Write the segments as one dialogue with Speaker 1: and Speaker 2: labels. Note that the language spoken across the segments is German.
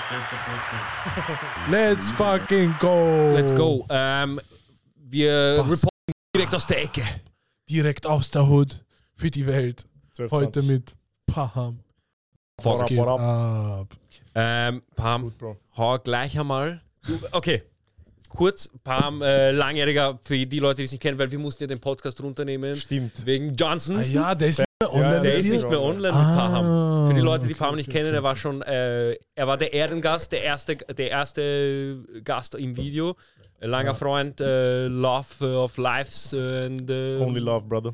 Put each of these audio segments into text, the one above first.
Speaker 1: Let's fucking go.
Speaker 2: Let's go. Wir reporten direkt aus der Ecke.
Speaker 1: Direkt aus der Hood für die Welt.
Speaker 3: 12,
Speaker 1: Heute
Speaker 3: 20.
Speaker 1: mit Paham.
Speaker 3: What
Speaker 1: Was
Speaker 3: up,
Speaker 1: geht
Speaker 3: what up?
Speaker 1: ab?
Speaker 2: Pam,
Speaker 3: Gut, Bro.
Speaker 2: hau gleich einmal. Okay, kurz, Pam, langjähriger, für die Leute, die es nicht kennen, weil wir mussten ja den Podcast runternehmen.
Speaker 3: Stimmt.
Speaker 2: Wegen Johnson.
Speaker 1: Ah ja, der ist nicht mehr online.
Speaker 3: Ja,
Speaker 2: Der
Speaker 1: mit
Speaker 2: ist
Speaker 1: dir?
Speaker 2: nicht mehr online mit Paham. Für die Leute, die Paham nicht kennen, er war schon, er war der Ehrengast, der erste Gast im Video. Ein langer Freund, Love of Lives and
Speaker 3: Only love, brother.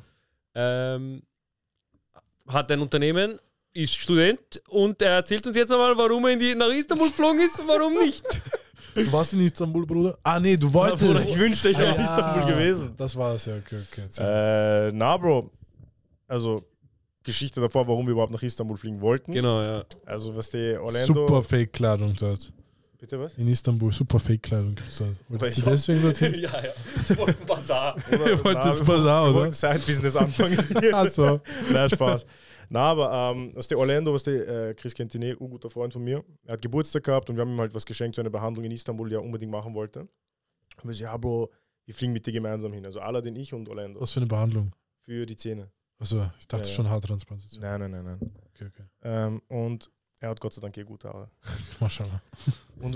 Speaker 2: hat ein Unternehmen, ist Student und er erzählt uns jetzt einmal, warum er nach Istanbul geflogen ist und warum nicht.
Speaker 1: Du warst in Istanbul, Bruder? Ah, nee, du wolltest.
Speaker 3: Bruder, ich wünschte, ich wäre in
Speaker 1: Ah,
Speaker 3: Istanbul gewesen.
Speaker 1: Das war es ja, okay.
Speaker 3: Na, Bro. Also, Geschichte davor, warum wir überhaupt nach Istanbul fliegen wollten.
Speaker 2: Genau, ja.
Speaker 3: Also, was die Orlando...
Speaker 1: Super Fake-Kleidung dort.
Speaker 3: Bitte was?
Speaker 1: In Istanbul, super Fake-Kleidung gibt es dort. Wolltest du
Speaker 3: Ja.
Speaker 1: deswegen dorthin?
Speaker 2: Ja. Ich wollte ein Bazar.
Speaker 1: Ihr wollt jetzt Bazar,
Speaker 3: Wir
Speaker 1: oder?
Speaker 3: wollten Side-Business anfangen.
Speaker 1: Achso.
Speaker 3: Nein, Spaß. Na, aber was der Orlando, Chris kennt ihn ein guter Freund von mir. Er hat Geburtstag gehabt und wir haben ihm halt was geschenkt zu einer Behandlung in Istanbul, die er unbedingt machen wollte. Und wir so, ja, Bro, wir fliegen mit dir gemeinsam hin. Also Aladdin, ich und Orlando.
Speaker 1: Was für eine Behandlung?
Speaker 3: Für die Zähne.
Speaker 1: Achso, ich dachte
Speaker 3: Ja.
Speaker 1: schon Haartransplantation.
Speaker 3: Nein.
Speaker 1: Okay.
Speaker 3: Und er hat Gott sei Dank gute Haare.
Speaker 1: Maschallah.
Speaker 3: Und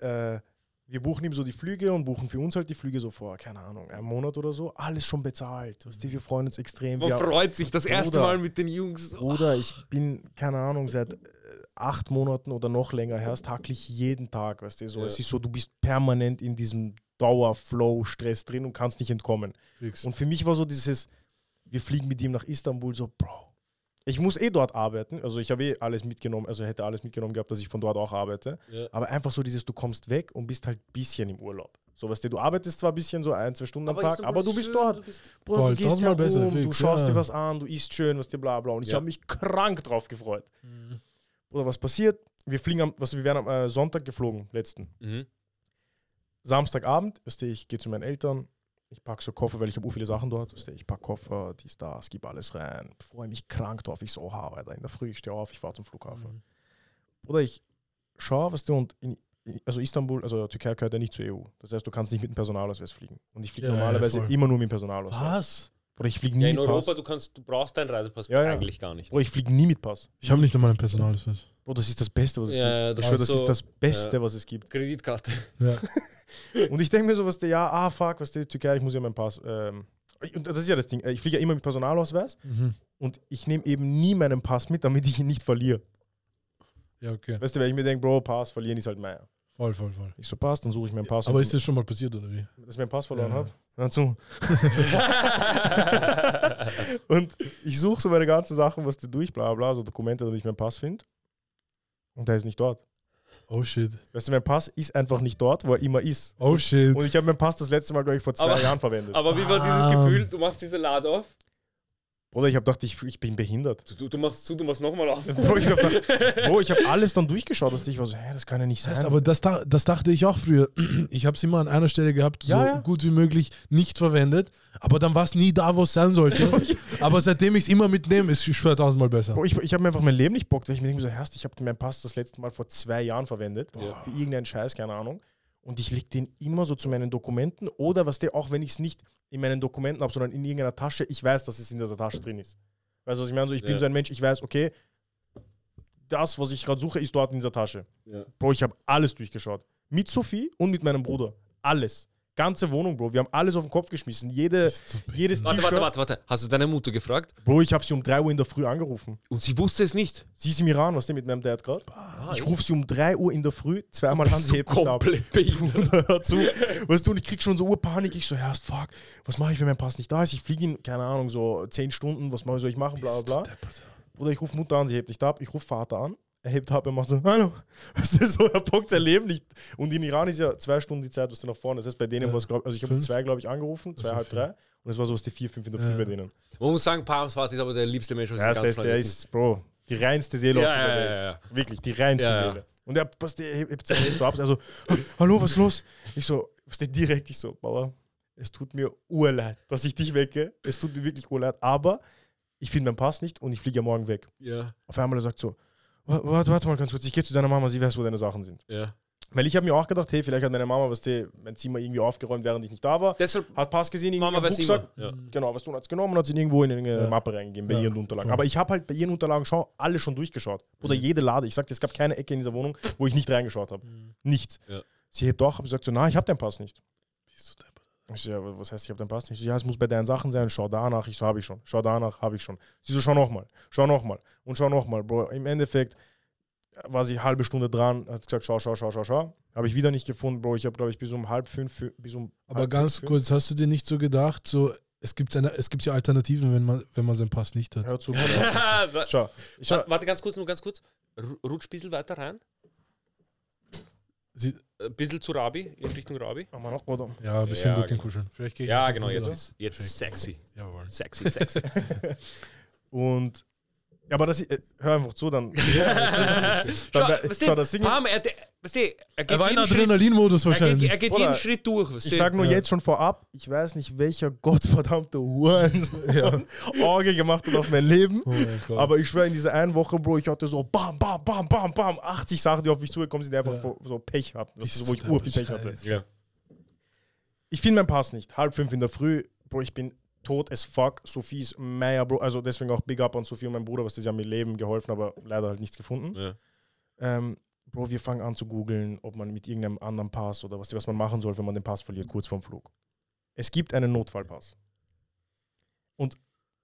Speaker 3: wir buchen ihm so die Flüge und buchen für uns halt die Flüge so vor, keine Ahnung, einem Monat oder so. Alles schon bezahlt. Wir freuen uns extrem.
Speaker 2: Man
Speaker 3: Wir-
Speaker 2: freut sich das erste
Speaker 3: Bruder.
Speaker 2: Mal mit den Jungs.
Speaker 3: Bruder, ich bin, keine Ahnung, seit 8 Monaten oder noch länger her, taklich jeden Tag, weißt du, so.
Speaker 2: Ja.
Speaker 3: Es ist so, du bist permanent in diesem Dauerflow-Stress drin und kannst nicht entkommen.
Speaker 1: Fix.
Speaker 3: Und für mich war so dieses, wir fliegen mit ihm nach Istanbul, so, Bro, ich muss dort arbeiten, also ich habe alles mitgenommen, also hätte alles mitgenommen gehabt, dass ich von dort auch arbeite,
Speaker 2: Ja.
Speaker 3: aber einfach so dieses, du kommst weg und bist halt ein bisschen im Urlaub. So, weißt du arbeitest zwar ein bisschen, so 1-2 Stunden am Tag, aber du bist dort. Bruder,
Speaker 1: Voll,
Speaker 3: du gehst
Speaker 1: tausendmal
Speaker 3: ja
Speaker 1: besser,
Speaker 3: rum, du
Speaker 1: fix,
Speaker 3: schaust
Speaker 1: ja.
Speaker 3: dir was an, du isst schön, was dir bla bla. Und ich
Speaker 2: Ja.
Speaker 3: habe mich krank drauf gefreut. Bruder, was passiert? Wir fliegen wir wären am Sonntag geflogen, letzten.
Speaker 2: Mhm.
Speaker 3: Samstagabend, weißt du, ich gehe zu meinen Eltern, ich packe so Koffer, weil ich habe viele Sachen dort, weißt du, ich packe Koffer, dies, das, gib alles rein, freue mich krank drauf. Ich so, oha, Alter, in der Früh, ich stehe auf, ich fahre zum Flughafen. Bruder, ich schaue, weißt du, und also Istanbul, also Türkei gehört ja nicht zur EU. Das heißt, du kannst nicht mit dem Personalausweis fliegen. Und ich fliege
Speaker 1: Ja,
Speaker 3: normalerweise
Speaker 1: voll.
Speaker 3: immer nur mit dem Personalausweis.
Speaker 1: Was?
Speaker 3: Oder ich fliege nie
Speaker 2: Ja, in
Speaker 3: mit
Speaker 2: Europa,
Speaker 3: Pass.
Speaker 2: du brauchst deinen Reisepass
Speaker 3: Ja, ja.
Speaker 2: eigentlich gar nicht.
Speaker 3: Oder ich fliege nie mit Pass.
Speaker 1: Ich habe nicht einmal ein Personalausweis.
Speaker 3: Bro, das ist das Beste, was es
Speaker 2: Ja,
Speaker 3: gibt.
Speaker 2: das
Speaker 3: Ich schwöre,
Speaker 2: ist
Speaker 3: das
Speaker 2: so-
Speaker 3: ist das Beste,
Speaker 2: ja.
Speaker 3: was es gibt.
Speaker 2: Kreditkarte.
Speaker 1: Ja.
Speaker 3: Und ich denke mir so, was der, ja, fuck, was der Türkei, ich muss ja meinen Pass. Und das ist ja das Ding. Ich fliege ja immer mit Personalausweis und ich nehme eben nie meinen Pass mit, damit ich ihn nicht verliere.
Speaker 1: Ja, okay.
Speaker 3: Weißt du, weil ich mir denke, Bro, Pass verlieren ist halt meiner.
Speaker 1: Voll.
Speaker 3: Ich so, Pass, dann suche ich meinen Pass.
Speaker 1: Aber
Speaker 3: und
Speaker 1: ist das schon mal passiert, oder wie?
Speaker 3: dass ich meinen Pass verloren
Speaker 1: Ja.
Speaker 3: habe? Hör zu. Und ich suche so meine ganzen Sachen, was da durch, bla bla, so Dokumente, damit ich meinen Pass finde. Und der ist nicht dort.
Speaker 1: Oh shit.
Speaker 3: Weißt du, mein Pass ist einfach nicht dort, wo er immer ist.
Speaker 1: Oh shit.
Speaker 3: Und ich habe meinen Pass das letzte Mal, glaube ich, vor 2
Speaker 2: Aber-
Speaker 3: Jahren verwendet.
Speaker 2: Aber wie war dieses Gefühl? Du machst diese Lade auf,
Speaker 3: Bruder, ich habe gedacht, ich bin behindert.
Speaker 2: du machst zu, du machst nochmal auf.
Speaker 3: Bro, ich habe hab alles dann durchgeschaut. Und ich war so, hä, das kann ja nicht sein.
Speaker 1: Aber das dachte ich auch früher. Ich habe es immer an einer Stelle gehabt, so
Speaker 3: Ja, ja.
Speaker 1: gut wie möglich nicht verwendet. Aber dann war es nie da, wo es sein sollte. Aber seitdem ich es immer mitnehme, ist es schon 1000-mal besser.
Speaker 3: Bro, ich habe mir einfach mein Leben nicht bockt, weil ich mir denke so, Herrst, ich habe meinen Pass das letzte Mal vor 2 Jahren verwendet.
Speaker 2: Ja.
Speaker 3: Für irgendeinen Scheiß, keine Ahnung. Und ich lege den immer so zu meinen Dokumenten. Oder was der, auch wenn ich es nicht in meinen Dokumenten habe, sondern in irgendeiner Tasche, ich weiß, dass es in dieser Tasche drin ist. Weißt du, was ich meine? So, ich bin
Speaker 2: Ja.
Speaker 3: so ein Mensch, ich weiß, okay, das, was ich gerade suche, ist dort in dieser Tasche.
Speaker 2: Ja.
Speaker 3: Bro, ich habe alles durchgeschaut. Mit Sophie und mit meinem Bruder. Alles. Ganze Wohnung, Bro. Wir haben alles auf den Kopf geschmissen. Jedes
Speaker 2: Warte,
Speaker 3: T-Shirt.
Speaker 2: warte. Hast du deine Mutter gefragt?
Speaker 3: Bro, ich habe sie um 3 Uhr in der Früh angerufen.
Speaker 2: Und sie wusste es nicht.
Speaker 3: Sie ist im Iran, was denn mit meinem Dad gerade?
Speaker 2: Ah,
Speaker 3: Ich rufe sie um 3 Uhr in der Früh, zweimal an,
Speaker 2: bist
Speaker 3: sie
Speaker 2: du
Speaker 3: hebt nicht ab.
Speaker 2: komplett behindert.
Speaker 3: Hör zu. Weißt du, und ich krieg schon so Urpanik. Ich so, Herrst, fuck, was mache ich, wenn mein Pass nicht da ist? Ich fliege ihn, keine Ahnung, so 10 Stunden, was soll ich machen, bla bla bla. Bruder, ich rufe Mutter an, sie hebt nicht ab. Ich rufe Vater an, er hebt ab, er macht so, hallo. Weißt du, so, er bockt sein Leben nicht. Und in Iran ist ja 2 Stunden die Zeit, was du nach vorne. Das heißt, bei denen
Speaker 1: Ja.
Speaker 3: war es, also ich habe um
Speaker 1: 5?
Speaker 3: 2, glaube ich, angerufen, 2, halb 3. Und es war so was die 4, 5 in der Früh
Speaker 1: Ja.
Speaker 3: bei denen.
Speaker 2: Man muss sagen, Pams Vater ist aber der liebste Mensch aus
Speaker 3: Ja,
Speaker 2: dem
Speaker 3: der
Speaker 2: ganzen
Speaker 3: ist, Bro, die reinste Seele auf dieser Welt.
Speaker 2: ja.
Speaker 3: Wirklich, die reinste
Speaker 2: Ja, ja.
Speaker 3: Seele. Und er hebt so ab, also, hallo, was ist los? Ich so, was denn direkt? Ich so, Bauer, es tut mir urleid, dass ich dich wecke. Es tut mir wirklich urleid, aber ich finde meinen Pass nicht und ich fliege ja morgen weg.
Speaker 2: Ja.
Speaker 3: Auf einmal er sagt so, Warte mal ganz kurz, ich gehe zu deiner Mama, sie weiß, wo deine Sachen sind.
Speaker 2: Ja.
Speaker 3: Weil ich habe mir auch gedacht, hey, vielleicht hat meine Mama mein Zimmer irgendwie aufgeräumt, während ich nicht da war.
Speaker 2: Deshalb
Speaker 3: Hat Pass gesehen, irgendwie
Speaker 2: Mama
Speaker 3: im
Speaker 2: weiß
Speaker 3: Rucksack.
Speaker 2: immer. Ja.
Speaker 3: Genau, was du hast genommen und hat sie irgendwo in eine Mappe reingegeben, bei ihren Unterlagen.
Speaker 1: Voll.
Speaker 3: Aber ich habe halt bei ihren Unterlagen alle schon durchgeschaut. Oder jede Lade. Ich sagte, es gab keine Ecke in dieser Wohnung, wo ich nicht reingeschaut habe. Nichts.
Speaker 2: Ja.
Speaker 3: Sie hebt doch, habe gesagt so, na, ich habe deinen Pass nicht. Ich so, ja, was heißt, ich habe deinen Pass nicht? Ich so, ja, es muss bei deinen Sachen sein, schau danach. Ich so, habe ich schon. Schau danach, habe ich schon. Sie so, schau nochmal und schau nochmal. Bro, im Endeffekt war sie eine halbe Stunde dran, hat gesagt, schau. Habe ich wieder nicht gefunden, Bro. Ich habe, glaube ich, bis um 4:30, bis um
Speaker 1: Aber
Speaker 3: halb
Speaker 1: ganz
Speaker 3: fünf,
Speaker 1: kurz, hast du dir nicht so gedacht, so, es gibt ja Alternativen, wenn man seinen Pass nicht hat.
Speaker 3: Hör zu. Schau.
Speaker 2: Warte ganz kurz. Rutsch ein bisschen weiter rein. Ein bisschen zu Rabi, in Richtung Rabi.
Speaker 3: Machen wir noch, oder?
Speaker 1: Ja, ein bisschen
Speaker 2: Ja,
Speaker 1: Rückenkuscheln. Vielleicht gehe ich
Speaker 2: Ja,
Speaker 1: noch
Speaker 2: genau,
Speaker 1: wieder.
Speaker 2: jetzt ist sexy.
Speaker 1: Jawohl.
Speaker 2: Sexy.
Speaker 3: Und ja, aber das, hör einfach zu, dann.
Speaker 2: Schau,
Speaker 3: das Ding ist,
Speaker 2: Pam, er geht
Speaker 1: Er war in
Speaker 2: jeden Schritt,
Speaker 1: Adrenalinmodus wahrscheinlich.
Speaker 2: er geht
Speaker 3: Oder-
Speaker 2: jeden Schritt durch.
Speaker 3: ich sag nur jetzt schon vorab, ich weiß nicht, welcher gottverdammte Hurensohn Orgel gemacht hat auf mein Leben.
Speaker 1: Oh mein Gott.
Speaker 3: Aber ich schwöre, in dieser einen Woche, Bro, ich hatte so bam, 80 Sachen, die auf mich zugekommen sind, die einfach so Pech hatten. Das ist, wo ich urviel Pech hatte.
Speaker 1: Scheiße.
Speaker 2: Ja.
Speaker 3: Ich finde meinen Pass nicht. 4:30 in der Früh, Bro, ich bin tot as fuck. Sophie ist Meier, Bro. Also deswegen auch Big Up an Sophie und mein Bruder, was das ja mir Leben geholfen, aber leider halt nichts gefunden.
Speaker 2: Ja.
Speaker 3: Bro, wir fangen an zu googeln, ob man mit irgendeinem anderen Pass oder was man machen soll, wenn man den Pass verliert, kurz vorm Flug. Es gibt einen Notfallpass. Und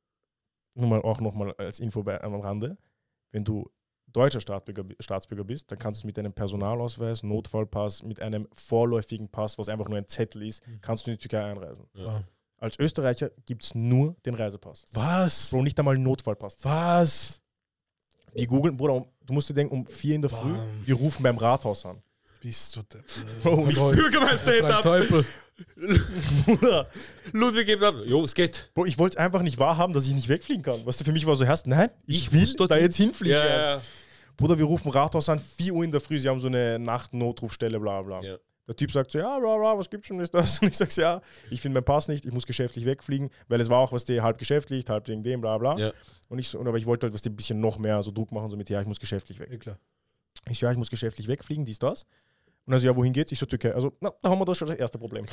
Speaker 3: nochmal als Info am Rande, wenn du deutscher Staatsbürger bist, dann kannst du mit einem Personalausweis, Notfallpass, mit einem vorläufigen Pass, was einfach nur ein Zettel ist, kannst du in die Türkei einreisen.
Speaker 1: Ja.
Speaker 3: Als Österreicher gibt es nur den Reisepass.
Speaker 1: Was?
Speaker 3: Bro, nicht einmal einen Notfallpass.
Speaker 1: Was?
Speaker 3: Wir googeln, Bruder, du musst dir denken, um 4 in der Früh,
Speaker 1: Bam.
Speaker 3: wir rufen beim Rathaus an.
Speaker 1: Bist du der
Speaker 3: Bro,
Speaker 2: Bürgermeister
Speaker 1: Frank
Speaker 2: hebt ab.
Speaker 1: Teupel.
Speaker 3: Bruder,
Speaker 2: Ludwig hebt ab. Jo, es geht.
Speaker 3: Bro, ich wollte es einfach nicht wahrhaben, dass ich nicht wegfliegen kann. Was für mich war so, nein, ich will
Speaker 2: muss
Speaker 3: da
Speaker 2: dorthin.
Speaker 3: jetzt hinfliegen.
Speaker 2: Ja.
Speaker 3: Bruder, wir rufen Rathaus an, 4 Uhr in der Früh, sie haben so eine Nacht-Notrufstelle, bla bla.
Speaker 2: Ja.
Speaker 3: Der Typ sagt so, ja, was gibt's schon, ist das? Und ich sag so, ja, ich finde meinen Pass nicht, ich muss geschäftlich wegfliegen, weil es war auch, halb geschäftlich, halb wegen dem, bla bla.
Speaker 2: Ja.
Speaker 3: Und ich so, aber ich wollte halt, ein bisschen noch mehr so Druck machen, so mit, ja, ich muss geschäftlich weg.
Speaker 1: Ja, klar.
Speaker 3: Ich so, ja, ich muss geschäftlich wegfliegen, dies, das. Und also, ja, wohin geht's? Ich so, Türkei. Also, na, da haben wir das schon das erste Problem.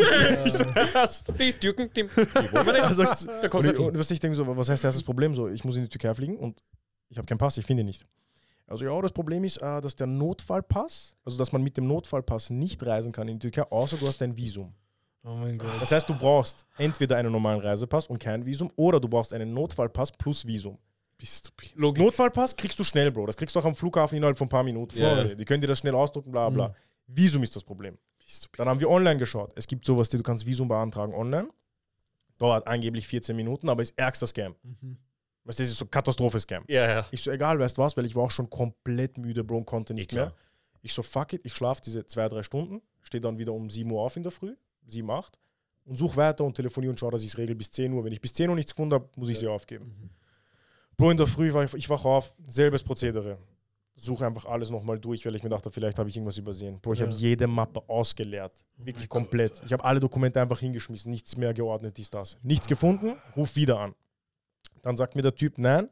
Speaker 2: Die Türken, die wollen wir nicht.
Speaker 3: Also,
Speaker 2: Da kommst du
Speaker 3: und ich denke so, was heißt erstes Problem? So, ich muss in die Türkei fliegen und ich habe keinen Pass, ich finde ihn nicht. Also ja, das Problem ist, dass der Notfallpass, also dass man mit dem Notfallpass nicht reisen kann in die Türkei, außer du hast ein Visum.
Speaker 1: Oh mein Gott.
Speaker 3: Das heißt, du brauchst entweder einen normalen Reisepass und kein Visum oder du brauchst einen Notfallpass plus Visum.
Speaker 1: Bist du blind?
Speaker 3: Notfallpass kriegst du schnell, Bro. Das kriegst du auch am Flughafen innerhalb von ein paar Minuten.
Speaker 2: Ja.
Speaker 3: Die können dir das schnell ausdrucken, bla bla. Visum ist das Problem.
Speaker 1: Bist du blind?
Speaker 3: Dann haben wir online geschaut. Es gibt sowas, du kannst Visum beantragen online. Dauert angeblich 14 Minuten, aber ist ärgster Scam. Weißt du, das ist so Katastrophe-Scam.
Speaker 2: Ja.
Speaker 3: Ich so, egal, weißt du was, weil ich war auch schon komplett müde, Bro, und konnte nicht
Speaker 2: klar.
Speaker 3: mehr. Ich so, fuck it, ich schlafe diese 2-3 Stunden, stehe dann wieder um 7 Uhr auf in der Früh, 7, 8 und suche weiter und telefoniere und schaue, dass ich es regel bis 10 Uhr. Wenn ich bis 10 Uhr nichts gefunden habe, muss ich sie aufgeben. Bro, in der Früh, ich wache auf, selbes Prozedere. Suche einfach alles nochmal durch, weil ich mir dachte, vielleicht habe ich irgendwas übersehen. Bro, ich habe jede Mappe ausgeleert. Wirklich komplett. Ich habe alle Dokumente einfach hingeschmissen, nichts mehr geordnet, dies, das. Nichts gefunden, ruf wieder an. Dann sagt mir der Typ, nein,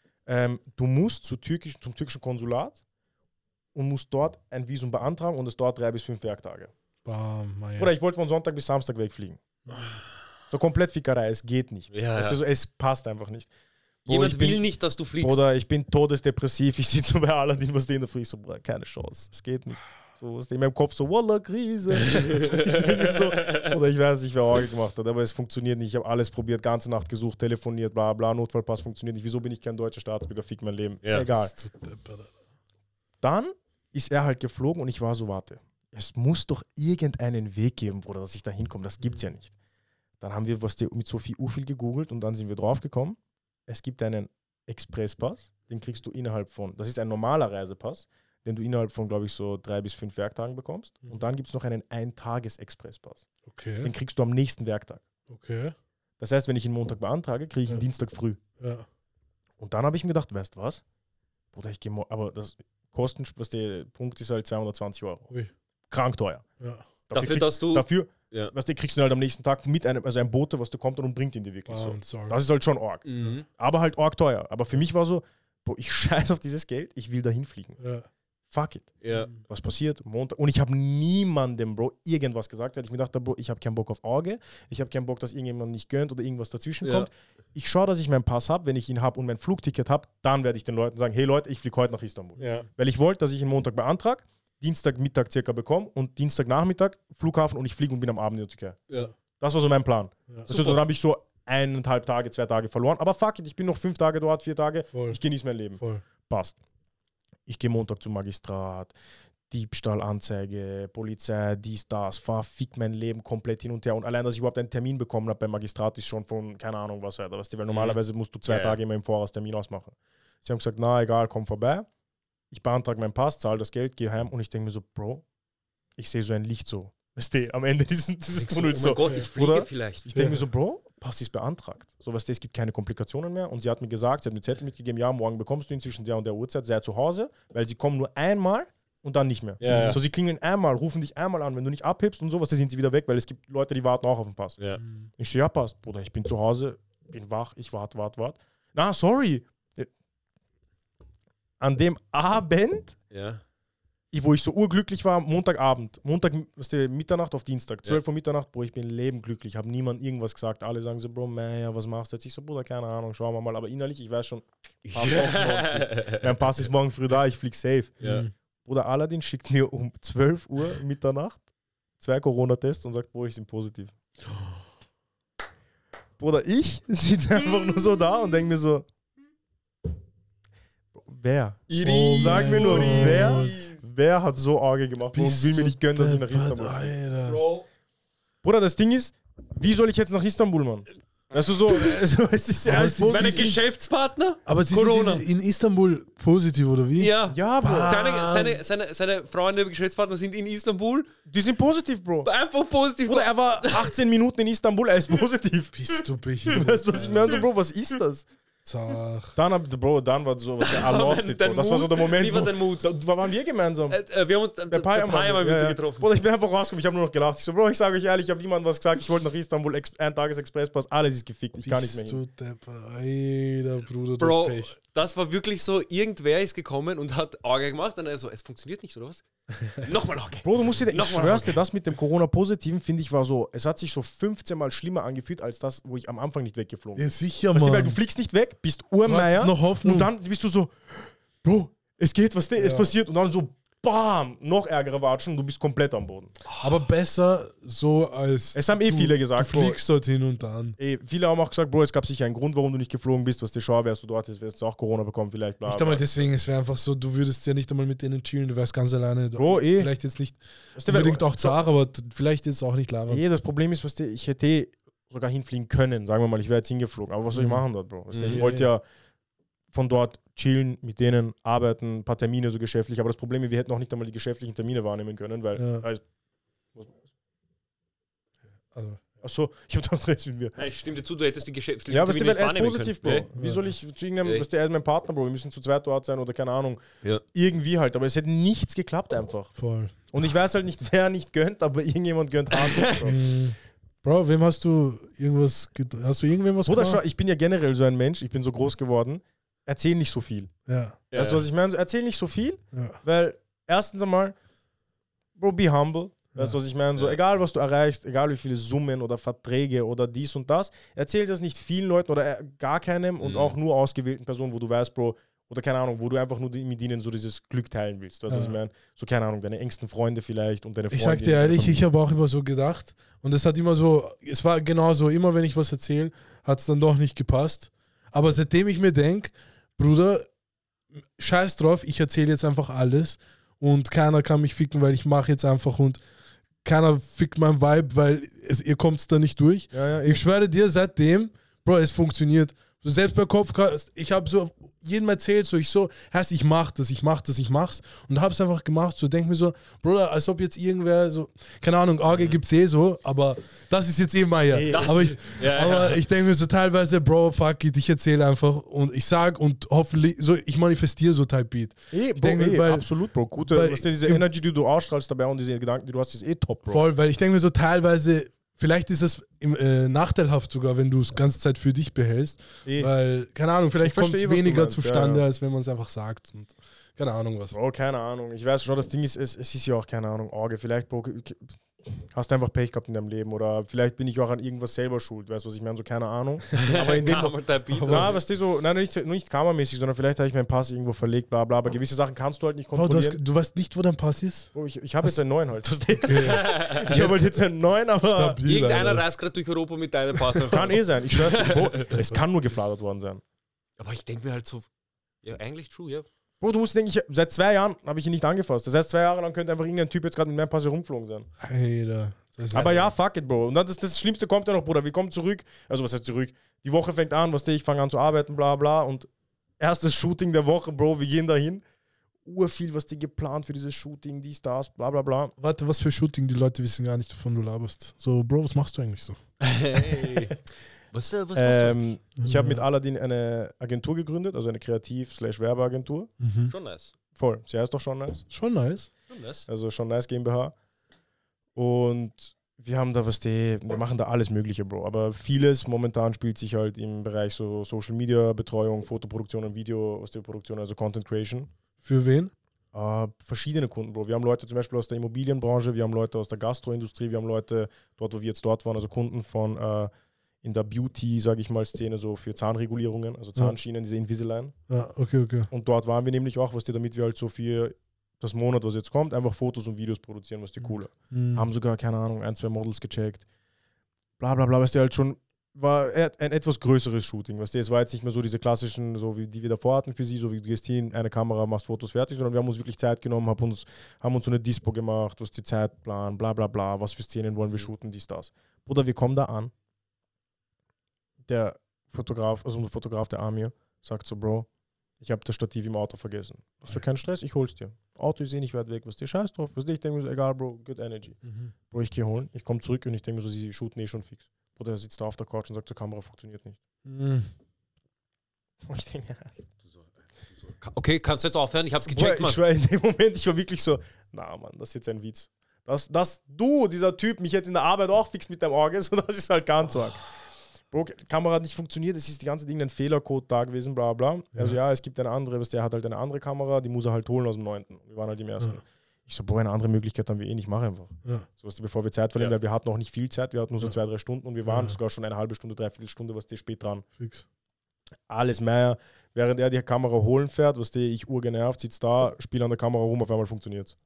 Speaker 3: du musst zum türkischen Konsulat und musst dort ein Visum beantragen und es dauert 3 bis 5 Werktage.
Speaker 1: Bam, Mann, ja.
Speaker 3: Oder ich wollte von Sonntag bis Samstag wegfliegen. So komplett Fickerei, es geht nicht.
Speaker 2: Ja,
Speaker 3: Weißt du, so, es passt einfach nicht. Bro,
Speaker 2: Jemand
Speaker 3: ich bin-
Speaker 2: will nicht, dass du fliegst.
Speaker 3: Oder ich bin todesdepressiv, ich sitze so bei Aladdin, was der in der Früh, ich so, Bruder, keine Chance, es geht nicht. So ist in meinem Kopf so, Wallah, Krise. Ich denk mir so, oder ich weiß nicht, wer Orgel gemacht hat, aber es funktioniert nicht. Ich habe alles probiert, ganze Nacht gesucht, telefoniert, bla bla, Notfallpass funktioniert nicht. Wieso bin ich kein deutscher Staatsbürger? Fick mein Leben.
Speaker 2: Ja.
Speaker 3: Egal.
Speaker 1: Bist du deppert.
Speaker 3: Dann ist er halt geflogen und ich war so, warte, es muss doch irgendeinen Weg geben, Bruder, dass ich da hinkomme. Das gibt's ja nicht. Dann haben wir mit Sophie viel gegoogelt und dann sind wir draufgekommen, es gibt einen Expresspass, den kriegst du innerhalb von, das ist ein normaler Reisepass, den du innerhalb von, glaube ich, so 3 bis 5 Werktagen bekommst. Und dann gibt es noch einen Ein-Tages-Expresspass.
Speaker 1: Okay,
Speaker 3: Den kriegst du am nächsten Werktag.
Speaker 1: okay.
Speaker 3: Das heißt, wenn ich ihn Montag beantrage, kriege ich ihn Dienstag früh.
Speaker 1: Ja.
Speaker 3: Und dann habe ich mir gedacht, weißt du was? Bruder, ich gehe mal, aber das Kosten, was der Punkt ist halt 220 €.
Speaker 1: Ui.
Speaker 3: Krank teuer.
Speaker 1: Ja.
Speaker 2: Dafür, dass du.
Speaker 3: Dafür,
Speaker 2: Ja.
Speaker 3: weißt du, kriegst du ihn halt am nächsten Tag mit einem, also ein Bote, was du kommt und bringt ihn dir wirklich so.
Speaker 1: Sorry.
Speaker 3: Das ist halt schon arg.
Speaker 2: Mhm.
Speaker 3: Aber halt arg teuer. Aber für mich war so, Bro, ich scheiße auf dieses Geld, ich will dahin fliegen.
Speaker 1: Ja.
Speaker 3: Fuck it.
Speaker 2: Ja.
Speaker 3: Was passiert? Montag. Und ich habe niemandem, Bro, irgendwas gesagt, weil ich mir dachte, Bro, ich habe keinen Bock auf Auge, ich habe keinen Bock, dass irgendjemand nicht gönnt oder irgendwas dazwischen kommt. Ich schaue, dass ich meinen Pass habe, wenn ich ihn habe und mein Flugticket habe, dann werde ich den Leuten sagen, hey Leute, ich fliege heute nach Istanbul.
Speaker 2: Ja.
Speaker 3: Weil ich wollte, dass ich ihn Montag beantrage, Dienstagmittag circa bekomme und Dienstagnachmittag Flughafen und ich fliege und bin am Abend in der Türkei.
Speaker 2: Ja.
Speaker 3: Das war so mein Plan.
Speaker 1: Ja.
Speaker 3: Also, dann habe ich so 1,5 Tage, 2 Tage verloren. Aber fuck it, ich bin noch 5 Tage dort, 4 Tage.
Speaker 1: Voll.
Speaker 3: Ich genieße mein Leben.
Speaker 1: Voll.
Speaker 3: Passt. Ich gehe Montag zum Magistrat, Diebstahlanzeige, Polizei, dies, das, fick mein Leben komplett hin und her. Und allein, dass ich überhaupt einen Termin bekommen habe beim Magistrat, ist schon von, keine Ahnung, was weiter. Weil normalerweise musst du 2 Tage immer im Voraus Termin ausmachen. Sie haben gesagt, na egal, komm vorbei. Ich beantrage meinen Pass, zahle das Geld, gehe heim und ich denke mir so, Bro, ich sehe so ein Licht so. Weißt du, am Ende dieses Tunnels so.
Speaker 2: Oh mein Gott, ich fliege
Speaker 3: Oder?
Speaker 2: vielleicht.
Speaker 3: Ich denke mir so, Bro, Pass ist beantragt. So, weißt du, es gibt keine Komplikationen mehr. Und sie hat mir gesagt, sie hat mir Zettel mitgegeben, ja, morgen bekommst du ihn zwischen der und der Uhrzeit, sei zu Hause, weil sie kommen nur einmal und dann nicht mehr.
Speaker 2: Ja.
Speaker 3: So, sie klingeln einmal, rufen dich einmal an, wenn du nicht abhebst und sowas, dann sind sie wieder weg, weil es gibt Leute, die warten auch auf den Pass.
Speaker 2: Ja.
Speaker 3: Ich so, ja, passt, Bruder, ich bin zu Hause, bin wach, ich warte. Na, sorry. An dem Abend,
Speaker 2: Ja.
Speaker 3: wo ich so urglücklich war, Montagabend, weißt du, Mitternacht auf Dienstag, 12 Uhr Mitternacht, Bro, ich bin lebenglücklich, habe niemand irgendwas gesagt. Alle sagen so, Bro, Meier, was machst du jetzt? Ich so, Bruder, keine Ahnung, schauen wir mal. Aber innerlich, ich weiß schon, mein Pass ist morgen früh da, ich flieg safe.
Speaker 2: Ja.
Speaker 3: Bruder, Aladdin schickt mir um 12 Uhr Mitternacht 2 Corona-Tests und sagt, Bro, ich bin positiv. Bruder, ich sitze einfach nur so da und denke mir so, wer?
Speaker 1: Oh
Speaker 3: Sag mir nur,
Speaker 1: mein
Speaker 3: wer hat so Auge gemacht und will mir nicht gönnen, dass ich nach Istanbul
Speaker 1: Alter.
Speaker 2: Bro.
Speaker 3: Bruder, das Ding ist, wie soll ich jetzt nach Istanbul, Mann? Weißt du, es ist ja alles
Speaker 1: Aber
Speaker 2: Meine
Speaker 3: positiv.
Speaker 2: Geschäftspartner?
Speaker 1: Aber sie
Speaker 2: Corona.
Speaker 1: sind in Istanbul positiv, oder wie?
Speaker 2: Ja.
Speaker 3: Ja, Bro.
Speaker 2: Seine Freunde, Geschäftspartner sind in Istanbul.
Speaker 3: Die sind positiv, Bro.
Speaker 2: Einfach positiv.
Speaker 3: Bruder, er war 18 Minuten in Istanbul, er ist positiv.
Speaker 1: Bist du behindert?
Speaker 3: Weißt du, was ich meine? So, Bro, was ist das?
Speaker 1: Zach.
Speaker 3: Dann war so, was I lost it, Bro. Das war so der Moment,
Speaker 2: Wie war dein Mut?
Speaker 3: da waren wir gemeinsam.
Speaker 2: Wir haben uns bei Payam mal mit dir getroffen.
Speaker 3: Bruder, ich bin einfach rausgekommen, ich habe nur noch gelacht. Ich so, Bro, ich sage euch ehrlich, ich habe niemandem was gesagt, ich wollte nach Istanbul, ein Tages-Expresspass, alles ist gefickt, ich kann nicht mehr hin.
Speaker 1: Bist du Depper? Alter, Bruder, du
Speaker 2: Bro,
Speaker 1: hast Pech.
Speaker 2: das war wirklich so, irgendwer ist gekommen und hat Auge gemacht und er so, es funktioniert nicht, oder was? Nochmal Auge.
Speaker 3: Bro, du musst dir, ich
Speaker 2: Nochmal
Speaker 3: schwör's dir,
Speaker 2: Auge.
Speaker 3: das mit dem Corona-Positiven, finde ich, war so, es hat sich so 15 Mal schlimmer angefühlt, als das, wo ich am Anfang nicht weggeflogen bin.
Speaker 1: Ja, sicher,
Speaker 3: Weißt du,
Speaker 1: Mann.
Speaker 3: weil du fliegst nicht weg, bist
Speaker 1: Du hattest
Speaker 3: Urmeier
Speaker 1: noch Hoffnung.
Speaker 3: und dann bist du so, Bro, es geht, was es passiert und dann so, bam, noch ärgere Watschen und du bist komplett am Boden.
Speaker 1: Aber besser so als.
Speaker 3: Es haben viele gesagt,
Speaker 1: Du fliegst dorthin und dann.
Speaker 3: Viele haben auch gesagt, Bro, es gab sicher einen Grund, warum du nicht geflogen bist, was dir schau, wärst du dort, wärst du auch Corona bekommen, vielleicht, bla,
Speaker 1: Nicht
Speaker 3: bla.
Speaker 1: einmal deswegen, es wäre einfach so, du würdest ja nicht einmal mit denen chillen, du wärst ganz alleine.
Speaker 3: Bro,
Speaker 1: Vielleicht jetzt nicht
Speaker 3: Weißt du,
Speaker 1: unbedingt auch Zara, aber vielleicht ist es auch nicht Lara.
Speaker 3: Das Problem ist, weißt du, ich hätte sogar hinfliegen können, sagen wir mal, ich wäre jetzt hingeflogen, aber was soll ich machen dort, Bro? Weißt du, ich wollte ja von dort chillen, mit denen arbeiten, ein paar Termine so geschäftlich, aber das Problem ist, wir hätten auch nicht einmal die geschäftlichen Termine wahrnehmen können, weil,
Speaker 1: Also,
Speaker 3: achso, ich habe doch recht mit mir.
Speaker 2: Nein, ich stimme dir zu, du hättest die Geschäfte.
Speaker 3: Ja, weißt du, weil er ist positiv, Bro.
Speaker 2: können.
Speaker 3: Wie soll ich zu irgendeinem, weißt du, er ist mein Partner, Bro, wir müssen zu zweit dort sein oder keine Ahnung.
Speaker 2: Ja.
Speaker 3: Irgendwie halt, aber es hätte nichts geklappt einfach.
Speaker 1: voll.
Speaker 3: Und ich weiß halt nicht, wer nicht gönnt, aber irgendjemand gönnt hart. Bro.
Speaker 1: Bro, wem hast du irgendwas. Hast du irgendwem was
Speaker 3: Bruder, schau, ich bin ja generell so ein Mensch, ich bin so groß geworden, erzähl nicht so viel.
Speaker 1: Ja.
Speaker 3: Weißt du, was ich meine? So, erzähl nicht so viel,
Speaker 1: Ja.
Speaker 3: weil erstens einmal, Bro, be humble. Weißt du, was ich meine? So, egal was du erreichst, egal wie viele Summen oder Verträge oder dies und das, erzähl das nicht vielen Leuten oder gar keinem und auch nur ausgewählten Personen, wo du weißt, Bro, oder keine Ahnung, wo du einfach nur mit ihnen so dieses Glück teilen willst. Weißt du, was ich meine? So, keine Ahnung, deine engsten Freunde vielleicht und deine Freunde.
Speaker 1: Ich sag dir ehrlich, ich habe auch immer so gedacht und es hat immer so, es war genauso, immer wenn ich was erzähle, hat es dann doch nicht gepasst. Aber seitdem ich mir denke, Bruder, scheiß drauf, ich erzähle jetzt einfach alles und keiner kann mich ficken, weil ich mache jetzt einfach und keiner fickt mein Vibe, weil ihr kommt da nicht durch.
Speaker 3: Ja,
Speaker 1: Ich schwöre dir, seitdem, Bro, es funktioniert. So, selbst bei Kopfcast, ich habe so jedem erzählt, so heißt, ich mach's und hab's einfach gemacht, so denk mir so, Bruder, als ob jetzt irgendwer so, keine Ahnung, Auge gibt's so, aber das ist jetzt Meier. Aber ich denke mir so teilweise, Bro, fuck it, ich erzähle einfach und ich sag und hoffentlich, so, ich manifestiere so Type Beat.
Speaker 3: Absolut, Bro. Gute,
Speaker 1: weil
Speaker 3: was diese Energy, die du ausstrahlst dabei und diese Gedanken, die du hast, ist top, Bro.
Speaker 1: Voll, weil ich denke mir so teilweise, Vielleicht ist es nachteilhaft sogar, wenn du es ganze Zeit für dich behältst, weil, keine Ahnung, vielleicht
Speaker 3: Ich
Speaker 1: kommt
Speaker 3: verstehe,
Speaker 1: es
Speaker 3: was du
Speaker 1: weniger
Speaker 3: meinst,
Speaker 1: zustande,
Speaker 3: ja.
Speaker 1: als wenn man es einfach sagt. Und keine Ahnung was.
Speaker 3: Bro, keine Ahnung. Ich weiß schon, das Ding ist, es ist ja auch, keine Ahnung, Auge. Vielleicht, Bro, hast du einfach Pech gehabt in deinem Leben oder vielleicht bin ich auch an irgendwas selber schuld, weißt du, was ich meine? So, keine Ahnung. Aber in dem weißt du, so, nein, nicht karmamäßig, sondern vielleicht habe ich meinen Pass irgendwo verlegt, bla bla, aber gewisse Sachen kannst du halt nicht
Speaker 1: Bro,
Speaker 3: kontrollieren.
Speaker 1: du weißt nicht, wo dein Pass ist?
Speaker 3: Bro, ich habe jetzt einen neuen halt. Ich habe halt jetzt einen neuen, aber
Speaker 1: Stabil,
Speaker 2: Irgendeiner
Speaker 1: Alter.
Speaker 2: reist gerade durch Europa mit deinem Pass.
Speaker 3: kann sein. Ich schwör's dir, Bro, es kann nur gefladert worden sein.
Speaker 2: Aber ich denke mir halt so, ja, eigentlich true, ja.
Speaker 3: Bro, du musst denken, seit 2 Jahren habe ich ihn nicht angefasst. Das heißt, 2 Jahre lang könnte einfach irgendein Typ jetzt gerade mit meinem Pass herumgeflogen sein.
Speaker 1: Alter.
Speaker 3: Aber ja, fuck it, Bro. Und dann das Schlimmste kommt ja noch, Bruder. Wir kommen zurück. Also, was heißt zurück? Die Woche fängt an, ich fange an zu arbeiten, bla bla. Und erstes Shooting der Woche, Bro. Wir gehen dahin. Urviel, was die geplant für dieses Shooting, die Stars, bla bla bla.
Speaker 1: Warte, was für Shooting? Die Leute wissen gar nicht, wovon du laberst. So, Bro, was machst du eigentlich so?
Speaker 2: Hey. Was machst du?
Speaker 3: Ich habe mit Aladdin eine Agentur gegründet, also eine Kreativ-/Werbeagentur.
Speaker 1: Mhm.
Speaker 2: Schon nice.
Speaker 3: Voll. Sie heißt doch Schon Nice.
Speaker 1: Schon nice.
Speaker 2: Schon nice.
Speaker 3: Also Schon Nice GmbH. Und wir haben da wir machen da alles Mögliche, Bro. Aber vieles momentan spielt sich halt im Bereich so Social Media Betreuung, Fotoproduktion und Video aus der Produktion, also Content Creation.
Speaker 1: Für wen?
Speaker 3: Verschiedene Kunden, Bro. Wir haben Leute zum Beispiel aus der Immobilienbranche, wir haben Leute aus der Gastroindustrie, wir haben Leute dort, wo wir jetzt dort waren, also Kunden von in der Beauty, sage ich mal, Szene, so für Zahnregulierungen, also Zahnschienen, diese Invisalign.
Speaker 1: Ja, okay.
Speaker 3: Und dort waren wir nämlich auch, damit wir halt so für das Monat, was jetzt kommt, einfach Fotos und Videos produzieren, was die cooler. Haben sogar, keine Ahnung, 1, 2 Models gecheckt. Bla bla bla, was der halt schon war ein etwas größeres Shooting. Weißt du, es war jetzt nicht mehr so diese klassischen, so wie die wir davor hatten für sie, so wie du gehst hin, eine Kamera, machst Fotos fertig, sondern wir haben uns wirklich Zeit genommen, haben uns so eine Dispo gemacht, was die Zeitplan, bla bla bla, was für Szenen wollen wir shooten, dies, das. Bruder, wir kommen da an. Der Fotograf, also der Fotograf der Amir, sagt so, Bro, ich habe das Stativ im Auto vergessen. Hast du keinen Stress? Ich hol's dir. Auto ist eh nicht weit weg, was dir scheiß drauf. Ich denke mir so, egal, Bro, good energy. Bro, ich gehe holen, ich komme zurück und ich denke mir so, sie shooten eh schon fix. Oder er sitzt da auf der Couch und sagt, die Kamera funktioniert nicht. Und ich denke,
Speaker 2: Okay, kannst du jetzt aufhören? Ich hab's gecheckt,
Speaker 3: Mann. Ich war in dem Moment, ich war wirklich so, na Mann, das ist jetzt ein Witz. Dass du, dieser Typ, mich jetzt in der Arbeit auch fix mit deinem Auge, so das ist halt ganz arg. Bro, Kamera hat nicht funktioniert, es ist die ganze Ding ein Fehlercode da gewesen, bla bla. Also ja, es gibt eine andere, der hat halt eine andere Kamera, die muss er halt holen aus dem 9. Wir waren halt im ersten. Ja. Ich so, Bro, eine andere Möglichkeit haben wir eh nicht, mach einfach. Ja. So, bevor wir Zeit verlieren, weil wir hatten auch nicht viel Zeit, wir hatten nur so 2, 3 Stunden und wir waren sogar schon eine halbe Stunde, 3/4 Stunde, was der spät dran. Fix. Alles mehr, während er die Kamera holen fährt, ich urgenervt, sitzt da, spielt an der Kamera rum, auf einmal funktioniert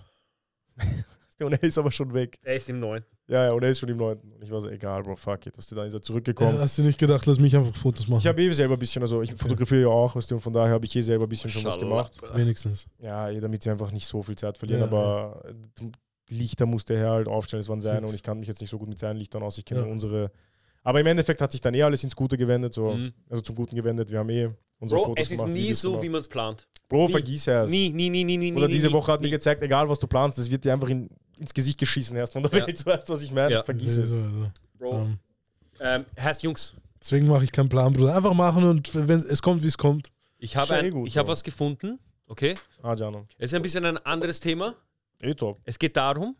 Speaker 3: und er ist aber schon weg.
Speaker 2: Er ist im 9.
Speaker 3: Ja, und er ist schon im 9. Und ich war so, egal, Bro, fuck it. Dann ist er zurückgekommen.
Speaker 1: Ja, hast du nicht gedacht, lass mich einfach Fotos machen?
Speaker 3: Ich habe selber ein bisschen, also ich fotografiere ja auch, und von daher habe ich selber ein bisschen schon was gemacht.
Speaker 1: Wenigstens.
Speaker 3: Ja, damit wir einfach nicht so viel Zeit verlieren, aber Lichter musste er halt aufstellen, es waren seine und ich kann mich jetzt nicht so gut mit seinen Lichtern aus, ich kenne unsere. Aber im Endeffekt hat sich dann alles ins Gute gewendet, also zum Guten gewendet. Wir haben unsere Fotos gemacht.
Speaker 2: Es ist nie so, wie man es plant.
Speaker 3: Bro, vergiss es.
Speaker 2: Nie.
Speaker 3: Oder diese Woche hat mir gezeigt, egal was du planst, das wird dir einfach ins Gesicht geschissen erst von der Welt. Du weißt, was ich meine? Vergiss es.
Speaker 2: Bro. Heißt Jungs.
Speaker 1: Deswegen mache ich keinen Plan, Bruder. Einfach machen und wenn es kommt, wie es kommt.
Speaker 2: Ich habe was gefunden, okay?
Speaker 3: Gianno.
Speaker 2: Es ist ein bisschen ein anderes Thema.
Speaker 3: Top.
Speaker 2: Es geht darum,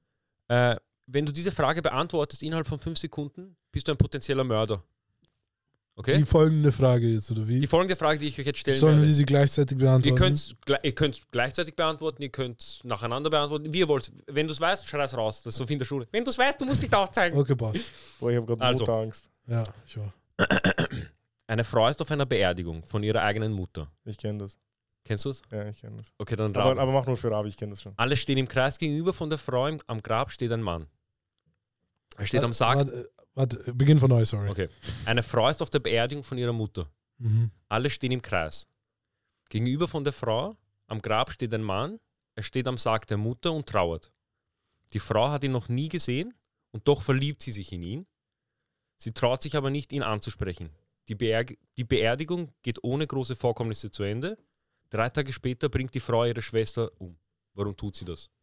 Speaker 2: wenn du diese Frage beantwortest innerhalb von 5 Sekunden, bist du ein potenzieller Mörder. Okay?
Speaker 1: Die folgende Frage jetzt, oder wie?
Speaker 2: Die folgende Frage, die ich euch jetzt stellen
Speaker 1: Sollen
Speaker 2: werde.
Speaker 1: wir sie gleichzeitig beantworten?
Speaker 2: Ihr könnt gleichzeitig beantworten, ihr könnt nacheinander beantworten, wie ihr wollt. Wenn du es weißt, schrei es raus. Das ist so wie in der Schule. Wenn du es weißt, du musst dich aufzeigen.
Speaker 1: Okay, passt.
Speaker 3: Boah, ich habe gerade Mutterangst.
Speaker 1: Ja, ich auch.
Speaker 2: Eine Frau ist auf einer Beerdigung von ihrer eigenen Mutter.
Speaker 3: Ich kenne das.
Speaker 2: Kennst du es?
Speaker 3: Ja, ich kenne das.
Speaker 2: Okay, dann
Speaker 3: aber mach nur für Rabi, ich kenne das schon.
Speaker 2: Alle stehen im Kreis, gegenüber von der Frau am Grab steht ein Mann. Er steht am Sarg.
Speaker 1: Warte, beginn von neu, sorry.
Speaker 2: Okay. Eine Frau ist auf der Beerdigung von ihrer Mutter. Alle stehen im Kreis. Gegenüber von der Frau am Grab steht ein Mann. Er steht am Sarg der Mutter und trauert. Die Frau hat ihn noch nie gesehen und doch verliebt sie sich in ihn. Sie traut sich aber nicht, ihn anzusprechen. Die Beerdigung geht ohne große Vorkommnisse zu Ende. 3 Tage später bringt die Frau ihre Schwester um. Warum tut sie das?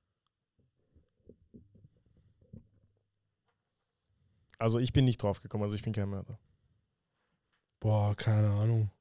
Speaker 3: Also ich bin nicht drauf gekommen, also ich bin kein Mörder.
Speaker 1: Boah, keine Ahnung.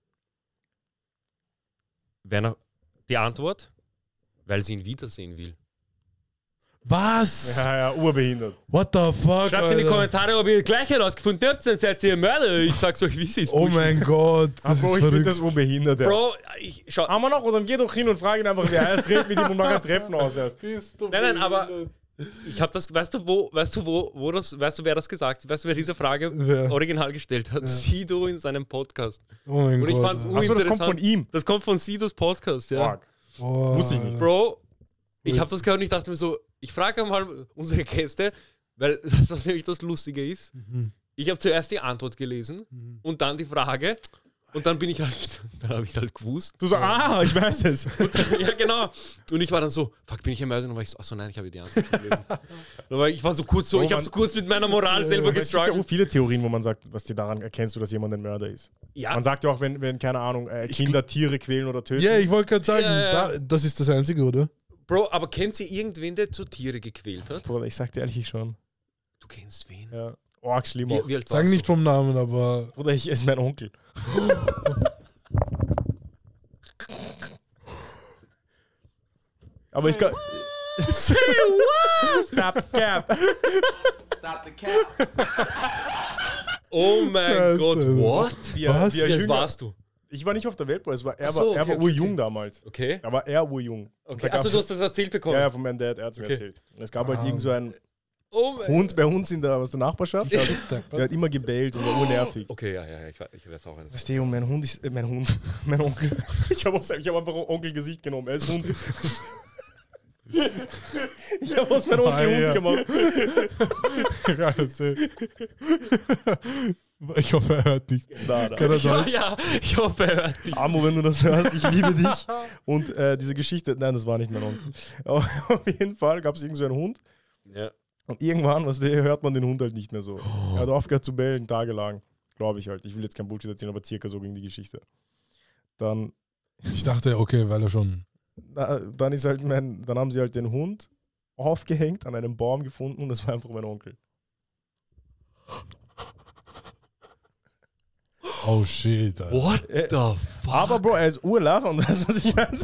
Speaker 2: Die Antwort? Weil sie ihn wiedersehen will.
Speaker 1: Was?
Speaker 3: Ja, urbehindert.
Speaker 1: What the fuck?
Speaker 2: Schreibt in die
Speaker 1: Alter?
Speaker 2: Kommentare, ob ihr gleich herausgefunden habt, dann seid ihr Mörder. Ich sag's euch, wie es ist.
Speaker 1: Oh mein Gott, das
Speaker 3: Bro,
Speaker 1: ist
Speaker 3: ich finde
Speaker 1: verrückt.
Speaker 3: das urbehindert. Ja.
Speaker 2: Bro, schau.
Speaker 3: Haben wir noch? Oder dann geh doch hin und frag ihn einfach, wie er heißt, red mit ihm und mach ein Treffen aus erst.
Speaker 2: Nein, aber ich habe das, weißt du, wer das gesagt hat? Weißt du, wer diese Frage
Speaker 1: Wer?
Speaker 2: original gestellt hat? Sido in seinem Podcast.
Speaker 1: Oh mein
Speaker 2: Und ich
Speaker 1: Gott.
Speaker 2: fand's
Speaker 3: Achso, das
Speaker 2: uninteressant.
Speaker 3: kommt von ihm.
Speaker 2: Das kommt von Sidos Podcast, ja.
Speaker 3: Fuck.
Speaker 1: Oh,
Speaker 3: Wusste ich nicht.
Speaker 2: Bro, ich habe das gehört und ich dachte mir so, ich frage mal unsere Gäste, weil das, was nämlich das Lustige ist, ich habe zuerst die Antwort gelesen und dann die Frage und dann bin ich halt, dann habe ich halt gewusst.
Speaker 3: Du so, ich weiß es.
Speaker 2: Ja, genau. Und ich war dann so, fuck, bin ich ein Mörder? Und dann war ich so, achso, nein, ich habe die Antwort schon gelesen. Aber ich war so kurz so, ich habe so kurz mit meiner Moral selber
Speaker 3: Es gibt ja auch
Speaker 2: gestruggelt.
Speaker 3: viele Theorien, wo man sagt, was dir daran erkennst du, dass jemand ein Mörder ist.
Speaker 2: Ja,
Speaker 3: Man sagt ja auch, wenn keine Ahnung, Kinder Tiere quälen oder töten.
Speaker 1: Ja, ich wollte gerade sagen,
Speaker 2: Ja.
Speaker 1: das ist das Einzige, oder?
Speaker 2: Bro, aber kennt ihr irgendwen, der zu Tiere gequält hat?
Speaker 3: Bruder, ich sag dir ehrlich schon.
Speaker 2: Du kennst wen?
Speaker 3: Ja. Arg schlimm auch.
Speaker 2: Wie alt
Speaker 1: Sag
Speaker 2: warst
Speaker 1: nicht vom Namen, aber.
Speaker 3: Bruder, ich ist mein Onkel. Aber ich kann.
Speaker 2: Say what?
Speaker 3: Stop the cap.
Speaker 4: Stop the cap.
Speaker 2: Oh mein
Speaker 1: Scheiße.
Speaker 2: Gott, what?
Speaker 1: Was?
Speaker 2: Wie alt warst du?
Speaker 3: Ich war nicht auf der Welt, Bro. Er
Speaker 2: Ach so,
Speaker 3: war
Speaker 2: okay,
Speaker 3: urjung damals.
Speaker 2: Okay.
Speaker 3: Er war urjung. Und
Speaker 2: Okay,
Speaker 3: da
Speaker 2: also
Speaker 3: gab's-
Speaker 2: du hast das erzählt bekommen.
Speaker 3: Ja, von meinem Dad, er hat es mir
Speaker 2: Okay.
Speaker 3: erzählt. Und es gab halt irgend so einen
Speaker 2: Oh mein
Speaker 3: Hund bei uns aus der Nachbarschaft, der hat immer gebellt und war urnervig.
Speaker 2: Okay, ja, ich weiß auch nicht.
Speaker 3: Weißt du, und mein Hund ist, mein Onkel. Ich habe hab einfach Onkel-Gesicht genommen, er ist Hund. Ich habe aus meinem Onkel Hund gemacht.
Speaker 1: Ich hoffe, er hört nicht.
Speaker 3: Na.
Speaker 1: Kann er
Speaker 2: Ja,
Speaker 1: Deutsch?
Speaker 2: ja, ich hoffe, er hört dich.
Speaker 3: Amo, wenn du das hörst, ich liebe dich. Und diese Geschichte, nein, das war nicht mein Onkel. Aber auf jeden Fall gab es irgend so einen Hund.
Speaker 2: Ja.
Speaker 3: Und irgendwann, hört man den Hund halt nicht mehr so. Er hat aufgehört zu bellen, tagelang. Glaube ich halt. Ich will jetzt kein Bullshit erzählen, aber circa so ging die Geschichte. Dann,
Speaker 1: Ich dachte, okay, weil er schon.
Speaker 3: dann haben sie halt den Hund aufgehängt, an einem Baum gefunden und das war einfach mein Onkel.
Speaker 1: Oh shit, Alter.
Speaker 2: What the fuck?
Speaker 3: Aber Bro, er ist urlach und das, was ich meine, so,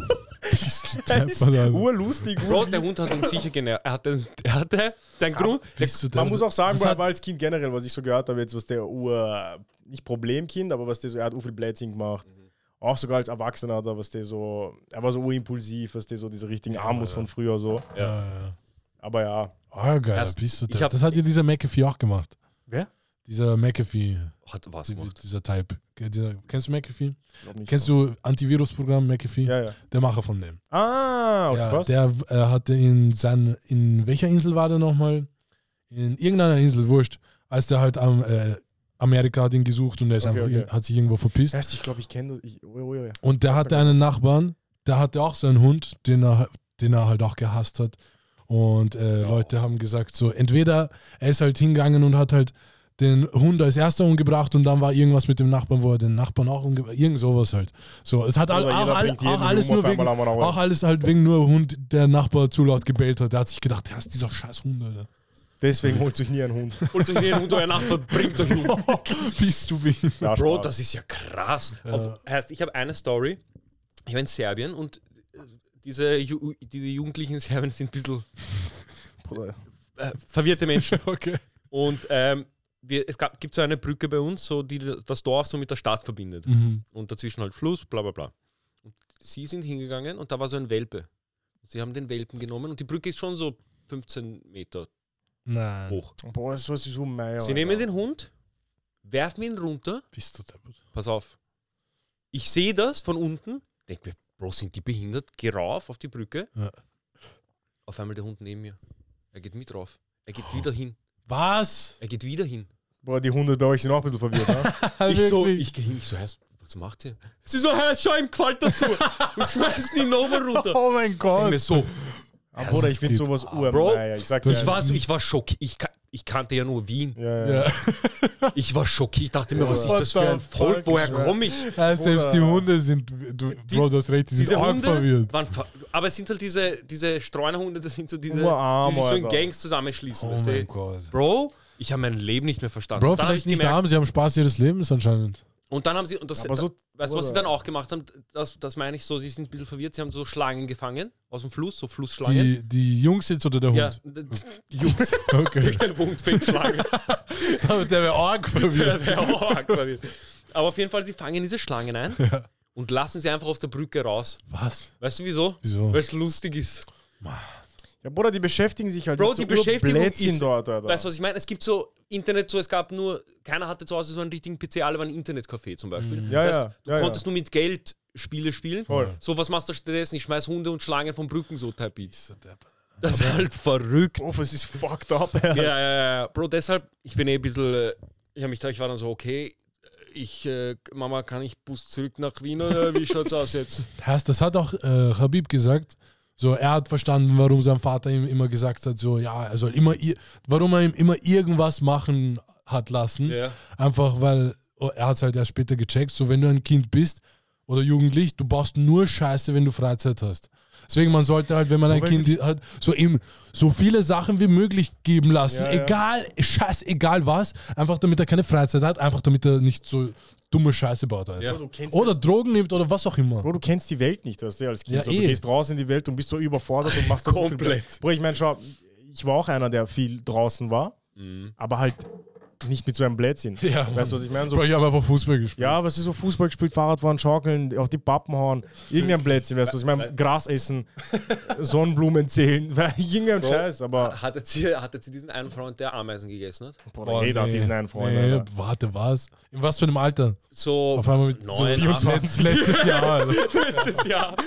Speaker 3: er ist urlustig.
Speaker 2: Bro, der Hund hat uns sicher genervt. Er hatte sein Grund.
Speaker 1: Bist du
Speaker 3: Man muss auch sagen,
Speaker 1: das
Speaker 3: Bro, er
Speaker 1: hat-
Speaker 3: war als Kind generell, was ich so gehört habe, jetzt was der nicht Problemkind, aber was der so, er hat viel Blödsinn gemacht. Auch sogar als Erwachsener hat er, was der so, er war so urimpulsiv, was der so diese richtigen Armus von früher so.
Speaker 1: Ja.
Speaker 3: Aber ja.
Speaker 1: Ah, geil,
Speaker 2: Erst-
Speaker 1: bist du
Speaker 2: ich hab-
Speaker 1: Das hat ja dieser McAfee auch gemacht.
Speaker 3: Wer?
Speaker 1: Dieser McAfee,
Speaker 2: Hat was gemacht.
Speaker 1: dieser Type. Kennst du McAfee?
Speaker 3: Glaub nicht.
Speaker 1: Kennst du Antivirusprogramm McAfee?
Speaker 3: Ja, ja.
Speaker 1: Der Macher von dem.
Speaker 3: Ah, okay,
Speaker 1: Ja,
Speaker 3: passt.
Speaker 1: der hatte in welcher Insel war der nochmal? In irgendeiner Insel, wurscht. Als der halt Amerika hat ihn gesucht und er ist
Speaker 3: Okay,
Speaker 1: einfach,
Speaker 3: okay.
Speaker 1: hat sich irgendwo verpisst.
Speaker 3: Weißt du, ich glaube, ich kenne das. Ja.
Speaker 1: Und der hatte einen Nachbarn, der hatte auch so einen Hund, den er halt auch gehasst hat. Und Leute haben gesagt, so entweder er ist halt hingegangen und hat halt den Hund als erster umgebracht und dann war irgendwas mit dem Nachbarn, wo er den Nachbarn auch umgebracht, irgend sowas halt. So, es hat
Speaker 3: Oder jeder bringt jeden
Speaker 1: alles
Speaker 3: um,
Speaker 1: nur
Speaker 3: auf
Speaker 1: wegen,
Speaker 3: einmal haben wir noch
Speaker 1: auch alles halt wegen nur Hund, der Nachbar zu laut gebellt hat. Der hat sich gedacht, der ist dieser scheiß Hund, Alter.
Speaker 3: Deswegen holt euch nie einen Hund.
Speaker 2: Holt euch den Hund, euer Nachbar bringt euch um.
Speaker 1: Bist du wie?
Speaker 3: Ja,
Speaker 2: Bro,
Speaker 3: Spaß.
Speaker 2: das ist ja krass. Heißt, ich habe eine Story. Ich war in Serbien und diese Jugendlichen in Serbien sind ein bisschen
Speaker 3: Bruder.
Speaker 2: verwirrte Menschen.
Speaker 1: Okay.
Speaker 2: Und gibt so eine Brücke bei uns, so, die das Dorf so mit der Stadt verbindet.
Speaker 1: Mhm.
Speaker 2: Und dazwischen halt Fluss, bla bla bla. Und sie sind hingegangen und da war so ein Welpe. Sie haben den Welpen genommen und die Brücke ist schon so 15 Meter
Speaker 1: Nein.
Speaker 2: hoch.
Speaker 3: Boah, das ist so Meier.
Speaker 2: Sie nehmen den Hund, werfen ihn runter.
Speaker 1: Bist du deppert.
Speaker 2: Pass auf. Ich sehe das von unten, denke mir, Bro, sind die behindert? Geh rauf auf die Brücke.
Speaker 1: Ja.
Speaker 2: Auf einmal der Hund neben mir. Er geht mit rauf. Er geht wieder hin.
Speaker 1: Was?
Speaker 2: Er geht wieder hin.
Speaker 3: Boah, die Hunde bei euch sind auch ein bisschen verwirrt, ne?
Speaker 2: Ich gehe hin, ich so, was macht ihr? Sie so, schau, ihm gefällt das so. Und schmeißen ihn nochmal runter.
Speaker 1: Oh mein
Speaker 2: Ich
Speaker 1: Gott.
Speaker 2: mir so,
Speaker 3: Aber Bruder, ich finde sowas
Speaker 2: Bro,
Speaker 3: urmeier. Ich sag dir,
Speaker 2: ich war schockiert. Ich kannte ja nur Wien.
Speaker 3: ja.
Speaker 2: Ich war schockiert. Ich dachte mir, was ist
Speaker 1: What
Speaker 2: das für ein
Speaker 1: the
Speaker 2: Volk?
Speaker 1: fuck,
Speaker 2: Woher
Speaker 1: Schwör.
Speaker 2: komme ich?
Speaker 1: Ja, selbst die Hunde sind, Bro, du hast recht, die sind
Speaker 2: Diese
Speaker 1: arg
Speaker 2: Hunde
Speaker 1: verwirrt.
Speaker 2: waren aber es sind halt diese Streunerhunde, das sind so diese,
Speaker 3: Urarm,
Speaker 2: die sich so in
Speaker 3: Alter.
Speaker 2: Gangs zusammenschließen.
Speaker 1: Oh
Speaker 2: weißt
Speaker 1: mein
Speaker 2: du?
Speaker 1: Gott.
Speaker 2: Bro, ich habe mein Leben nicht mehr verstanden.
Speaker 1: Bro,
Speaker 2: Und dann hab
Speaker 1: vielleicht
Speaker 2: ich
Speaker 1: nicht
Speaker 2: gemerkt-
Speaker 1: arm, sie haben Spaß ihres Lebens anscheinend.
Speaker 2: Und dann haben sie, und das,
Speaker 3: Aber so-
Speaker 2: weißt du, was sie
Speaker 3: oder-
Speaker 2: dann auch gemacht haben? Das meine ich so, sie sind ein bisschen verwirrt, sie haben so Schlangen gefangen aus dem Fluss, so Flussschlangen.
Speaker 1: Die Jungs jetzt oder der Hund?
Speaker 2: Ja, die Jungs.
Speaker 1: Okay.
Speaker 2: Durch den Hund fängt Schlange.
Speaker 1: Der wäre arg verwirrt.
Speaker 2: Der wäre arg verwirrt. Aber auf jeden Fall, sie fangen diese Schlangen ein und lassen sie einfach auf der Brücke raus.
Speaker 1: Was?
Speaker 2: Weißt du wieso?
Speaker 1: Wieso?
Speaker 2: Weil es lustig ist.
Speaker 3: Ja, Bruder, die beschäftigen sich halt
Speaker 2: Bro,
Speaker 3: mit
Speaker 2: die
Speaker 3: so
Speaker 2: Beschäftigung
Speaker 3: Blödsinn
Speaker 2: ist,
Speaker 3: dort, Alter.
Speaker 2: weißt du, was ich meine? Es gibt so Internet, so es gab nur, keiner hatte zu Hause so einen richtigen PC, alle waren Internetcafé zum Beispiel.
Speaker 3: Ja,
Speaker 2: Das heißt,
Speaker 3: ja,
Speaker 2: du
Speaker 3: ja,
Speaker 2: konntest nur mit Geld Spiele spielen.
Speaker 3: Voll.
Speaker 2: So, was machst du stattdessen? Ich schmeiß Hunde und Schlangen von Brücken so Type.
Speaker 1: So deppert.
Speaker 2: Das ist halt verrückt.
Speaker 3: Oh, es ist fucked up.
Speaker 2: Ja. Bro, deshalb, ich bin ein bisschen, ich war dann so, okay, Mama, kann ich Bus zurück nach Wien oder wie schaut's aus jetzt?
Speaker 1: Das hat auch Habib gesagt. So, er hat verstanden, warum sein Vater ihm immer gesagt hat, so, ja, er soll warum er ihm immer irgendwas machen hat lassen.
Speaker 2: Ja.
Speaker 1: Einfach, weil er hat es halt erst später gecheckt, so, wenn du ein Kind bist oder jugendlich, du brauchst nur Scheiße, wenn du Freizeit hast. Deswegen, man sollte halt, wenn man ein Kind hat, so viele Sachen wie möglich geben lassen.
Speaker 3: Ja.
Speaker 1: Egal was, einfach damit er keine Freizeit hat, einfach damit er nicht so dumme Scheiße baut. Halt.
Speaker 2: Ja.
Speaker 1: Oder Drogen nimmt oder was auch immer.
Speaker 3: Bro, du kennst die Welt nicht, weißt du, als Kind.
Speaker 1: Ja,
Speaker 3: so, du gehst raus in die Welt und bist so überfordert und machst so
Speaker 2: Komplett.
Speaker 3: Bro, ich meine, schau, ich war auch einer, der viel draußen war, aber halt nicht mit so einem Blödsinn.
Speaker 1: Ja,
Speaker 3: Weißt du, was ich meine? So,
Speaker 1: Bro, ich habe einfach Fußball gespielt.
Speaker 3: ja, was ist so Fußball gespielt, Fahrradfahren, schaukeln, auf die Pappen hauen, irgendein Blödsinn, weißt du, was ich meine? Gras essen, Sonnenblumen zählen, irgendein Scheiß, aber
Speaker 2: Hattet sie diesen einen Freund, der Ameisen gegessen hat?
Speaker 3: Bruder, jeder hat diesen einen Freund.
Speaker 1: Nee,
Speaker 3: Alter.
Speaker 1: warte, was? In was für einem Alter?
Speaker 2: So
Speaker 1: Auf einmal mit
Speaker 2: 9,
Speaker 1: 24 letztes Jahr. Alter.
Speaker 2: letztes Jahr.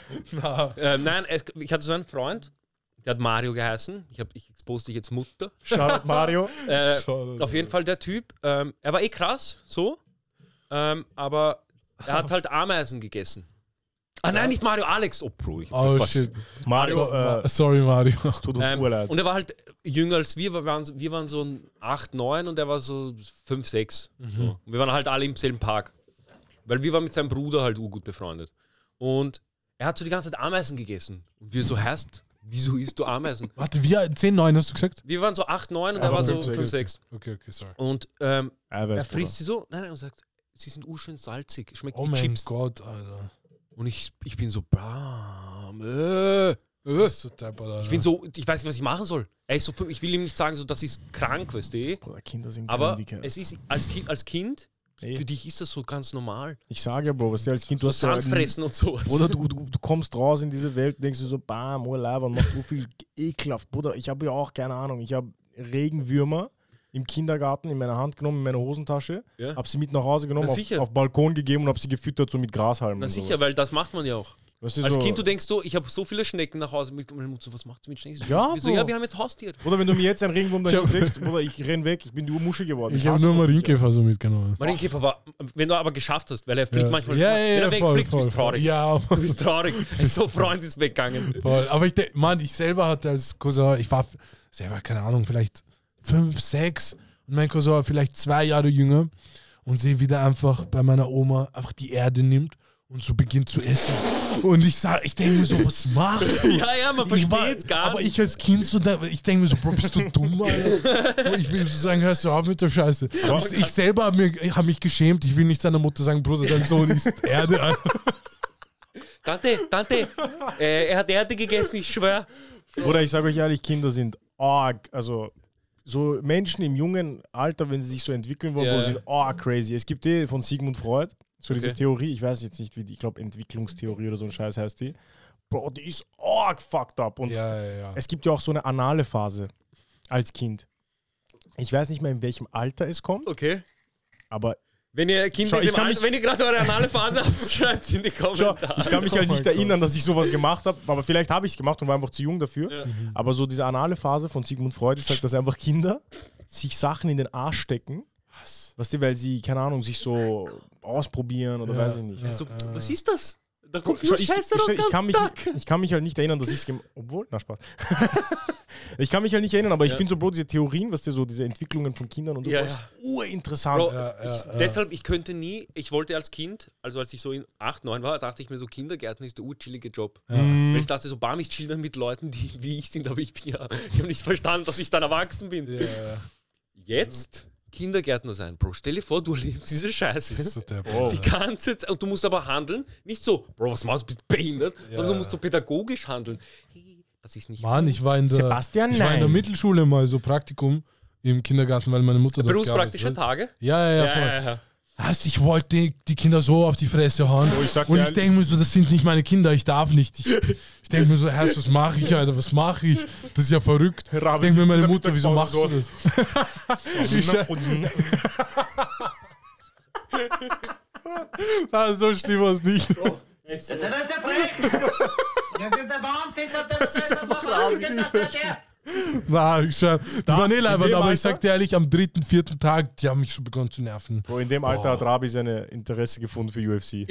Speaker 2: Nein, ich hatte so einen Freund, der hat Mario geheißen. Ich expose dich jetzt Mutter.
Speaker 3: Shoutout Mario.
Speaker 1: Shoutout.
Speaker 2: Auf jeden Fall der Typ, er war krass, so, aber er hat halt Ameisen gegessen. Ah nein, nicht Mario, Alex. Oh, Bro.
Speaker 1: Oh shit.
Speaker 3: Mario,
Speaker 1: Sorry, Mario.
Speaker 3: tut uns urleid.
Speaker 2: Und er war halt jünger als wir waren so 8, 9 und er war so 5, 6. So. Und wir waren halt alle im selben Park. Weil wir waren mit seinem Bruder halt gut befreundet. Und er hat so die ganze Zeit Ameisen gegessen. Und wir so, wieso isst du Ameisen?
Speaker 1: Warte, wir 10, 9 hast du gesagt?
Speaker 2: Wir waren so 8, 9 und
Speaker 3: Aber
Speaker 2: er war so
Speaker 3: 5,
Speaker 2: 5, 6.
Speaker 1: Okay, sorry.
Speaker 2: Und
Speaker 3: Er
Speaker 2: er frisst sie so, nein, und sagt, sie sind urschön salzig, schmeckt
Speaker 1: Oh
Speaker 2: wie
Speaker 1: mein
Speaker 2: Chips.
Speaker 1: Gott, Alter.
Speaker 2: Und ich bin so, bam,
Speaker 1: Das ist so deppert, Alter.
Speaker 2: ich bin so, ich weiß nicht, was ich machen soll. Er ist so, ich will ihm nicht sagen, so, das ist krank, weißt du?
Speaker 3: Bruder, Kinder sind
Speaker 2: Aber
Speaker 3: kein Wicker.
Speaker 2: es ist als Kind, für dich ist das so ganz normal.
Speaker 3: Ich sage ja, Bro, was du als Kind, du
Speaker 2: Du
Speaker 3: hast ja
Speaker 2: Sand fressen und sowas.
Speaker 3: Bruder, du kommst raus in diese Welt und denkst du so, bam, urleib und machst so viel ekelhaft. Bruder, ich habe ja auch, keine Ahnung, ich habe Regenwürmer im Kindergarten in meiner Hand genommen, in meiner Hosentasche,
Speaker 2: Ja.
Speaker 3: habe sie mit nach Hause genommen,
Speaker 2: Na sicher.
Speaker 3: auf Balkon gegeben und habe sie gefüttert so mit Grashalmen.
Speaker 2: Na
Speaker 3: und
Speaker 2: sicher,
Speaker 3: sowas.
Speaker 2: weil das macht man ja auch.
Speaker 3: Weißt du,
Speaker 2: Als
Speaker 3: so,
Speaker 2: Kind, du denkst so, ich habe so viele Schnecken nach Hause mit meiner Mutter, was macht sie mit Schnecken?
Speaker 3: Ja,
Speaker 2: wir so,
Speaker 3: Bro.
Speaker 2: ja, wir haben jetzt Haustier.
Speaker 3: Bruder, wenn du mir jetzt einen Regenwurm dahin legst, Bruder, ich renn weg, ich bin die Urmuschel geworden.
Speaker 1: Ich habe
Speaker 3: hasse
Speaker 1: nur
Speaker 3: das.
Speaker 1: Marienkäfer so mitgenommen.
Speaker 2: Marienkäfer war, wenn du aber geschafft hast, weil er fliegt manchmal,
Speaker 1: ja,
Speaker 2: wenn er wegfliegt,
Speaker 1: voll,
Speaker 2: bist du traurig.
Speaker 1: Ja,
Speaker 2: Du bist traurig. So ein Freund ist weggegangen.
Speaker 1: voll. Aber ich selber hatte als Cousin, ich war selber, keine Ahnung, vielleicht 5, 6 und mein Cousin war vielleicht 2 Jahre jünger und sehe wieder einfach bei meiner Oma einfach die Erde nimmt und so beginnt zu essen. Und ich denke mir so, was machst du?
Speaker 2: Ja, man versteht es gar
Speaker 1: aber
Speaker 2: nicht.
Speaker 1: ich als Kind so, ich denke mir so, Bro, bist du dumm, Alter? Und ich will so sagen, hörst du auf mit der Scheiße. Ich selber habe mich geschämt, ich will nicht seiner Mutter sagen, Bruder, dein Sohn isst Erde, Alter.
Speaker 2: Tante, er hat Erde gegessen, ich schwör.
Speaker 3: Bruder, ich sage euch ehrlich, Kinder sind arg, also so Menschen im jungen Alter, wenn sie sich so entwickeln wollen,
Speaker 2: Ja.
Speaker 3: sind arg crazy. Es gibt von Sigmund Freud, so diese Theorie, ich weiß jetzt nicht, wie die, ich glaube Entwicklungstheorie oder so ein Scheiß heißt die. Bro, die ist arg fucked up. Und
Speaker 1: Ja.
Speaker 3: es gibt ja auch so eine anale Phase als Kind. Ich weiß nicht mehr, in welchem Alter es kommt,
Speaker 2: Okay.
Speaker 3: aber
Speaker 2: Wenn ihr Kinder,
Speaker 3: Schau,
Speaker 2: wenn ihr gerade eure anale Phase habt, schreibt in die
Speaker 3: schau,
Speaker 2: Kommentare.
Speaker 3: ich kann mich halt nicht erinnern, dass ich sowas gemacht habe, aber vielleicht habe ich es gemacht und war einfach zu jung dafür.
Speaker 2: Ja.
Speaker 3: Aber so diese anale Phase von Sigmund Freud ist halt, dass einfach Kinder sich Sachen in den Arsch stecken. Weißt du, weil sie, keine Ahnung, sich so ausprobieren oder weiß ich nicht.
Speaker 2: Also, was ist das? Da kommt
Speaker 3: Schau,
Speaker 2: nur Scheiße raus,
Speaker 3: ich kann mich halt nicht erinnern, dass ich es obwohl, na Spaß. Ich kann mich halt nicht erinnern, aber ich finde so, Bro, diese Theorien, was so diese Entwicklungen von Kindern und so,
Speaker 2: Ja,
Speaker 3: das ist urinteressant.
Speaker 2: Bro, deshalb, ich könnte nie, ich wollte als Kind, also als ich so in 8, 9 war, dachte ich mir so, Kindergärten ist der urchillige Job. Weil ich dachte so, bam, ich chill dann mit Leuten, die wie ich sind, aber ich habe nicht verstanden, dass ich dann erwachsen bin. Jetzt Kindergärtner sein, Bro. Stell dir vor, du lebst diese Scheiße.
Speaker 1: Das ist so der
Speaker 2: Die ganze Zeit. Und du musst aber handeln, nicht so, Bro, was machst du, bist behindert, sondern du musst so pädagogisch handeln. Hey, das ist nicht
Speaker 1: Mann, ich war in der,
Speaker 3: Sebastian,
Speaker 1: ich war in der
Speaker 3: nein.
Speaker 1: Mittelschule mal so Praktikum im Kindergarten, weil meine Mutter dort
Speaker 2: berufspraktische
Speaker 1: gearbeitet hat.
Speaker 2: Tage.
Speaker 1: Ja, voll. Heißt, ich wollte die Kinder so auf die Fresse hauen.
Speaker 3: ich sag
Speaker 1: Und
Speaker 3: dir
Speaker 1: ich denke mir so, das sind nicht meine Kinder, ich darf nicht. Ich denke mir so, Herr, was mache ich, Alter, was mache ich? Das ist ja verrückt. Ich
Speaker 3: Rabi
Speaker 1: denke mir,
Speaker 3: sitzt
Speaker 1: meine
Speaker 3: in der
Speaker 1: Mutter, wieso machst du
Speaker 3: Mittagspause
Speaker 1: das? So schlimm war es nicht.
Speaker 5: Das ist nicht so frech. Das ist der Wahnsinn. Das ist einfach Wahnsinn.
Speaker 1: Nein, ich schau. Die waren eh
Speaker 3: in
Speaker 1: leibend,
Speaker 3: dem
Speaker 1: aber
Speaker 3: Alter?
Speaker 1: ich sag dir ehrlich, am 3., 4. Tag, die haben mich so begonnen zu nerven.
Speaker 3: Bro, in dem Alter hat Rabi seine Interesse gefunden für UFC.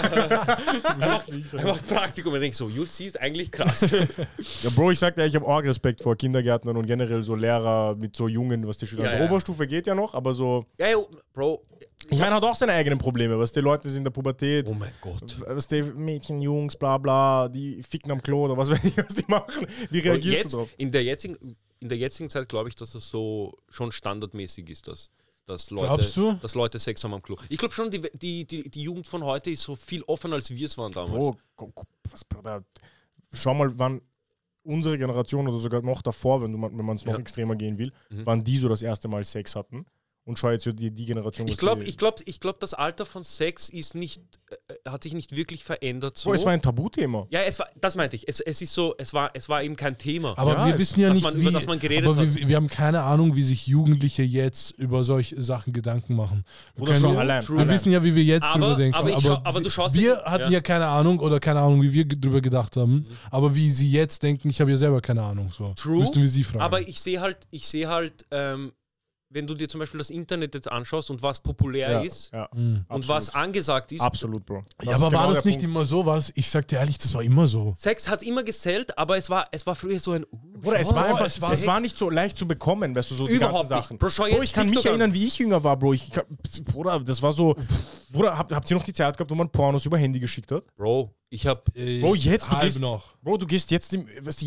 Speaker 2: Er macht Praktikum und denkt so, UFC ist eigentlich krass.
Speaker 3: Ja, Bro, ich sag dir, ich habe arg Respekt vor Kindergärtnern und generell so Lehrer mit so Jungen, was die Schüler.
Speaker 2: Ja,
Speaker 3: Also
Speaker 2: ja.
Speaker 3: Oberstufe geht ja noch, aber so.
Speaker 2: Ja, Bro.
Speaker 3: Ich meine, hat auch seine eigenen Probleme, was die Leute sind in der Pubertät.
Speaker 2: Oh mein Gott.
Speaker 3: Was die Mädchen, Jungs, bla bla, die ficken am Klo oder was weiß ich, was die machen. Wie
Speaker 2: Bro,
Speaker 3: reagierst
Speaker 2: jetzt,
Speaker 3: du drauf?
Speaker 2: in der jetzigen Zeit glaube ich, dass es so schon standardmäßig ist, dass
Speaker 1: Glaubst du?
Speaker 2: Leute Sex haben am Klo. Ich glaube schon, die Jugend von heute ist so viel offener, als wir es waren damals.
Speaker 3: Bro, Bruder, schau mal, wann unsere Generation oder sogar noch davor, wenn man es noch extremer gehen will, wann die so das erste Mal Sex hatten. Und schau jetzt die Generation.
Speaker 2: Ich glaube, das Alter von Sex ist nicht, hat sich nicht wirklich verändert. So.
Speaker 3: Bro, es war ein Tabuthema.
Speaker 2: Ja, das meinte ich. Es ist so, es war eben kein Thema.
Speaker 1: Aber
Speaker 3: Ja,
Speaker 1: wir wissen ja
Speaker 2: dass
Speaker 1: nicht,
Speaker 2: man-
Speaker 1: wie,
Speaker 2: über das man geredet
Speaker 1: aber
Speaker 2: hat.
Speaker 1: wir haben keine Ahnung, wie sich Jugendliche jetzt über solche Sachen Gedanken machen.
Speaker 3: Oder schon allein.
Speaker 1: Wir wissen ja, wie wir jetzt
Speaker 2: Aber-
Speaker 1: drüber denken.
Speaker 2: aber du schaust
Speaker 1: wir
Speaker 2: jetzt-
Speaker 1: hatten
Speaker 2: ja.
Speaker 1: ja keine Ahnung oder keine Ahnung, wie wir drüber gedacht haben. Aber wie sie jetzt denken, ich habe ja selber keine Ahnung. So.
Speaker 2: True.
Speaker 1: Müssten wir sie fragen.
Speaker 2: Aber ich sehe halt, wenn du dir zum Beispiel das Internet jetzt anschaust und was populär ist
Speaker 3: Ja,
Speaker 2: und
Speaker 3: absolut.
Speaker 2: was angesagt ist.
Speaker 3: Absolut, Bro.
Speaker 1: ja, aber
Speaker 3: ist
Speaker 1: war
Speaker 3: genau
Speaker 1: das
Speaker 3: der
Speaker 1: nicht
Speaker 3: Punkt.
Speaker 1: immer so was? Ich sag dir ehrlich, das war immer so.
Speaker 2: Sex hat immer gesellt, aber es war früher so ein.
Speaker 3: Bruder, es
Speaker 1: schau,
Speaker 3: war einfach,
Speaker 1: es war-
Speaker 3: es war nicht so leicht zu bekommen, weißt du, so die
Speaker 2: Überhaupt
Speaker 3: ganzen
Speaker 2: nicht.
Speaker 3: Sachen.
Speaker 2: Bro, schau
Speaker 3: Bro,
Speaker 2: jetzt
Speaker 3: ich kann mich
Speaker 2: TikTok an.
Speaker 3: erinnern, wie ich jünger war, Bro. Bruder, das war so. Bruder, habt ihr noch die Zeit gehabt, wo man Pornos über Handy geschickt hat?
Speaker 2: Bro, ich hab.
Speaker 3: Bro, jetzt, du
Speaker 1: halb
Speaker 3: gehst,
Speaker 1: noch.
Speaker 3: Bro, du gehst jetzt, weißt du,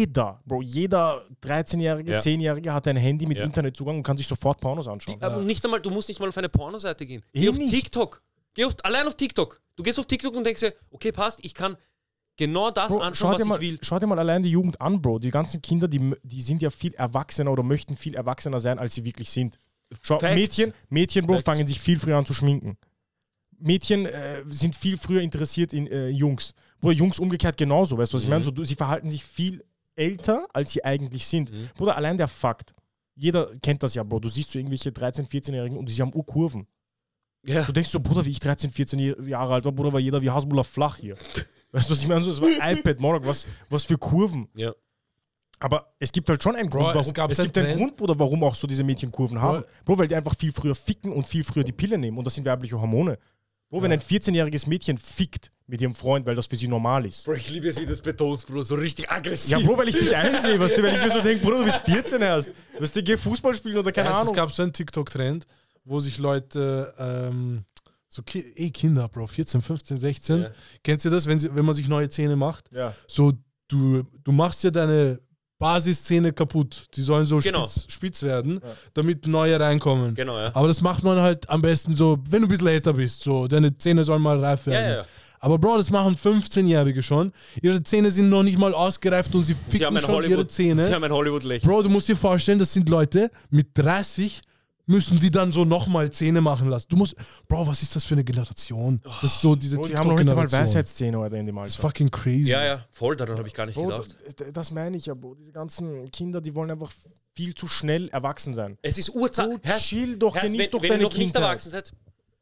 Speaker 3: jeder 13-Jährige,
Speaker 2: Ja.
Speaker 3: 10-Jährige hat ein Handy mit
Speaker 2: Ja.
Speaker 3: Internetzugang und kann sich sofort Pornos anschauen.
Speaker 2: Nicht einmal, du musst nicht mal auf eine Pornoseite gehen.
Speaker 3: Eh
Speaker 2: Geh auf
Speaker 3: nicht.
Speaker 2: TikTok. Allein auf TikTok. Du gehst auf TikTok und denkst dir, okay, passt, ich kann genau das
Speaker 3: Bro,
Speaker 2: anschauen, was ich will.
Speaker 3: schau dir mal allein die Jugend an, Bro. Die ganzen Kinder, die sind ja viel erwachsener oder möchten viel erwachsener sein, als sie wirklich sind. Schau,
Speaker 2: Facts.
Speaker 3: Mädchen, Bro,
Speaker 2: Facts.
Speaker 3: fangen sich viel früher an zu schminken. Mädchen sind viel früher interessiert in Jungs. Bruder, Jungs umgekehrt genauso, weißt du, was ich meine? So, sie verhalten sich viel älter, als sie eigentlich sind. Bruder, allein der Fakt, jeder kennt das ja, Bro, du siehst so irgendwelche 13-, 14-Jährigen und die haben Kurven.
Speaker 2: Ja.
Speaker 3: Du denkst so, Bruder, wie ich 13, 14 Jahre alt war, Bruder, war jeder wie Hasbulla flach hier. Weißt du, was ich meine? So, es war iPad, Morag, was für Kurven.
Speaker 2: Ja.
Speaker 3: Aber es gibt halt schon einen Grund,
Speaker 1: es gab
Speaker 3: es
Speaker 1: einen
Speaker 3: gibt einen
Speaker 1: Trend.
Speaker 3: Grund, Bruder, warum auch so diese Mädchen Kurven haben. Bro, weil die einfach viel früher ficken und viel früher die Pille nehmen. Und das sind weibliche Hormone. Bro, wenn ein 14-jähriges Mädchen fickt mit ihrem Freund, weil das für sie normal ist.
Speaker 2: Bro, ich liebe es, wie du das betonst, Bro, so richtig aggressiv.
Speaker 3: Ja, Bro, weil ich dich einsehe, weißt du, weil ich mir so denke, Bruder, du bist 14 erst. Weißt du, geh Fußball spielen oder keine
Speaker 1: Es
Speaker 3: Ahnung.
Speaker 1: gab so einen TikTok-Trend, wo sich Leute, Kinder, Bro, 14, 15, 16.
Speaker 2: Ja.
Speaker 1: Kennst du das, wenn man sich neue Zähne macht?
Speaker 3: Ja.
Speaker 1: So, du machst ja deine Basiszähne kaputt. Die sollen so
Speaker 2: Genau.
Speaker 1: spitz werden, damit neue reinkommen.
Speaker 2: Genau, ja.
Speaker 1: Aber das macht man halt am besten so, wenn du ein bisschen älter bist. So, deine Zähne sollen mal reif werden.
Speaker 2: Ja, ja.
Speaker 1: Aber Bro, das machen 15-Jährige schon. Ihre Zähne sind noch nicht mal ausgereift und sie
Speaker 2: Sie
Speaker 1: ficken
Speaker 2: haben ein
Speaker 1: schon ihre Zähne.
Speaker 2: Sie haben ein Hollywood-Lächeln.
Speaker 1: Bro, du musst dir vorstellen, das sind Leute mit 30, müssen die dann so nochmal Zähne machen lassen. Bro, was ist das für eine Generation? Das ist so diese
Speaker 3: Bro, die haben noch nicht mal
Speaker 1: TikTok-Generation.
Speaker 3: Weisheitszähne oder in dem
Speaker 1: Das ist
Speaker 3: Alter.
Speaker 1: fucking crazy.
Speaker 2: Ja, ja, voll, daran habe ich gar nicht
Speaker 3: Bro,
Speaker 2: gedacht.
Speaker 3: das meine ich ja, Bro. Diese ganzen Kinder, die wollen einfach viel zu schnell erwachsen sein.
Speaker 2: Es ist Urzeit.
Speaker 3: Bro, chill doch, genieß
Speaker 2: wenn,
Speaker 3: doch
Speaker 2: wenn
Speaker 3: deine
Speaker 2: du noch nicht
Speaker 3: Kindheit.
Speaker 2: erwachsen seid,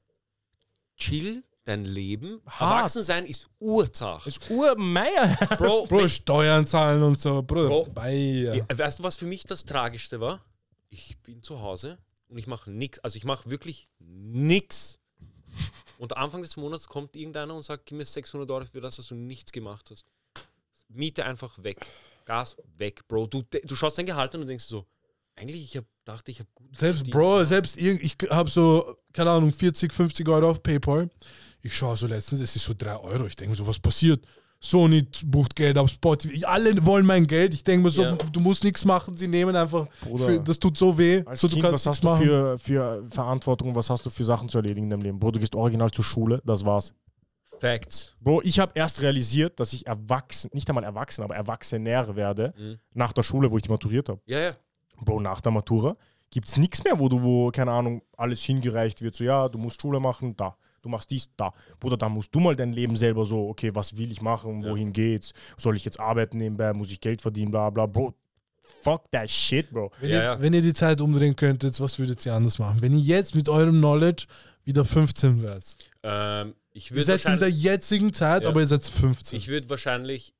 Speaker 2: chill dein Leben.
Speaker 3: Hart.
Speaker 2: Erwachsen sein ist Urzach.
Speaker 3: Das ist Urmeier.
Speaker 2: Bro,
Speaker 1: Bro, Steuern zahlen und so. Bruder,
Speaker 2: Bro.
Speaker 1: Bye.
Speaker 2: weißt du, was für mich das Tragischste war? Ich bin zu Hause und ich mache nichts. Also ich mache wirklich nichts. Und Anfang des Monats kommt irgendeiner und sagt, gib mir 600 € für das, dass du nichts gemacht hast. Miete einfach weg. Gas weg, Bro. Du schaust dein Gehalt an und denkst so, eigentlich, ich habe gut verdient.
Speaker 1: Ich habe so, keine Ahnung, 40, 50 € auf PayPal. Ich schaue so letztens, es ist so 3 €. Ich denke mir so, was passiert? Sony bucht Geld auf Spotify. Alle wollen mein Geld. Ich denke mir so,
Speaker 2: Ja.
Speaker 1: du musst nichts machen. Sie nehmen einfach,
Speaker 3: Bruder,
Speaker 1: das tut so weh.
Speaker 3: Als
Speaker 1: So, du
Speaker 3: Kind,
Speaker 1: kannst
Speaker 3: was hast
Speaker 1: nichts
Speaker 3: du für Verantwortung, was hast du für Sachen zu erledigen in deinem Leben? Bro, du gehst original zur Schule, das war's.
Speaker 2: Facts.
Speaker 3: Bro, ich habe erst realisiert, dass ich nicht einmal erwachsen, aber erwachsener werde nach der Schule, wo ich die maturiert habe.
Speaker 2: Ja, ja.
Speaker 3: Bro, nach der Matura gibt es nichts mehr, wo, keine Ahnung, alles hingereicht wird. So, ja, du musst Schule machen, da. Du machst dies, da. Bruder, da musst du mal dein Leben selber so, okay, was will ich machen, wohin geht's? Soll ich jetzt arbeiten nebenbei? Muss ich Geld verdienen, bla bla. Bro, fuck that shit, Bro.
Speaker 1: Wenn ihr die Zeit umdrehen könntet, was würdet ihr anders machen? Wenn ihr jetzt mit eurem Knowledge wieder 15 wärt.
Speaker 2: Ich
Speaker 1: Ihr
Speaker 2: würde
Speaker 1: seid in der jetzigen Zeit,
Speaker 2: Ja.
Speaker 1: aber ihr seid 15.
Speaker 2: Ich würde wahrscheinlich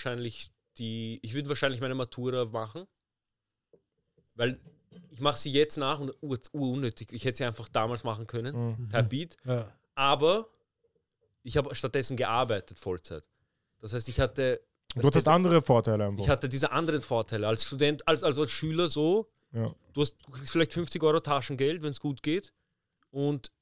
Speaker 2: meine Matura machen, weil ich mache sie jetzt nach und unnötig. Ich hätte sie einfach damals machen können, per Beat.
Speaker 1: Ja.
Speaker 2: Aber ich habe stattdessen gearbeitet, Vollzeit. Das heißt, ich hatte
Speaker 3: Du hattest andere Vorteile einfach.
Speaker 2: Ich hatte diese anderen Vorteile. Als Student, als Schüler so,
Speaker 3: Ja.
Speaker 2: du kriegst vielleicht 50 Euro Taschengeld, wenn es gut geht. Und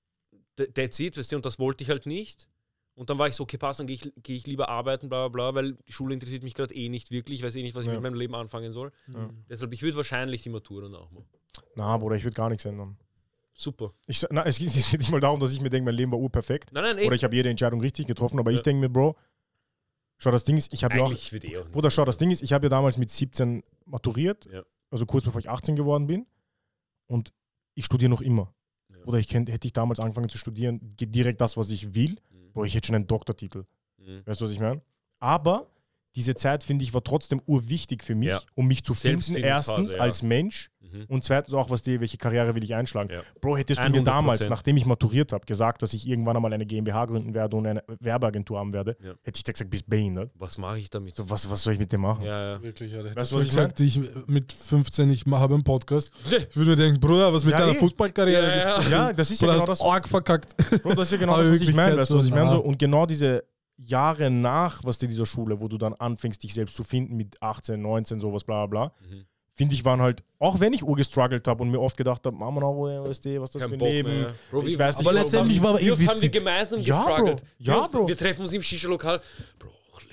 Speaker 2: that's it, weißt du, und das wollte ich halt nicht. Und dann war ich so, okay, passt, dann gehe ich lieber arbeiten, bla bla bla, weil die Schule interessiert mich gerade eh nicht wirklich. Ich weiß eh nicht, was ich mit meinem Leben anfangen soll.
Speaker 3: Ja.
Speaker 2: Deshalb, ich würde wahrscheinlich die Matura nachmachen.
Speaker 3: Na, Bruder, ich würde gar nichts ändern.
Speaker 2: Super.
Speaker 3: Es geht nicht mal darum, dass ich mir denke, mein Leben war urperfekt.
Speaker 2: Nein, eh.
Speaker 3: Oder ich habe jede Entscheidung richtig getroffen, aber ich denke mir, Bro, schau, das Ding ist, ich habe ja auch.
Speaker 2: Eigentlich würde ich auch nicht.
Speaker 3: Bruder, schau, das Ding ist, ich habe ja damals mit 17 maturiert,
Speaker 2: Ja.
Speaker 3: also kurz bevor ich 18 geworden bin. Und ich studiere noch immer.
Speaker 2: Ja.
Speaker 3: Oder hätte ich damals angefangen zu studieren, geht direkt das, was ich will. Boah, ich hätte schon einen Doktortitel. Weißt du, was ich meine? Aber diese Zeit, finde ich, war trotzdem urwichtig für mich,
Speaker 2: Ja.
Speaker 3: um mich zu finden.
Speaker 2: Selbstfindungsphase,
Speaker 3: Erstens
Speaker 2: ja.
Speaker 3: als Mensch und zweitens auch, welche Karriere will ich einschlagen.
Speaker 2: Ja.
Speaker 3: Bro, hättest du mir
Speaker 2: 100%.
Speaker 3: damals, nachdem ich maturiert habe, gesagt, dass ich irgendwann einmal eine GmbH gründen werde und eine Werbeagentur haben werde,
Speaker 2: Ja.
Speaker 3: hätte ich dir gesagt, bist behindert.
Speaker 2: Was mache ich damit?
Speaker 3: So, was soll ich mit dem machen?
Speaker 2: Ja, ja.
Speaker 1: Wirklich, Alter.
Speaker 3: Weißt
Speaker 1: Hättest
Speaker 3: du,
Speaker 1: du
Speaker 3: was ich
Speaker 1: gesagt, ich mit 15, ich habe einen Podcast. Ich würde mir denken, Bruder, was mit
Speaker 3: Ja,
Speaker 1: deiner
Speaker 3: eh.
Speaker 1: Fußballkarriere?
Speaker 2: Ja, ja.
Speaker 3: Ja, das ist ja
Speaker 1: Bruder,
Speaker 3: genau
Speaker 1: hast
Speaker 3: das.
Speaker 1: arg verkackt.
Speaker 3: Bro, das ist ja genau
Speaker 1: Aber
Speaker 3: das, was ich
Speaker 1: Wirklichkeit
Speaker 3: meine. Weißt du, was ich
Speaker 1: so,
Speaker 3: meine? So,
Speaker 1: nah.
Speaker 3: und genau diese Jahre nach, was dir dieser Schule, wo du dann anfängst, dich selbst zu finden mit 18, 19, sowas, bla bla bla, finde ich, waren halt, auch wenn ich urgestruggelt habe und mir oft gedacht habe, Mama, was das
Speaker 2: Kein
Speaker 3: für ein
Speaker 2: Bock
Speaker 3: Leben.
Speaker 2: mehr. Bro,
Speaker 3: Ich weiß nicht,
Speaker 1: aber letztendlich war
Speaker 2: Wie oft haben wir
Speaker 1: witzig.
Speaker 2: gemeinsam
Speaker 3: Ja, Bro.
Speaker 2: gestruggelt? Wie
Speaker 3: Ja,
Speaker 2: oft-
Speaker 3: Bro.
Speaker 2: Wir treffen uns im Shisha-Lokal. Bro,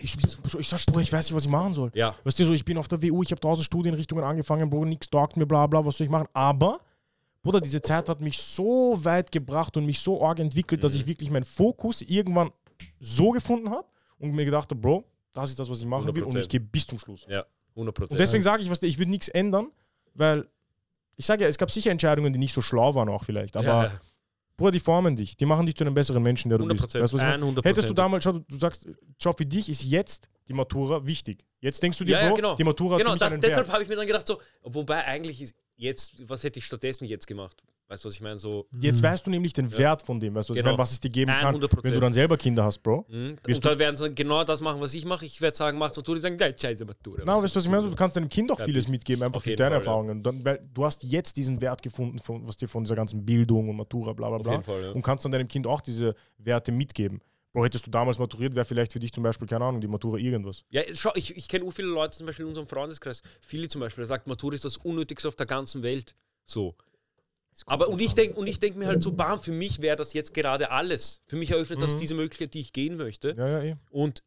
Speaker 3: Ich sag, Bro, ich weiß nicht, was ich machen soll.
Speaker 2: Ja.
Speaker 3: Weißt du, so, ich bin auf der WU, ich habe 1000 Studienrichtungen angefangen, Bro, nichts taugt mir, bla bla, was soll ich machen? Aber, Bruder, diese Zeit hat mich so weit gebracht und mich so arg entwickelt, dass ich wirklich meinen Fokus irgendwann so gefunden habe und mir gedacht habe, Bro, das ist das, was ich machen will und
Speaker 2: 100%.
Speaker 3: ich gehe bis zum Schluss.
Speaker 2: Ja, 100%.
Speaker 3: Und deswegen sage ich, ich würde nichts ändern, weil ich sage ja, es gab sicher Entscheidungen, die nicht so schlau waren auch vielleicht, aber
Speaker 2: Ja,
Speaker 3: Bruder, die formen dich, die machen dich zu einem besseren Menschen, der du bist.
Speaker 2: 100%.
Speaker 3: Weißt du, was ich meine?
Speaker 2: 100%.
Speaker 3: Hättest du damals, du sagst, schau, für dich ist jetzt die Matura wichtig. Jetzt denkst du dir,
Speaker 2: ja,
Speaker 3: Bro,
Speaker 2: genau.
Speaker 3: die Matura hat
Speaker 2: Genau,
Speaker 3: für mich einen
Speaker 2: deshalb
Speaker 3: Wert.
Speaker 2: habe ich mir dann gedacht, so, wobei eigentlich ist jetzt, was hätte ich stattdessen jetzt gemacht? Weißt du, was ich meine? So,
Speaker 3: Jetzt weißt du nämlich den Wert von dem, weißt du, was ich
Speaker 2: Genau.
Speaker 3: meine, was es dir geben kann,
Speaker 2: 100%.
Speaker 3: wenn du dann selber Kinder hast, Bro.
Speaker 2: und
Speaker 3: Wirst
Speaker 2: dann werden sie genau das machen, was ich mache. Ich werde sagen, macht's Matura, die sagen, geil, scheiße Matura.
Speaker 3: Na, weißt du, was ich meine? Du kannst deinem Kind auch
Speaker 2: Ja,
Speaker 3: vieles mitgeben, einfach
Speaker 2: auf
Speaker 3: durch
Speaker 2: jeden
Speaker 3: deine
Speaker 2: Fall,
Speaker 3: Erfahrungen. Dann, weil du hast jetzt diesen Wert gefunden, was dir von dieser ganzen Bildung und Matura, bla bla
Speaker 2: Auf
Speaker 3: bla.
Speaker 2: jeden Fall, ja.
Speaker 3: Und kannst dann deinem Kind auch diese Werte mitgeben. Bro, hättest du damals maturiert, wäre vielleicht für dich zum Beispiel, keine Ahnung, die Matura irgendwas.
Speaker 2: Ja, schau, ich kenne viele Leute, zum Beispiel in unserem Freundeskreis, viele zum Beispiel, der sagt, Matura ist das Unnötigste auf der ganzen Welt. So. Aber und ich denk mir halt so, bam, für mich wäre das jetzt gerade alles. Für mich eröffnet das diese Möglichkeit, die ich gehen möchte.
Speaker 3: Ja, ja, eh.
Speaker 2: Und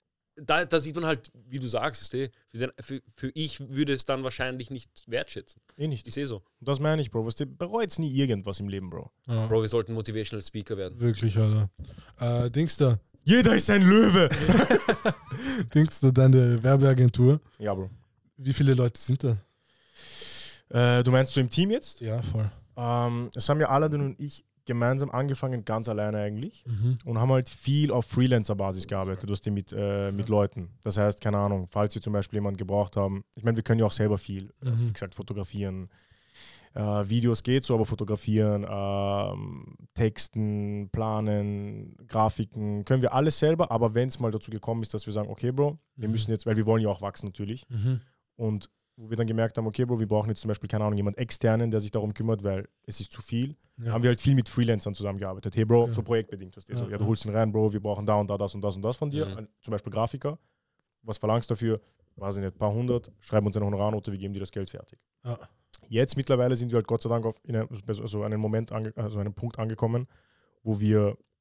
Speaker 2: da sieht man halt, wie du sagst, für ich würde es dann wahrscheinlich nicht wertschätzen.
Speaker 3: Eh nicht.
Speaker 2: Ich sehe so.
Speaker 3: Und das meine ich, Bro. Weißt du, bereut nie irgendwas im Leben, Bro.
Speaker 1: Ja,
Speaker 2: Bro, wir sollten Motivational Speaker werden.
Speaker 1: wirklich, Alter. Dings da,
Speaker 3: Jeder ist ein Löwe!
Speaker 1: deine Werbeagentur.
Speaker 3: Ja, Bro.
Speaker 1: Wie viele Leute sind da?
Speaker 3: Du meinst du im Team jetzt?
Speaker 1: Ja, voll.
Speaker 3: Es haben ja Aladdin und ich gemeinsam angefangen, ganz alleine eigentlich. Und haben halt viel auf Freelancer-Basis gearbeitet, was die mit Leuten. Das heißt, keine Ahnung, falls wir zum Beispiel jemanden gebraucht haben. Ich meine, wir können ja auch selber viel, wie gesagt, fotografieren. Videos geht so, aber fotografieren, Texten, planen, Grafiken, können wir alles selber. Aber wenn es mal dazu gekommen ist, dass wir sagen, okay, Bro, wir müssen jetzt, weil wir wollen ja auch wachsen natürlich. Und wo wir dann gemerkt haben, okay, Bro, wir brauchen jetzt zum Beispiel, keine Ahnung, jemand externen, der sich darum kümmert, weil es ist zu viel.
Speaker 1: Ja.
Speaker 3: Haben wir halt viel mit Freelancern zusammengearbeitet. Hey, Bro, so projektbedingt. Weißt du, so, ja, du holst ihn rein, Bro, wir brauchen da und da das und das und das von dir. Zum Beispiel Grafiker. Was verlangst du dafür? Weiß ich nicht, ein paar hundert, schreiben uns eine Honorarnote, wir geben dir das Geld fertig.
Speaker 1: Ja.
Speaker 3: Jetzt mittlerweile sind wir halt Gott sei Dank auf einen Punkt angekommen, wo wir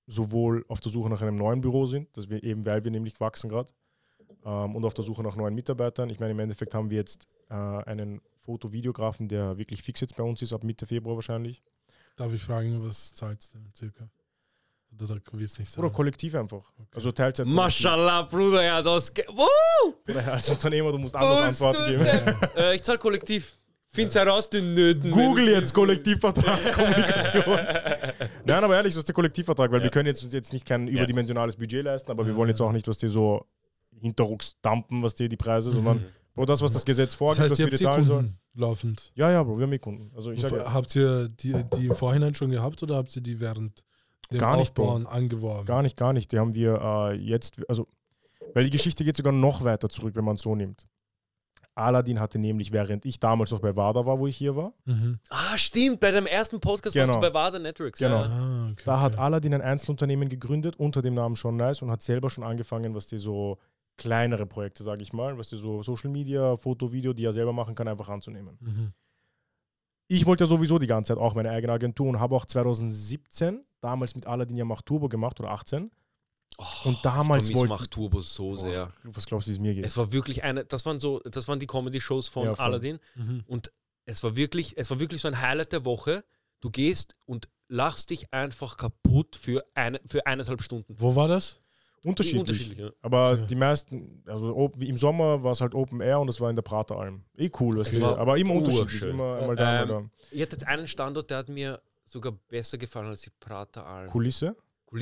Speaker 3: sowohl auf der Suche nach einem neuen Büro sind, dass wir eben, weil wir nämlich wachsen gerade, und auf der Suche nach neuen Mitarbeitern. Ich meine, im Endeffekt haben wir jetzt einen Foto-Videografen, der wirklich fix jetzt bei uns ist, ab Mitte Februar wahrscheinlich.
Speaker 1: Darf ich fragen, was zahlst du denn circa? Da will es nicht sagen.
Speaker 3: Oder kollektiv einfach. Okay. Also Teilzeit.
Speaker 2: Mashallah, Bruder, ja, das.
Speaker 3: Oder als Unternehmer, du musst anders Antworten geben.
Speaker 2: Ich zahle kollektiv. Find's heraus, den Nöten.
Speaker 3: Google jetzt Kollektivvertrag, Kommunikation. Nein, aber ehrlich, so ist der Kollektivvertrag, weil wir können jetzt nicht kein überdimensionales Budget leisten, aber wir wollen jetzt auch nicht, was die so hinterrucks dumpen, was die Preise, sondern Bro, das, was das Gesetz vorgibt,
Speaker 1: das heißt,
Speaker 3: dass wir zahlen sollen.
Speaker 1: Laufend.
Speaker 3: Ja, Bro, wir haben Kunden. Also
Speaker 1: habt ihr die im Vorhinein schon gehabt oder habt ihr die während dem
Speaker 3: gar nicht,
Speaker 1: Aufbauen angeworben?
Speaker 3: Gar nicht. Die haben wir jetzt, also, weil die Geschichte geht sogar noch weiter zurück, wenn man es so nimmt. Aladdin hatte nämlich, während ich damals noch bei WADA war, wo ich hier war.
Speaker 2: Ah, stimmt, bei deinem ersten Podcast warst du bei WADA Networks.
Speaker 3: Genau.
Speaker 2: Ja.
Speaker 1: Okay,
Speaker 3: da hat Aladdin ein Einzelunternehmen gegründet unter dem Namen Sean Nice und hat selber schon angefangen, was die so kleinere Projekte, sage ich mal, was die so Social Media, Foto, Video, die er selber machen kann, einfach anzunehmen. Ich wollte ja sowieso die ganze Zeit auch meine eigene Agentur und habe auch 2017 damals mit Aladdin ja Macht Turbo gemacht oder 18. Und damals
Speaker 2: wollte Macht Turbo so sehr.
Speaker 3: Was glaubst du, wie es mir geht?
Speaker 2: Es war wirklich das waren die Comedy-Shows von Aladdin. Und es war wirklich so ein Highlight der Woche. Du gehst und lachst dich einfach kaputt für 1,5 Stunden.
Speaker 1: Wo war das?
Speaker 3: Unterschiedlich.
Speaker 2: Ja.
Speaker 3: Aber die meisten, also im Sommer war es halt Open Air und es war in der Prateralm. Cool, aber immer unterschiedlich. Immer mal da, mal da.
Speaker 2: Ich hatte jetzt einen Standort, der hat mir sogar besser gefallen als die Prateralm.
Speaker 3: Kulisse,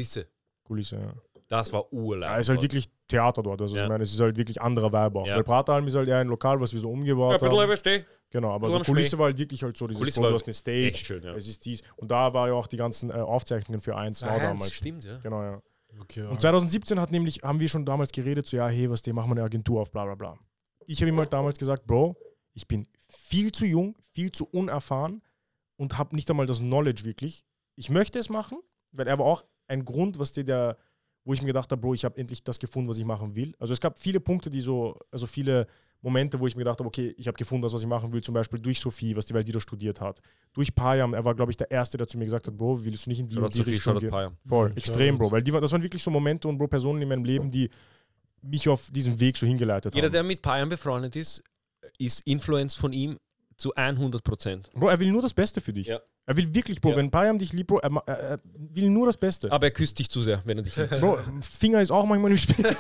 Speaker 2: ja.
Speaker 3: Das
Speaker 2: war urlaub.
Speaker 3: Ja, es ist halt wirklich Theater dort. Also ich meine, es ist halt wirklich anderer Vibe auch.
Speaker 2: Ja.
Speaker 3: Weil Prateralm ist halt eher ein Lokal, was wir so umgebaut haben.
Speaker 2: LSD.
Speaker 3: Genau, aber so Kulisse war halt wirklich halt so dieses
Speaker 2: Kulisse
Speaker 3: du hast eine Stage,
Speaker 2: echt schön, ja.
Speaker 3: es ist dies. Und da war ja auch die ganzen Aufzeichnungen für 1 damals.
Speaker 2: Stimmt, ja.
Speaker 3: Genau, ja.
Speaker 1: Okay,
Speaker 3: und 2017 haben wir schon damals geredet, so ja, hey, machen wir eine Agentur auf, bla bla bla. Ich habe ihm halt damals gesagt, Bro, ich bin viel zu jung, viel zu unerfahren und habe nicht einmal das Knowledge wirklich. Ich möchte es machen, weil er war auch ein Grund, wo ich mir gedacht habe, Bro, ich habe endlich das gefunden, was ich machen will. Also es gab viele Punkte, viele Momente, wo ich mir gedacht habe, okay, ich habe gefunden, das, was ich machen will, zum Beispiel durch Sophie, was die Valdido studiert hat. Durch Payam, er war, glaube ich, der Erste, der zu mir gesagt hat, Bro, willst du nicht in die Richtung gehen? Voll, extrem, Bro. Weil das waren wirklich so Momente und Bro, Personen in meinem Leben, die mich auf diesen Weg so hingeleitet haben.
Speaker 2: Jeder, der mit Payam befreundet ist influenced von ihm zu 100%.
Speaker 3: Bro, er will nur das Beste für dich.
Speaker 2: Ja.
Speaker 3: Er will wirklich, Bro, wenn Payam dich liebt, Bro, er will nur das Beste.
Speaker 2: Aber er küsst dich zu sehr, wenn er dich liebt.
Speaker 3: Bro, Finger ist auch manchmal im Spiel.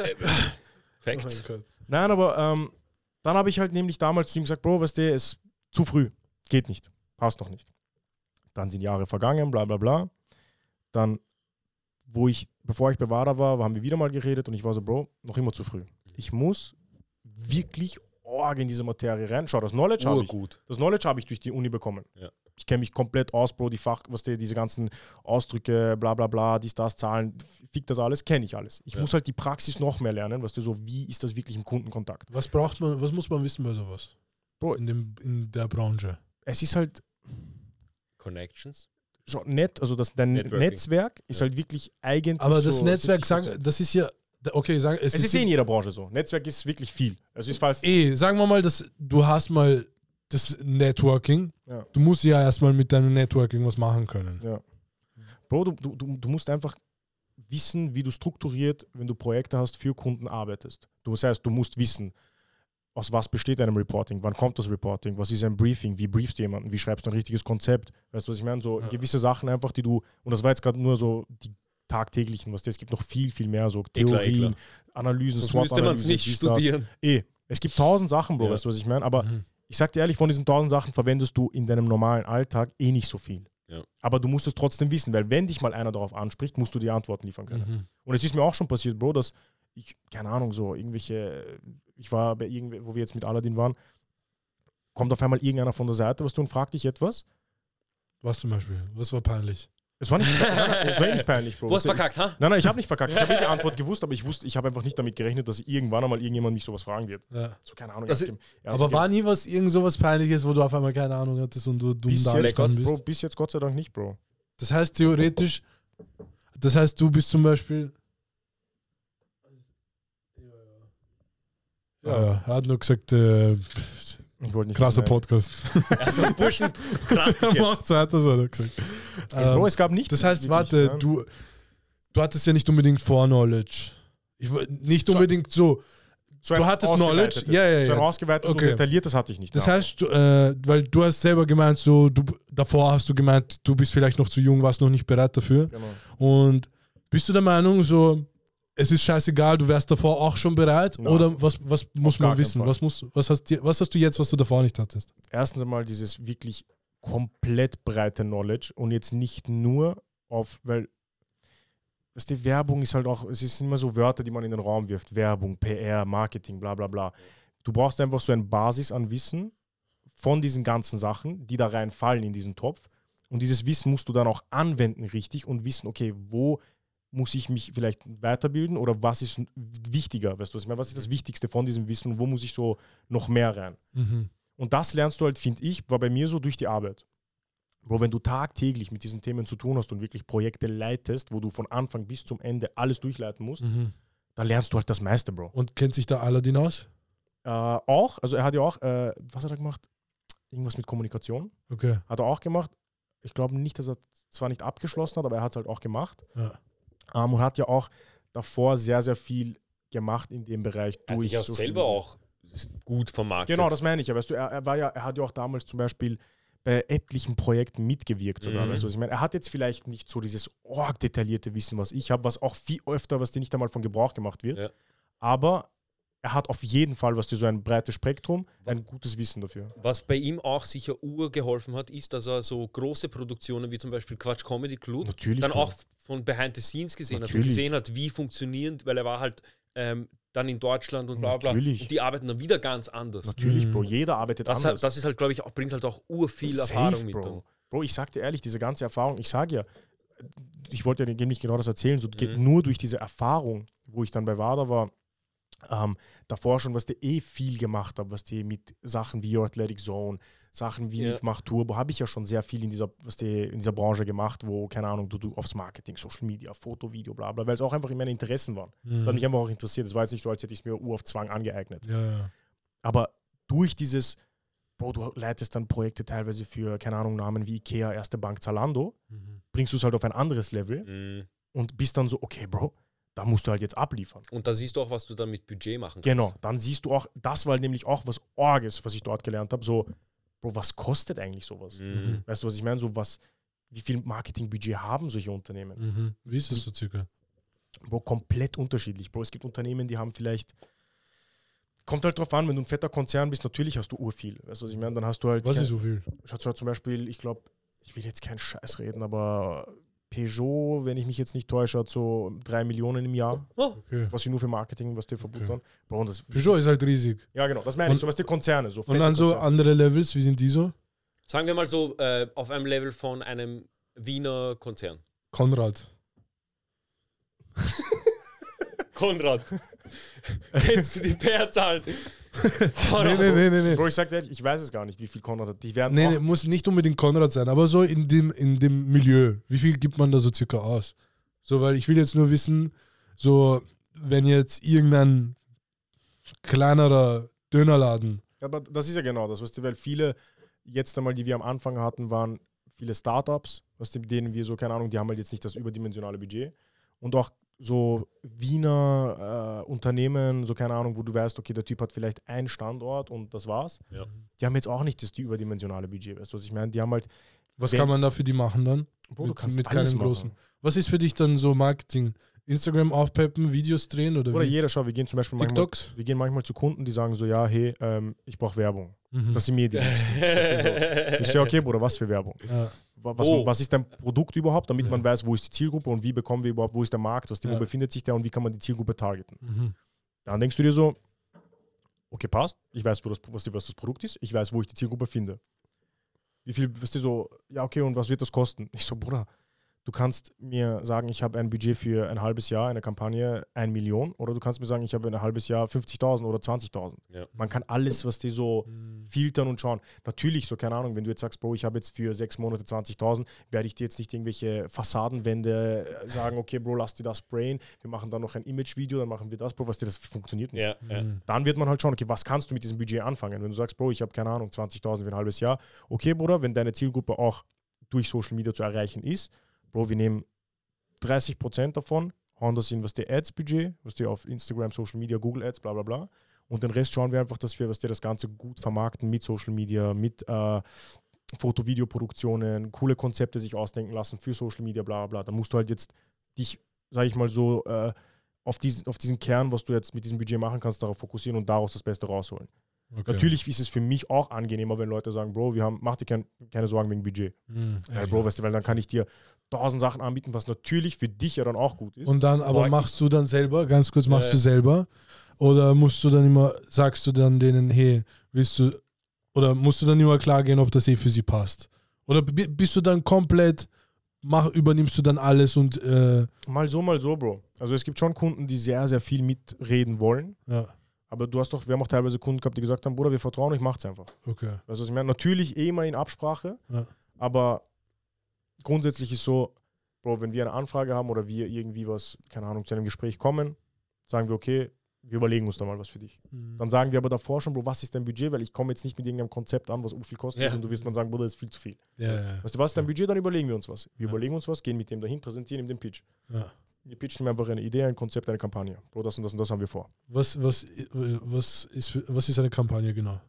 Speaker 2: Fact.
Speaker 1: Oh
Speaker 3: Nein, aber dann habe ich halt nämlich damals zu ihm gesagt, Bro, weißt du, ist zu früh. Geht nicht. Passt noch nicht. Dann sind Jahre vergangen, bla bla bla. Dann, bevor ich bei WADA war, haben wir wieder mal geredet und ich war so, Bro, noch immer zu früh. Ich muss wirklich in diese Materie rein. Schau, das Knowledge habe ich. Das Knowledge habe ich durch die Uni bekommen. Ja. Ich kenne mich komplett aus, Bro, diese ganzen Ausdrücke, bla bla bla, das, Zahlen, fick das alles, kenne ich alles. Ich muss halt die Praxis noch mehr lernen, wie ist das wirklich im Kundenkontakt.
Speaker 1: Was muss man wissen bei sowas? Bro, in der Branche.
Speaker 3: Es ist halt
Speaker 2: Connections.
Speaker 3: Schon nett, also dein Netzwerk ist halt wirklich eigentlich.
Speaker 1: Aber das Netzwerk, das ist ja. Okay,
Speaker 3: es ist in jeder Branche so. Netzwerk ist wirklich viel. Es ist fast.
Speaker 1: Sagen wir mal, du hast mal das Networking. Ja. Du musst ja erstmal mit deinem Networking was machen können.
Speaker 3: Ja. Bro, du musst einfach wissen, wie du strukturiert, wenn du Projekte hast, für Kunden arbeitest. Das heißt, du musst wissen, aus was besteht ein Reporting, wann kommt das Reporting, was ist ein Briefing, wie briefst du jemanden, wie schreibst du ein richtiges Konzept. Weißt du, was ich meine? So gewisse Sachen einfach, die du, und das war jetzt gerade nur so die tagtäglichen, es gibt noch viel, viel mehr, so Theorien, Analysen,
Speaker 2: SWOT-Analysen. Müsste man es nicht studieren.
Speaker 3: Es gibt 1000 Sachen, Bro, weißt du, was ich meine? Aber ich sag dir ehrlich, von diesen 1000 Sachen verwendest du in deinem normalen Alltag nicht so viel. Ja. Aber du musst es trotzdem wissen, weil wenn dich mal einer darauf anspricht, musst du die Antworten liefern können. Und es ist mir auch schon passiert, Bro, dass ich, keine Ahnung, ich war bei wo wir jetzt mit Aladdin waren, kommt auf einmal irgendeiner von der Seite, und fragt dich etwas.
Speaker 1: Was zum Beispiel? Was war peinlich?
Speaker 3: Es war nicht peinlich, Bro.
Speaker 2: Du hast verkackt, ha?
Speaker 3: Nein, ich habe nicht verkackt. Ich habe die Antwort gewusst, aber ich habe einfach nicht damit gerechnet, dass irgendwann einmal irgendjemand mich sowas fragen wird. Ja. So, keine Ahnung.
Speaker 1: Aber war nie irgend sowas Peinliches, wo du auf einmal keine Ahnung hattest und du dumm da bist?
Speaker 3: Bro, bis jetzt Gott sei Dank nicht, Bro.
Speaker 1: Das heißt theoretisch, du bist zum Beispiel... Ja, er hat nur gesagt,
Speaker 3: ich wollte nicht
Speaker 1: krasser Podcast.
Speaker 2: Also Burschen, krass.
Speaker 1: Macht's weiter, so hat er gesagt.
Speaker 3: Bro, es gab nichts.
Speaker 1: Das heißt, warte, du hattest ja nicht unbedingt Vor-Knowledge. Nicht unbedingt so.
Speaker 3: So
Speaker 1: Du hattest Knowledge.
Speaker 3: So ein ausgeweitetes
Speaker 1: Okay.
Speaker 3: und detailliertes hatte ich nicht.
Speaker 1: Das heißt, weil du hast selber gemeint, so, davor hast du gemeint, du bist vielleicht noch zu jung, warst noch nicht bereit dafür.
Speaker 3: Genau.
Speaker 1: Und bist du der Meinung, so, es ist scheißegal, du wärst davor auch schon bereit?
Speaker 3: Nein.
Speaker 1: Oder was muss
Speaker 3: gar
Speaker 1: man
Speaker 3: keinen
Speaker 1: wissen?
Speaker 3: Fall.
Speaker 1: Was hast du jetzt, was du davor nicht hattest?
Speaker 3: Erstens einmal dieses wirklich komplett breite Knowledge und jetzt nicht nur auf, weil die Werbung ist halt auch, es sind immer so Wörter, die man in den Raum wirft. Werbung, PR, Marketing, bla bla bla. Du brauchst einfach so eine Basis an Wissen von diesen ganzen Sachen, die da reinfallen in diesen Topf. Und dieses Wissen musst du dann auch anwenden richtig und wissen, okay, wo muss ich mich vielleicht weiterbilden oder was ist wichtiger? Weißt du, was ich meine? Was ist das Wichtigste von diesem Wissen und wo muss ich so noch mehr rein? Und das lernst du halt, finde ich, war bei mir so durch die Arbeit. Bro, wenn du tagtäglich mit diesen Themen zu tun hast und wirklich Projekte leitest, wo du von Anfang bis zum Ende alles durchleiten musst, dann lernst du halt das meiste, Bro.
Speaker 1: Und kennt sich da Aladdin aus?
Speaker 3: Auch, also er hat ja auch, was hat er gemacht? Irgendwas mit Kommunikation.
Speaker 1: Okay.
Speaker 3: Hat er auch gemacht. Ich glaube nicht, dass er zwar nicht abgeschlossen hat, aber er hat es halt auch gemacht.
Speaker 1: Ja.
Speaker 3: Und hat ja auch davor sehr, sehr viel gemacht in dem Bereich.
Speaker 2: Er hat sich auch
Speaker 3: Social
Speaker 2: selber
Speaker 3: Media.
Speaker 2: auch gut vermarktet.
Speaker 3: Genau, das meine ich ja. Weißt du, er hat ja auch damals zum Beispiel bei etlichen Projekten mitgewirkt sogar. Weißt du, was ich meine? Er hat jetzt vielleicht nicht so dieses detaillierte Wissen, was ich habe, was auch viel öfter, was dir nicht einmal von Gebrauch gemacht wird.
Speaker 2: Ja.
Speaker 3: Aber er hat auf jeden Fall, was dir so ein breites Spektrum, ein gutes Wissen dafür.
Speaker 2: Was bei ihm auch sicher geholfen hat, ist, dass er so große Produktionen wie zum Beispiel Quatsch Comedy Club
Speaker 3: Natürlich,
Speaker 2: dann
Speaker 3: Bro.
Speaker 2: auch von Behind the Scenes gesehen hat und
Speaker 3: Natürlich.
Speaker 2: gesehen hat, wie funktionieren, weil er war halt dann in Deutschland und bla bla.
Speaker 3: Natürlich.
Speaker 2: Und die arbeiten dann wieder ganz anders.
Speaker 3: Natürlich, Bro. Jeder arbeitet anders.
Speaker 2: Das ist halt, glaube ich, bringt halt auch urviel Erfahrung mit.
Speaker 3: Bro. Bro, ich sag dir ehrlich, diese ganze Erfahrung, ich sage ja, ich wollte ja nicht genau das erzählen, so geht nur durch diese Erfahrung, wo ich dann bei WADA war, davor schon, was die viel gemacht habe, was die mit Sachen wie Your Athletic Zone, Sachen wie mit Mach Turbo, habe ich ja schon sehr viel in dieser Branche gemacht, wo, keine Ahnung, du aufs Marketing, Social Media, Foto, Video, bla bla, weil es auch einfach in meine Interessen waren. Das hat mich einfach auch interessiert. Es war jetzt nicht so, als hätte ich es mir auf Zwang angeeignet.
Speaker 1: Ja.
Speaker 3: Aber durch dieses, Bro, du leitest dann Projekte teilweise für, keine Ahnung, Namen wie Ikea, Erste Bank, Zalando, bringst du es halt auf ein anderes Level und bist dann so, okay, Bro, da musst du halt jetzt abliefern.
Speaker 2: Und da siehst du auch, was du dann mit Budget machen kannst.
Speaker 3: Genau, dann siehst du auch, das war nämlich auch was Orges, was ich dort gelernt habe, so, Bro, was kostet eigentlich sowas? Weißt du, was ich meine? So wie viel Marketingbudget haben solche Unternehmen?
Speaker 1: Wie ist das so circa?
Speaker 3: Bro, komplett unterschiedlich. Bro, es gibt Unternehmen, die haben vielleicht, kommt halt drauf an, wenn du ein fetter Konzern bist, natürlich hast du urviel. Weißt du, was ich meine? Dann hast du halt,
Speaker 1: Was ist so viel?
Speaker 3: schaut zum Beispiel, ich glaube, ich will jetzt keinen Scheiß reden, aber Peugeot, wenn ich mich jetzt nicht täusche, hat so 3 Millionen im Jahr,
Speaker 1: Okay.
Speaker 3: was sie nur für Marketing, was die verbuttern. Bro, und das
Speaker 1: Peugeot ist halt riesig.
Speaker 3: ja, genau, das meine ich, so was die Konzerne, so
Speaker 1: Und
Speaker 3: fette
Speaker 1: dann so
Speaker 3: Konzerne.
Speaker 1: andere Levels, wie sind die so?
Speaker 2: Sagen wir mal so, auf einem Level von einem Wiener Konzern.
Speaker 1: Konrad.
Speaker 2: Konrad. Kennst du die PR-Zahlen?
Speaker 1: Nee.
Speaker 3: Bro, ich sag dir ehrlich, ich weiß es gar nicht, wie viel Konrad hat. Die werden auch,
Speaker 1: Nee, muss nicht unbedingt Konrad sein, aber so in dem Milieu. Wie viel gibt man da so circa aus? So, weil ich will jetzt nur wissen, so, wenn jetzt irgendein kleinerer Dönerladen.
Speaker 3: aber das ist ja genau das, weißt du, weil viele, jetzt einmal, die wir am Anfang hatten, waren viele Startups, was mit denen wir so, keine Ahnung, die haben halt jetzt nicht das überdimensionale Budget. Und auch so Wiener Unternehmen, so keine Ahnung, wo du weißt, okay, der Typ hat vielleicht einen Standort und das war's.
Speaker 2: Ja.
Speaker 3: Die haben jetzt auch nicht das überdimensionale Budget, weißt du, was ich meine? Die haben halt,
Speaker 1: Was
Speaker 3: Wenn-
Speaker 1: kann man da für die machen dann?
Speaker 3: Bro, du
Speaker 1: mit
Speaker 3: kannst
Speaker 1: mit
Speaker 3: alles
Speaker 1: keinem
Speaker 3: machen.
Speaker 1: großen. Was ist für dich dann so Marketing? Instagram aufpeppen, Videos drehen oder
Speaker 3: Oder
Speaker 1: wie?
Speaker 3: jeder, schau, wir gehen zum Beispiel manchmal,
Speaker 1: TikToks?
Speaker 3: wir gehen manchmal zu Kunden, die sagen so, ja, hey, ich brauche Werbung.
Speaker 1: Mhm.
Speaker 3: Das sind mir die Liebsten. So. Ich sage, okay, Bruder, was für Werbung?
Speaker 1: Ja.
Speaker 3: Was ist dein Produkt überhaupt, damit man weiß, wo ist die Zielgruppe und wie bekommen wir überhaupt, wo ist der Markt, wo befindet sich der und wie kann man die Zielgruppe targeten.
Speaker 1: Mhm.
Speaker 3: Dann denkst du dir so, okay, passt, ich weiß, was das Produkt ist, ich weiß, wo ich die Zielgruppe finde. Wie viel, weißt du, so, ja, okay, und was wird das kosten? Ich so, Bruder, du kannst mir sagen, ich habe ein Budget für ein halbes Jahr, eine Kampagne, 1 Million, oder du kannst mir sagen, ich habe ein halbes Jahr 50.000 oder 20.000.
Speaker 2: Ja.
Speaker 3: Man kann alles, was die so filtern und schauen. Natürlich, so keine Ahnung, wenn du jetzt sagst, Bro, ich habe jetzt für 6 Monate 20.000, werde ich dir jetzt nicht irgendwelche Fassadenwände sagen, okay, Bro, lass dir das sprayen, wir machen dann noch ein Image-Video, dann machen wir das, Bro, das funktioniert nicht.
Speaker 2: Ja.
Speaker 3: Dann wird man halt schauen, okay, was kannst du mit diesem Budget anfangen? Wenn du sagst, Bro, ich habe keine Ahnung, 20.000 für ein halbes Jahr, okay, Bruder, wenn deine Zielgruppe auch durch Social Media zu erreichen ist, Bro, wir nehmen 30% davon hauen das in, was der Ads-Budget, was die auf Instagram, Social Media, Google Ads, bla bla bla. Und den Rest schauen wir einfach, dass wir, was der das Ganze gut vermarkten mit Social Media, mit Foto-Video-Produktionen, coole Konzepte sich ausdenken lassen für Social Media, bla bla bla. Da musst du halt jetzt dich, sage ich mal so, auf diesen Kern, was du jetzt mit diesem Budget machen kannst, darauf fokussieren und daraus das Beste rausholen.
Speaker 1: Okay.
Speaker 3: Natürlich ist es für mich auch angenehmer, wenn Leute sagen, Bro, mach dir keine Sorgen wegen Budget. Bro, weißt du, weil dann kann ich dir 1000 Sachen anbieten, was natürlich für dich ja dann auch gut ist.
Speaker 1: Und dann, aber machst du dann selber, ganz kurz, machst du selber? Oder musst du dann immer, sagst du dann denen, hey, oder musst du dann immer klar gehen, ob das für sie passt? Oder bist du dann komplett, übernimmst du dann alles und
Speaker 3: mal so, Bro. Also es gibt schon Kunden, die sehr, sehr viel mitreden wollen.
Speaker 1: Ja.
Speaker 3: Aber wir haben auch teilweise Kunden gehabt, die gesagt haben, Bruder, wir vertrauen euch, macht's einfach.
Speaker 1: Okay.
Speaker 3: Also ich meine, natürlich immer in Absprache, aber grundsätzlich ist so, Bro, wenn wir eine Anfrage haben oder wir irgendwie was, keine Ahnung, zu einem Gespräch kommen, sagen wir, okay, wir überlegen uns da mal was für dich. Dann sagen wir aber davor schon, Bro, was ist dein Budget? Weil ich komme jetzt nicht mit irgendeinem Konzept an, was viel kostet und du wirst dann sagen, Bruder, das ist viel zu viel. Weißt du, was ist dein Budget? Dann überlegen wir uns was. Wir überlegen uns was, gehen mit dem dahin, präsentieren ihm den Pitch. Wir pitchen ihm einfach eine Idee, ein Konzept, eine Kampagne. Bro, das und das und das haben wir vor.
Speaker 1: Was ist eine Kampagne genau?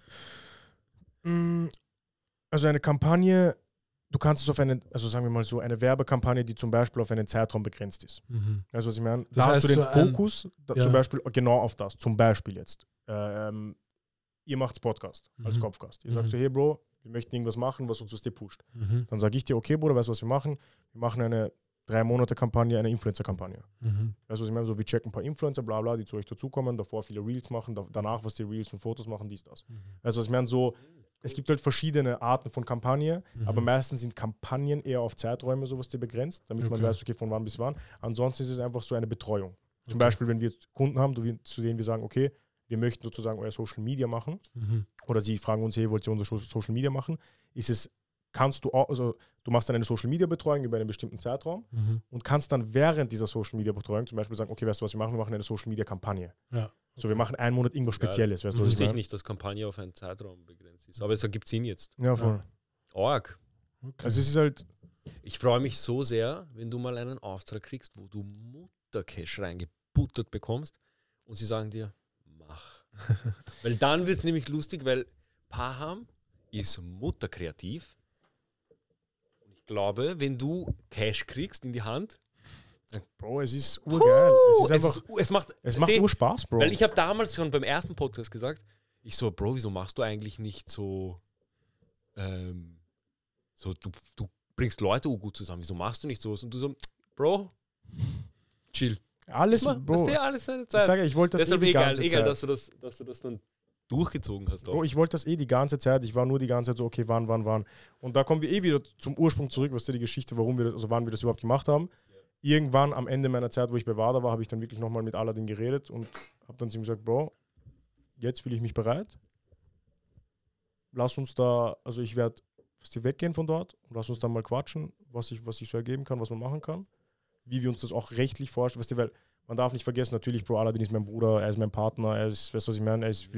Speaker 3: Also eine Kampagne, du kannst es auf also sagen wir mal so, eine Werbekampagne, die zum Beispiel auf einen Zeitraum begrenzt ist. Also was ich meine, da hast du den Fokus zum Beispiel genau auf das. Zum Beispiel jetzt, ihr macht Podcast als Kopfgast. Ihr sagt so, hey Bro, wir möchten irgendwas machen, was uns das pusht. Dann sage ich dir, okay Bruder, weißt du, was wir machen? Wir machen eine 3-Monate-Kampagne, eine Influencer-Kampagne. Weißt du, was ich meine? So, wir checken ein paar Influencer, bla bla, die zu euch dazukommen, davor viele Reels machen, danach, was die Reels und Fotos machen, dies, das. Also, was ich meine, so, es gibt halt verschiedene Arten von Kampagne, aber meistens sind Kampagnen eher auf Zeiträume, sowas die begrenzt, damit man weiß, okay, von wann bis wann. Ansonsten ist es einfach so eine Betreuung. Zum Beispiel, wenn wir Kunden haben, zu denen wir sagen, okay, wir möchten sozusagen euer Social Media machen, oder sie fragen uns, hey, wollt ihr unser Social Media machen, kannst du auch, also du machst dann eine Social Media Betreuung über einen bestimmten Zeitraum und kannst dann während dieser Social Media Betreuung zum Beispiel sagen, okay, weißt du, was wir machen? Wir machen eine Social Media Kampagne. So, wir machen einen Monat irgendwas Spezielles. Weißt du, was ich meine?
Speaker 2: Nicht, dass Kampagne auf einen Zeitraum begrenzt ist. Aber es ergibt Sinn jetzt.
Speaker 3: Ja, voll.
Speaker 2: Arg.
Speaker 1: Okay.
Speaker 3: Also es ist halt.
Speaker 2: Ich freue mich so sehr, wenn du mal einen Auftrag kriegst, wo du Muttercash reingebuttert bekommst und sie sagen dir, mach. Weil dann wird es nämlich lustig, weil Paham ist mutterkreativ. Ich glaube, wenn du Cash kriegst in die Hand,
Speaker 3: Bro, es ist urgeil. Es macht nur Spaß, Bro.
Speaker 2: Weil ich habe damals schon beim ersten Podcast gesagt, ich so, Bro, wieso machst du eigentlich nicht so, du bringst Leute gut zusammen, wieso machst du nicht sowas? Und du so, Bro, chill.
Speaker 3: Alles, Bro.
Speaker 2: Alles seine Zeit.
Speaker 3: Ich sage, ich wollte das
Speaker 2: deshalb
Speaker 3: die ganze
Speaker 2: egal,
Speaker 3: Zeit.
Speaker 2: dass du das dann durchgezogen hast. Auch.
Speaker 3: Bro, ich wollte das die ganze Zeit. Ich war nur die ganze Zeit so, okay, wann. Und da kommen wir wieder zum Ursprung zurück, was ist die Geschichte, wann wir das überhaupt gemacht haben. Irgendwann am Ende meiner Zeit, wo ich bei WADA war, habe ich dann wirklich nochmal mit Aladdin geredet und habe dann zu ihm gesagt, Bro, jetzt fühle ich mich bereit. Lass uns da, also ich werde weggehen von dort und lass uns dann mal quatschen, was sich so ergeben kann, was man machen kann. Wie wir uns das auch rechtlich vorstellen, weil man darf nicht vergessen, natürlich, Bro, Aladdin ist mein Bruder, er ist mein Partner, weißt du, was ich meine? Es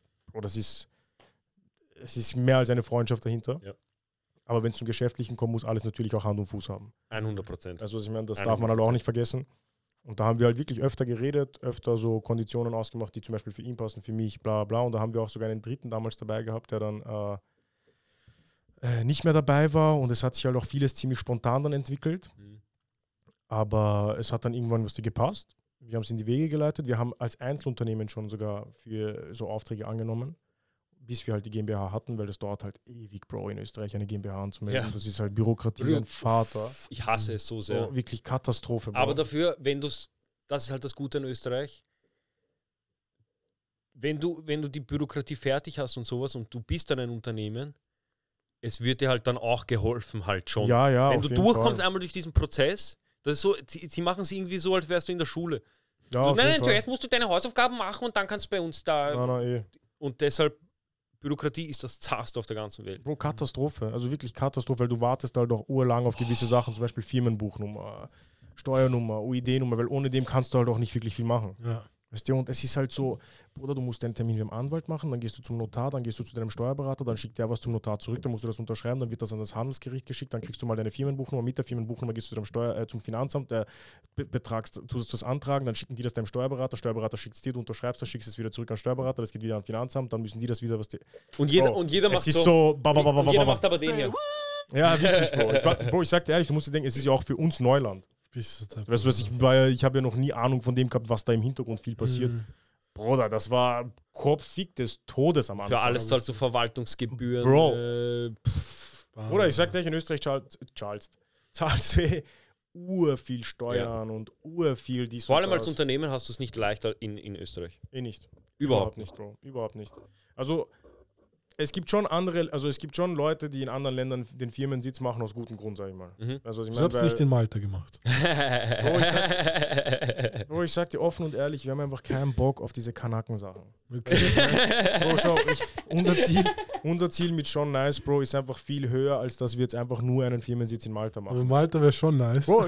Speaker 3: ist mehr als eine Freundschaft dahinter. Ja. Aber wenn es zum Geschäftlichen kommt, muss alles natürlich auch Hand und Fuß haben.
Speaker 2: 100%.
Speaker 3: Also was ich meine, das darf man halt auch nicht vergessen. Und da haben wir halt wirklich öfter geredet, öfter so Konditionen ausgemacht, die zum Beispiel für ihn passen, für mich, bla bla. Und da haben wir auch sogar einen Dritten damals dabei gehabt, der dann nicht mehr dabei war. Und es hat sich halt auch vieles ziemlich spontan dann entwickelt. Aber es hat dann irgendwann gepasst. Wir haben es in die Wege geleitet. Wir haben als Einzelunternehmen schon sogar für so Aufträge angenommen, bis wir halt die GmbH hatten, weil das dauert halt ewig, Bro, in Österreich eine GmbH anzumelden. Ja. Das ist halt Bürokratie, sein Vater.
Speaker 2: Ich hasse es so sehr.
Speaker 3: Oh, wirklich Katastrophe, Bro.
Speaker 2: Aber dafür, das ist halt das Gute in Österreich, wenn du die Bürokratie fertig hast und sowas und du bist dann ein Unternehmen, es wird dir halt dann auch geholfen halt schon.
Speaker 3: Ja,
Speaker 2: wenn du durchkommst einmal durch diesen Prozess, das ist so, sie machen es irgendwie so, als wärst du in der Schule.
Speaker 3: Ja,
Speaker 2: nein, zuerst musst du deine Hausaufgaben machen und dann kannst du bei uns da.
Speaker 3: Nein.
Speaker 2: Und deshalb, Bürokratie ist das Zarste auf der ganzen Welt.
Speaker 3: Bro, Katastrophe. Also wirklich Katastrophe, weil du wartest halt auch urlang auf gewisse Sachen, zum Beispiel Firmenbuchnummer, Steuernummer, UID-Nummer, weil ohne dem kannst du halt auch nicht wirklich viel machen.
Speaker 1: Ja.
Speaker 3: Weißt du, und es ist halt so, Bruder, du musst einen Termin mit dem Anwalt machen, dann gehst du zum Notar, dann gehst du zu deinem Steuerberater, dann schickt der was zum Notar zurück, dann musst du das unterschreiben, dann wird das an das Handelsgericht geschickt, dann kriegst du mal deine Firmenbuchnummer, mit der Firmenbuchnummer gehst du zum Finanzamt, tust das antragen, dann schicken die das deinem Steuerberater schickt es dir, du unterschreibst das, schickst es wieder zurück an den Steuerberater, das geht wieder an Finanzamt, dann müssen die das wieder,
Speaker 2: Und jeder macht
Speaker 3: es ist
Speaker 2: jeder macht aber den hier.
Speaker 3: Ja, wirklich, Bro. Ich sag dir ehrlich, du musst dir denken, es ist ja auch für uns Neuland. Weißt du, ich habe ja noch nie Ahnung von dem gehabt, was da im Hintergrund viel passiert. Bruder, das war Kopffick des Todes am Anfang.
Speaker 2: Für alles zahlst du Verwaltungsgebühren.
Speaker 3: Bro. Oder ich sag dir, in Österreich zahlst du urviel Steuern und urviel dies.
Speaker 2: Vor allem als Unternehmen hast du es nicht leichter in Österreich.
Speaker 3: Nicht.
Speaker 2: Überhaupt
Speaker 3: nicht, Bro. Überhaupt nicht. Also es gibt schon Leute, die in anderen Ländern den Firmensitz machen aus gutem Grund, sag ich mal. Also,
Speaker 1: ich hab's nicht in Malta gemacht.
Speaker 3: Bro, ich sag dir offen und ehrlich, wir haben einfach keinen Bock auf diese Kanaken-Sachen.
Speaker 1: Okay.
Speaker 3: Bro, schau, unser Ziel mit Sean Nice, Bro, ist einfach viel höher, als dass wir jetzt einfach nur einen Firmensitz in Malta machen.
Speaker 1: Aber Malta wäre schon nice.
Speaker 3: Bro,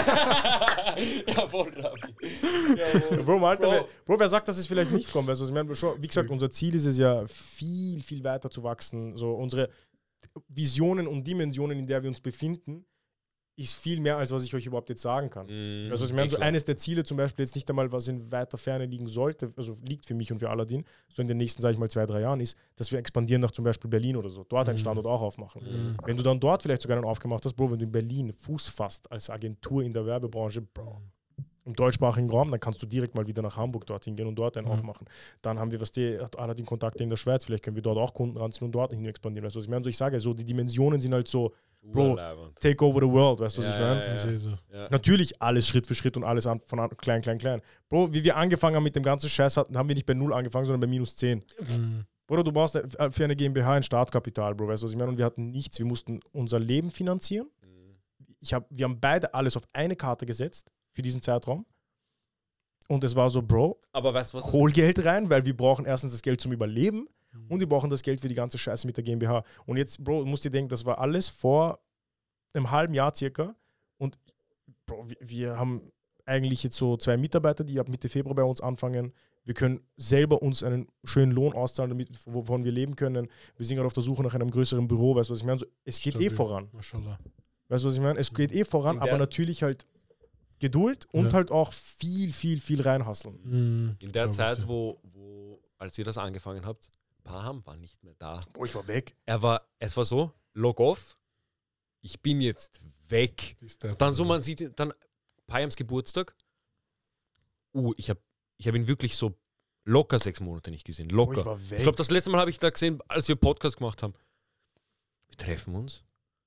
Speaker 2: Jawohl, Rabi.
Speaker 3: Bro, Malta, Bro, wer sagt, dass es vielleicht nicht kommt? Also, ich meine, wie gesagt, unser Ziel ist es ja, viel, viel weiter zu wachsen. So, unsere Visionen und Dimensionen, in der wir uns befinden, ist viel mehr, als was ich euch überhaupt jetzt sagen kann. Also ich meine, so eines der Ziele zum Beispiel jetzt nicht einmal, was in weiter Ferne liegen sollte, also liegt für mich und für Aladdin, so in den nächsten, sage ich mal, 2-3 Jahren ist, dass wir expandieren nach zum Beispiel Berlin oder so, dort einen Standort auch aufmachen. Wenn du dann dort vielleicht sogar einen aufgemacht hast, Bro, wenn du in Berlin Fuß fasst als Agentur in der Werbebranche, Bro, im deutschsprachigen Raum, dann kannst du direkt mal wieder nach Hamburg dorthin gehen und dort einen aufmachen. Dann haben wir, Aladdin Kontakte in der Schweiz, vielleicht können wir dort auch Kunden ranziehen und dorthin expandieren. Weißt du, was ich meine? Also ich sage, so die Dimensionen sind halt so, Bro, take over the world, weißt du, was ich meine? Ja. Natürlich alles Schritt für Schritt und alles von klein. Bro, wie wir angefangen haben mit dem ganzen Scheiß, haben wir nicht bei 0 angefangen, sondern bei -10. Bro, du brauchst für eine GmbH ein Startkapital, Bro, weißt du, was ich meine? Und wir hatten nichts, wir mussten unser Leben finanzieren. Wir haben beide alles auf eine Karte gesetzt für diesen Zeitraum. Und es war so, Bro,
Speaker 2: aber weißt du, was
Speaker 3: hol Geld rein, weil wir brauchen erstens das Geld zum Überleben und wir brauchen das Geld für die ganze Scheiße mit der GmbH. Und jetzt, Bro, du musst dir denken, das war alles vor einem halben Jahr circa. Und Bro, wir haben eigentlich jetzt so 2 Mitarbeiter, die ab Mitte Februar bei uns anfangen. Wir können selber uns einen schönen Lohn auszahlen, wovon wir leben können. Wir sind gerade auf der Suche nach einem größeren Büro, weißt du, was ich meine? So, es geht voran.
Speaker 1: Maschallah.
Speaker 3: Weißt du, was ich meine? Es geht voran, aber natürlich halt Geduld und halt auch viel reinhasseln.
Speaker 2: In der Zeit, als ihr das angefangen habt, Paham war nicht mehr da.
Speaker 3: Oh, ich war weg.
Speaker 2: Es war so, log off, ich bin jetzt weg. Dann so, man sieht dann Pahams Geburtstag. Ich hab ihn wirklich so locker 6 Monate nicht gesehen. Locker.
Speaker 3: Ich war weg.
Speaker 2: Ich glaube, das letzte Mal habe ich da gesehen, als wir Podcast gemacht haben. Wir treffen uns.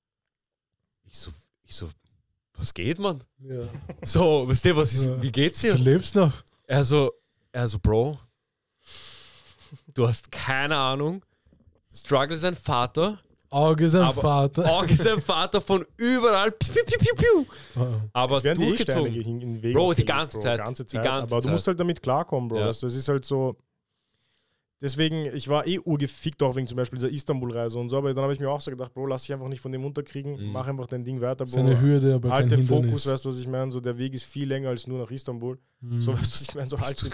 Speaker 2: Ich so, was geht, Mann?
Speaker 1: Ja.
Speaker 2: So, weißt du, wie geht's dir?
Speaker 1: Du lebst noch.
Speaker 2: Er so, Bro, du hast keine Ahnung. Struggle ist ein Vater.
Speaker 1: Auge ist ein Vater.
Speaker 2: Auge ist ein Vater von überall. Piu, piu, piu, piu. Aber durchgezogen. Bro, die ganze Zeit.
Speaker 3: Aber du musst halt damit klarkommen, Bro. Ja. Das ist halt so. Deswegen, ich war urgefickt auch wegen zum Beispiel dieser Istanbul-Reise und so, aber dann habe ich mir auch so gedacht, Bro, lass dich einfach nicht von dem unterkriegen, mach einfach dein Ding weiter, Bro.
Speaker 1: Das ist eine Hürde, aber
Speaker 3: halt
Speaker 1: kein
Speaker 3: den
Speaker 1: Hindernis.
Speaker 3: Fokus, weißt du, was ich meine? So, der Weg ist viel länger als nur nach Istanbul. So, weißt du, was ich meine? So halt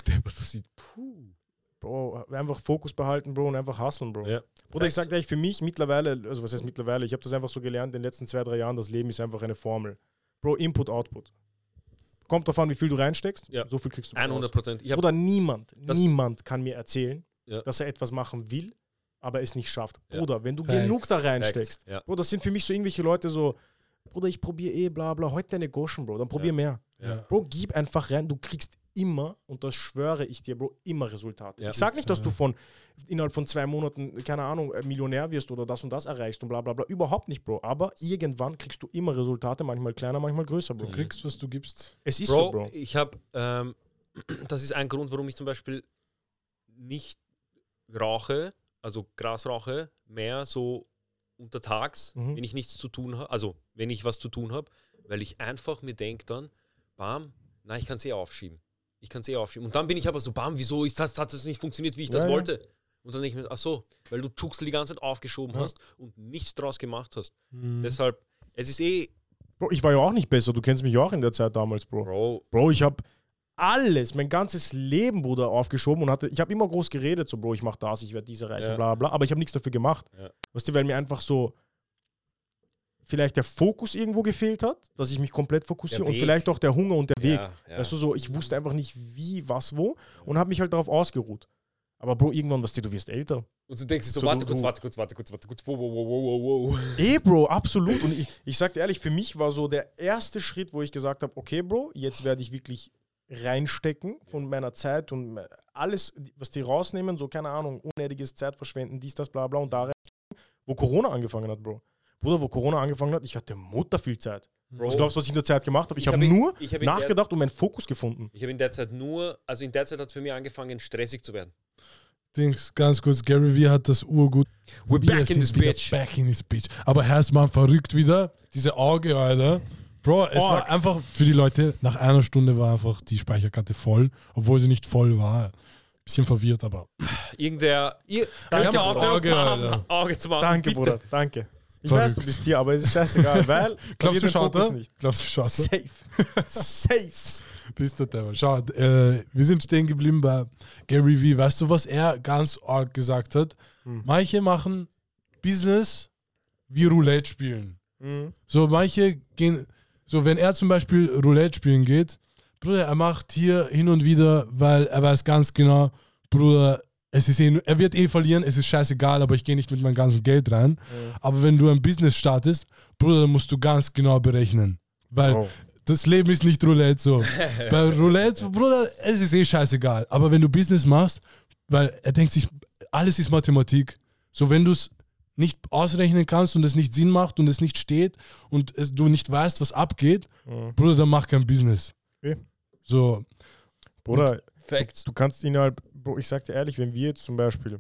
Speaker 3: Bro, einfach Fokus behalten, Bro, und einfach hustlen, Bro.
Speaker 2: Ja.
Speaker 3: Bruder, ich sag dir, für mich mittlerweile, also was heißt mittlerweile, ich habe das einfach so gelernt in den letzten 2-3 Jahren, das Leben ist einfach eine Formel. Bro, Input, Output. Kommt davon, wie viel du reinsteckst, so viel kriegst du.
Speaker 2: 100%.
Speaker 3: Bruder, niemand kann mir erzählen, dass er etwas machen will, aber es nicht schafft. Bruder, wenn du genug da reinsteckst, Bro, das sind für mich so irgendwelche Leute so, Bruder, ich probiere bla bla, heute deine Goschen, Bro, dann probier mehr.
Speaker 1: Ja.
Speaker 3: Bro, gib einfach rein, du kriegst immer, und das schwöre ich dir, Bro, immer Resultate. Ich sag nicht, dass du innerhalb von 2 Monaten, keine Ahnung, Millionär wirst oder das und das erreichst und bla bla bla, überhaupt nicht, Bro, aber irgendwann kriegst du immer Resultate, manchmal kleiner, manchmal größer, Bro.
Speaker 1: Du kriegst, was du gibst.
Speaker 3: Es ist
Speaker 2: Bro,
Speaker 3: so, Bro.
Speaker 2: Ich habe, das ist ein Grund, warum ich zum Beispiel nicht rauche, also Gras rauche, mehr so untertags, wenn ich nichts zu tun habe, also wenn ich was zu tun habe, weil ich einfach mir denke dann, bam, na, ich kann es aufschieben. Und dann bin ich aber so, bam, wieso hat das nicht funktioniert, wie ich das wollte? Und dann denke ich mir, ach so, weil du Tschucksel die ganze Zeit aufgeschoben hast und nichts draus gemacht hast. Deshalb, es ist
Speaker 3: Bro, ich war ja auch nicht besser, du kennst mich ja auch in der Zeit damals, Bro. Bro, ich habe alles, mein ganzes Leben, Bruder, aufgeschoben und ich habe immer groß geredet, so, Bro, ich mach das, ich werde diese erreichen, bla bla, aber ich habe nichts dafür gemacht.
Speaker 2: Ja.
Speaker 3: Weißt du, weil mir einfach so vielleicht der Fokus irgendwo gefehlt hat, dass ich mich komplett fokussiere
Speaker 2: Der
Speaker 3: und
Speaker 2: Weg.
Speaker 3: vielleicht auch der Hunger und der Weg.
Speaker 2: Ja.
Speaker 3: Weißt du, so, ich wusste einfach nicht wie, was, wo und habe mich halt darauf ausgeruht. Aber Bro, irgendwann, du wirst älter.
Speaker 2: Und du denkst dir so,
Speaker 3: So,
Speaker 2: warte
Speaker 3: du-
Speaker 2: kurz, wow.
Speaker 3: Bro, absolut. Und ich sag dir ehrlich, für mich war so der erste Schritt, wo ich gesagt habe, okay, Bro, jetzt werde ich wirklich reinstecken von meiner Zeit und alles, was die rausnehmen, so, keine Ahnung, unnötiges Zeit verschwenden, dies, das, bla bla und da reinstecken, wo Corona angefangen hat, Bro. Bruder, wo Corona angefangen hat, ich hatte Mutter viel Zeit.
Speaker 2: Bro,
Speaker 3: Was glaubst du, was ich in der Zeit gemacht habe? Ich
Speaker 2: Ich
Speaker 3: habe
Speaker 2: hab
Speaker 3: nur
Speaker 2: ich hab in
Speaker 3: nachgedacht und meinen Fokus gefunden.
Speaker 2: Ich habe in der Zeit in der Zeit hat es bei mir angefangen, stressig zu werden.
Speaker 1: Dings, ganz kurz, Gary Vee hat das urgut.
Speaker 2: We're
Speaker 1: Wie
Speaker 2: back
Speaker 1: er
Speaker 2: in this
Speaker 1: singt wieder,
Speaker 2: bitch.
Speaker 1: Back in this bitch. Aber Herzmann verrückt wieder. Diese Auge, Alter. Bro, es war
Speaker 3: Org.
Speaker 1: einfach für die Leute, nach einer Stunde war einfach die Speicherkarte voll, obwohl sie nicht voll war. Bisschen verwirrt, aber.
Speaker 2: Irgendwer. Ihr
Speaker 3: Danke,
Speaker 2: könnt ja
Speaker 1: macht
Speaker 2: aufhören,
Speaker 1: Auge, Alter.
Speaker 2: Auge zu machen.
Speaker 3: Danke,
Speaker 2: bitte.
Speaker 3: Bruder, danke. Ich
Speaker 1: Verrückt.
Speaker 3: weiß, du bist hier, aber es ist scheißegal, weil
Speaker 1: Glaubst du,
Speaker 3: den
Speaker 1: schaut
Speaker 3: Fokus
Speaker 1: er?
Speaker 3: nicht.
Speaker 1: Glaubst du, schaut er?
Speaker 3: Safe. Safe.
Speaker 1: Bist du der? Schau, wir sind stehen geblieben bei Gary Vee. Weißt du, was er ganz arg gesagt hat? Manche machen Business wie Roulette spielen.
Speaker 3: Mhm.
Speaker 1: So, manche gehen, so wenn er zum Beispiel Roulette spielen geht, Bruder, er macht hier hin und wieder, weil er weiß ganz genau, Bruder, es ist er wird verlieren, es ist scheißegal, aber ich gehe nicht mit meinem ganzen Geld rein. Aber wenn du ein Business startest, Bruder, dann musst du ganz genau berechnen. Weil
Speaker 3: Oh.
Speaker 1: das Leben ist nicht Roulette so. Bei Roulette, Bruder, es ist scheißegal. Aber wenn du Business machst, weil er denkt sich, alles ist Mathematik. So, wenn du es nicht ausrechnen kannst und es nicht Sinn macht und es nicht steht und du nicht weißt, was abgeht, Bruder, dann mach kein Business.
Speaker 3: Okay.
Speaker 1: So,
Speaker 3: Bruder,
Speaker 2: Facts.
Speaker 3: du kannst ihn halt, Bro, ich sag dir ehrlich, wenn wir jetzt zum Beispiel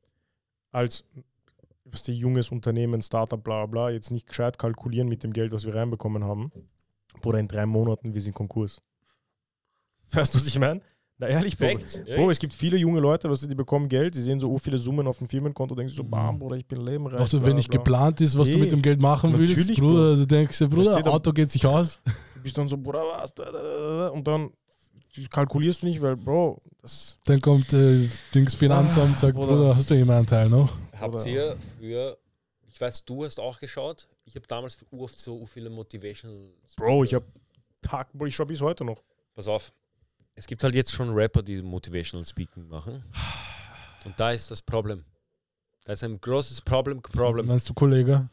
Speaker 3: als junges Unternehmen, Startup, bla bla, jetzt nicht gescheit kalkulieren mit dem Geld, was wir reinbekommen haben, Bruder, in 3 Monaten, wir sind Konkurs. Weißt du, was ich meine? Na ehrlich, Bro.
Speaker 2: Facts.
Speaker 3: Bro, es gibt viele junge Leute, die bekommen Geld, sie sehen so viele Summen auf dem Firmenkonto, denken sich so, bam, Bruder, ich bin lebenreich.
Speaker 1: auch so,
Speaker 3: bla,
Speaker 1: wenn nicht
Speaker 3: bla.
Speaker 1: geplant ist, was du mit dem Geld machen willst,
Speaker 3: Natürlich,
Speaker 1: Bruder, du denkst dir, Bruder,
Speaker 3: Weißt du,
Speaker 1: Auto geht sich aus.
Speaker 3: Du bist dann so, Bruder, was? Und dann kalkulierst du nicht, weil, Bro, das...
Speaker 1: Dann kommt Dings Finanzamt und sagt,
Speaker 3: Bruder.
Speaker 1: Bruder, hast du immer einen Teil noch?
Speaker 2: Habt
Speaker 3: Oder-
Speaker 2: ihr früher, ich weiß, du hast auch geschaut, ich habe damals oft so viele Motivational
Speaker 3: Bro, ich schaue bis heute noch.
Speaker 2: Pass auf, es gibt halt jetzt schon Rapper, die Motivational Speaking machen. Und da ist das Problem. Da ist ein großes Problem.
Speaker 1: Meinst du, Kollege?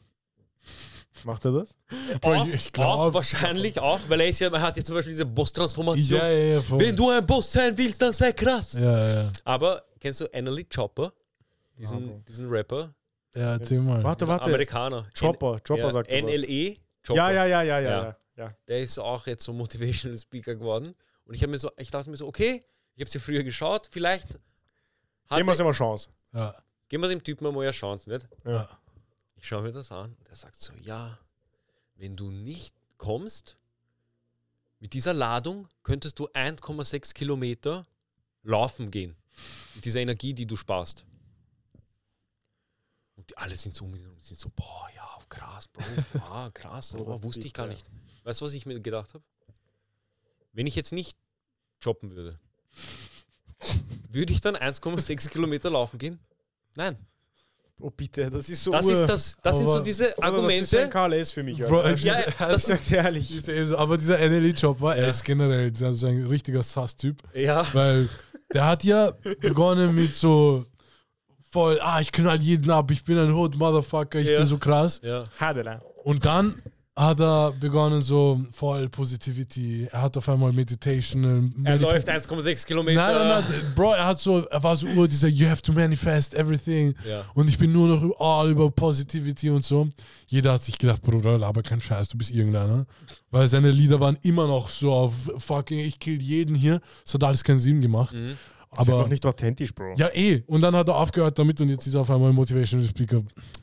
Speaker 3: Macht er das?
Speaker 2: Auch,
Speaker 1: ich glaub-
Speaker 2: auch wahrscheinlich auch, weil er hat jetzt zum Beispiel diese Boss-Transformation.
Speaker 1: Ja, voll.
Speaker 2: Wenn du ein Boss sein willst, dann sei krass.
Speaker 1: Ja.
Speaker 2: Aber kennst du Annalie Chopper?
Speaker 3: Bro.
Speaker 2: Diesen Rapper?
Speaker 1: Ja, erzähl mal.
Speaker 3: Warte.
Speaker 2: Amerikaner.
Speaker 3: Chopper
Speaker 2: ja,
Speaker 3: sagt er was.
Speaker 2: NLE Chopper.
Speaker 3: Ja.
Speaker 2: Der ist auch jetzt so Motivational Speaker geworden. Und ich dachte mir so, okay, ich habe sie früher geschaut, vielleicht
Speaker 3: Geben wir es immer Chance.
Speaker 1: Ja.
Speaker 2: geben wir dem Typen mal eine Chance, nicht?
Speaker 3: Ja.
Speaker 2: Ich schaue mir das an. Der sagt so, ja, wenn du nicht kommst, mit dieser Ladung könntest du 1,6 Kilometer laufen gehen. Mit dieser Energie, die du sparst. Und die alle sind so sind so, boah, ja, krass, Bro. Ah, krass, oh, wusste ich gar nicht. Weißt du, was ich mir gedacht habe? Wenn ich jetzt nicht jobben würde, würde ich dann 1,6 Kilometer laufen gehen? Nein.
Speaker 3: Oh bitte, das ist so
Speaker 2: Das sind so diese
Speaker 3: Das ist ein
Speaker 2: Argumente.
Speaker 3: KLS für mich.
Speaker 1: Bro,
Speaker 3: Alter.
Speaker 2: Ja,
Speaker 3: Ich
Speaker 2: das,
Speaker 3: sag dir ehrlich.
Speaker 1: Aber dieser NLE-Job er ist generell so ein richtiger Sass-Typ.
Speaker 2: ja.
Speaker 1: Weil der hat ja begonnen mit so voll, ich knall jeden ab, ich bin ein Hood Motherfucker, ich
Speaker 2: Ja.
Speaker 1: bin so krass.
Speaker 2: Ja.
Speaker 3: Hadela.
Speaker 1: Und dann hat er begonnen so voll Positivity, er hat auf einmal Meditation.
Speaker 2: Er läuft 1,6 Kilometer.
Speaker 1: Nein, Bro, er war so dieser You have to manifest everything.
Speaker 2: Ja.
Speaker 1: Und ich bin nur noch all über Positivity und so. Jeder hat sich gedacht, Bruder, aber kein Scheiß, du bist irgendeiner. Weil seine Lieder waren immer noch so auf fucking, ich kill jeden hier. Das hat alles keinen Sinn gemacht.
Speaker 2: Mhm.
Speaker 3: Das ist
Speaker 1: Aber
Speaker 3: einfach nicht authentisch, Bro.
Speaker 1: ja, Und dann hat er aufgehört damit und jetzt ist er auf einmal Motivational Speaker.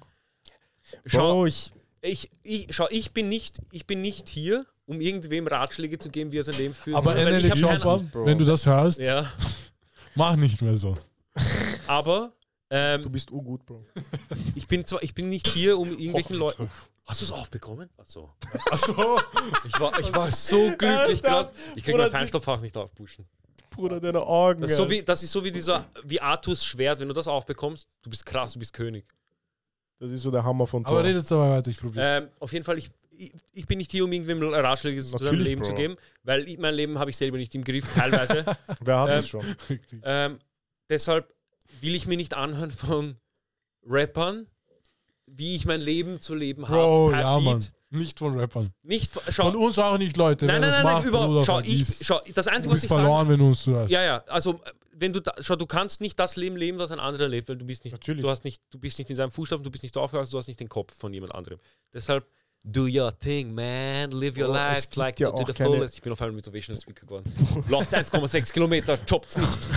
Speaker 2: Schau,
Speaker 3: Bro,
Speaker 2: ich bin nicht hier, um irgendwem Ratschläge zu geben, wie er sein Leben führt.
Speaker 1: Aber
Speaker 2: weil ich
Speaker 1: NLE
Speaker 2: hab keine
Speaker 1: Chopper,
Speaker 2: Ahnung.
Speaker 3: Bro.
Speaker 1: wenn du das hörst,
Speaker 2: Ja,
Speaker 1: mach nicht mehr so.
Speaker 2: aber
Speaker 3: Du bist urgut, Bro.
Speaker 2: Ich bin nicht hier, um irgendwelchen Leuten... Hast du es aufbekommen? Achso. Ich war so glücklich gerade. Ich krieg mein Feinstaubfach nicht aufpushen.
Speaker 3: Bruder, deine Augen.
Speaker 2: Das ist so wie Arthurs Schwert. Wenn du das aufbekommst, du bist krass, du bist König.
Speaker 3: Das ist so der Hammer von Thor.
Speaker 1: Aber redet aber weiter, ich probiere.
Speaker 2: Auf jeden Fall, ich bin nicht hier, um irgendwem Ratschläge zu seinem Leben zu geben, weil mein Leben habe ich selber nicht im Griff, teilweise.
Speaker 3: Wer hat das schon?
Speaker 2: Deshalb will ich mir nicht anhören von Rappern, wie ich mein Leben zu leben habe.
Speaker 1: Bro, ja, Mann. Nicht von Rappern. Von uns auch nicht, Leute.
Speaker 2: Nein, überhaupt. Schau, das Einzige,
Speaker 1: du bist
Speaker 2: was ich
Speaker 1: verloren,
Speaker 2: sage,
Speaker 1: wenn du uns zuhörst.
Speaker 2: Ja, also wenn du du kannst nicht das Leben leben, was ein anderer lebt, weil du bist nicht, du bist nicht in seinem Fußstapfen, du bist nicht so aufgewachsen, du hast nicht den Kopf von jemand anderem. Deshalb do your thing, man, live your life, like to the fullest. Ich bin auf einmal Motivational Speaker geworden. Läuft 1,6 Kilometer, jobt's nicht.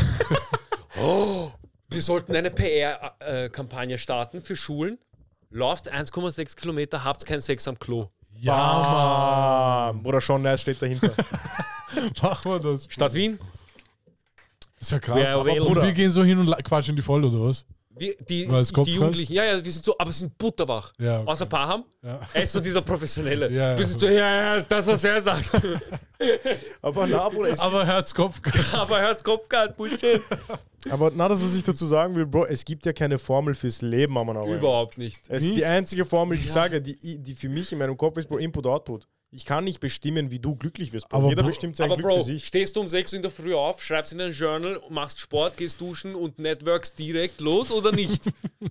Speaker 2: Wir sollten eine PR-Kampagne starten für Schulen. Läuft 1,6 Kilometer, habt keinen Sex am Klo.
Speaker 3: Ja, Mann. Oder Sean Nash steht dahinter.
Speaker 1: Machen wir das.
Speaker 2: Stadt Wien.
Speaker 1: Das ist ja krass. Und wir gehen so hin und quatschen die voll, oder was?
Speaker 2: Die Jugendlichen, ja, wir sind so, aber sind butterwach. Ja, okay. Außer Paham, er ist so dieser Professionelle. Wir sind so, das, was er sagt.
Speaker 3: Aber Bruder,
Speaker 1: aber Herz-Kopf-Gas.
Speaker 2: Aber Herz-Kopf-Gas, Bullshit.
Speaker 3: Aber das, was ich dazu sagen will, Bro, es gibt ja keine Formel fürs Leben, Mama.
Speaker 2: Überhaupt nicht.
Speaker 3: Es ist die einzige Formel, die ich sage, die für mich in meinem Kopf ist, Bro, Input-Output. Ich kann nicht bestimmen, wie du glücklich wirst.
Speaker 1: Aber
Speaker 3: jeder bestimmt sein Glück für sich.
Speaker 2: Stehst du um 6 Uhr in der Früh auf, schreibst in dein Journal, machst Sport, gehst duschen und networks direkt los oder nicht?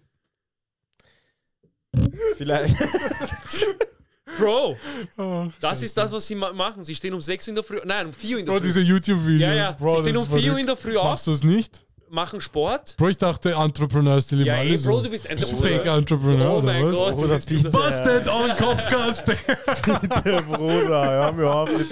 Speaker 3: Vielleicht.
Speaker 2: Bro, das ist das, was sie machen. Sie stehen um 6 Uhr in der Früh, nein, um 4 Uhr in der Früh.
Speaker 1: Bro, diese YouTube-Videos.
Speaker 2: Ja,
Speaker 1: Bro,
Speaker 2: sie stehen um 4 Uhr in der Früh auf.
Speaker 1: Machst du es nicht?
Speaker 2: Machen Sport.
Speaker 1: Bro, ich dachte, Entrepreneurs, die leben alle so.
Speaker 2: Bro, du bist ein
Speaker 1: Fake-Entrepreneur,
Speaker 2: oh mein Gott,
Speaker 1: Busted on Kopfgas.
Speaker 3: Bitte, Bruder, hör mir auf mit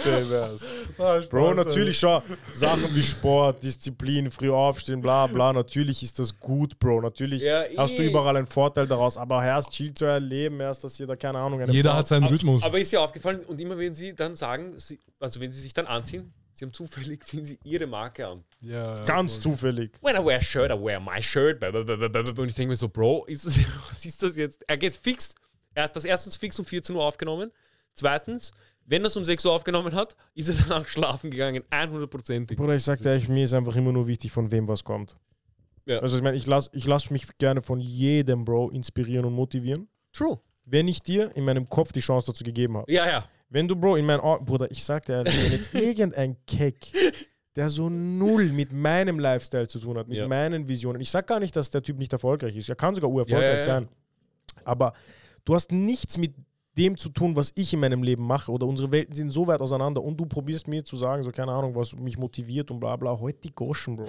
Speaker 3: dem. Bro, natürlich schon Sachen wie Sport, Disziplin, früh aufstehen, bla bla, natürlich ist das gut, Bro. Natürlich hast du überall einen Vorteil daraus, aber erst chillt zu erleben, erst, dass ihr da, keine Ahnung,
Speaker 1: jeder hat seinen Rhythmus.
Speaker 2: Aber ist dir aufgefallen, und immer wenn sie dann sagen, also wenn sie sich dann anziehen, sie haben zufällig, ziehen sie ihre Marke an.
Speaker 3: Ja, ganz zufällig.
Speaker 2: When I wear a shirt, I wear my shirt. Und ich denke mir so, Bro, was ist das jetzt? Er geht fix. Er hat das erstens fix um 14 Uhr aufgenommen. Zweitens, wenn er es um 6 Uhr aufgenommen hat, ist er danach schlafen gegangen. 100%.
Speaker 3: Bruder, ich sag dir, mir ist einfach immer nur wichtig, von wem was kommt. Ja. Also ich meine, ich lass mich gerne von jedem, Bro, inspirieren und motivieren.
Speaker 2: True.
Speaker 3: Wenn ich dir in meinem Kopf die Chance dazu gegeben habe.
Speaker 2: Ja.
Speaker 3: Wenn du, Bro, in meinem Bruder, ich sag dir, wenn jetzt irgendein Keck, der so null mit meinem Lifestyle zu tun hat, mit meinen Visionen, ich sag gar nicht, dass der Typ nicht erfolgreich ist, er kann sogar erfolgreich sein, aber du hast nichts mit dem zu tun, was ich in meinem Leben mache, oder unsere Welten sind so weit auseinander und du probierst mir zu sagen, so keine Ahnung, was mich motiviert und bla bla, heute die Goschen, Bro.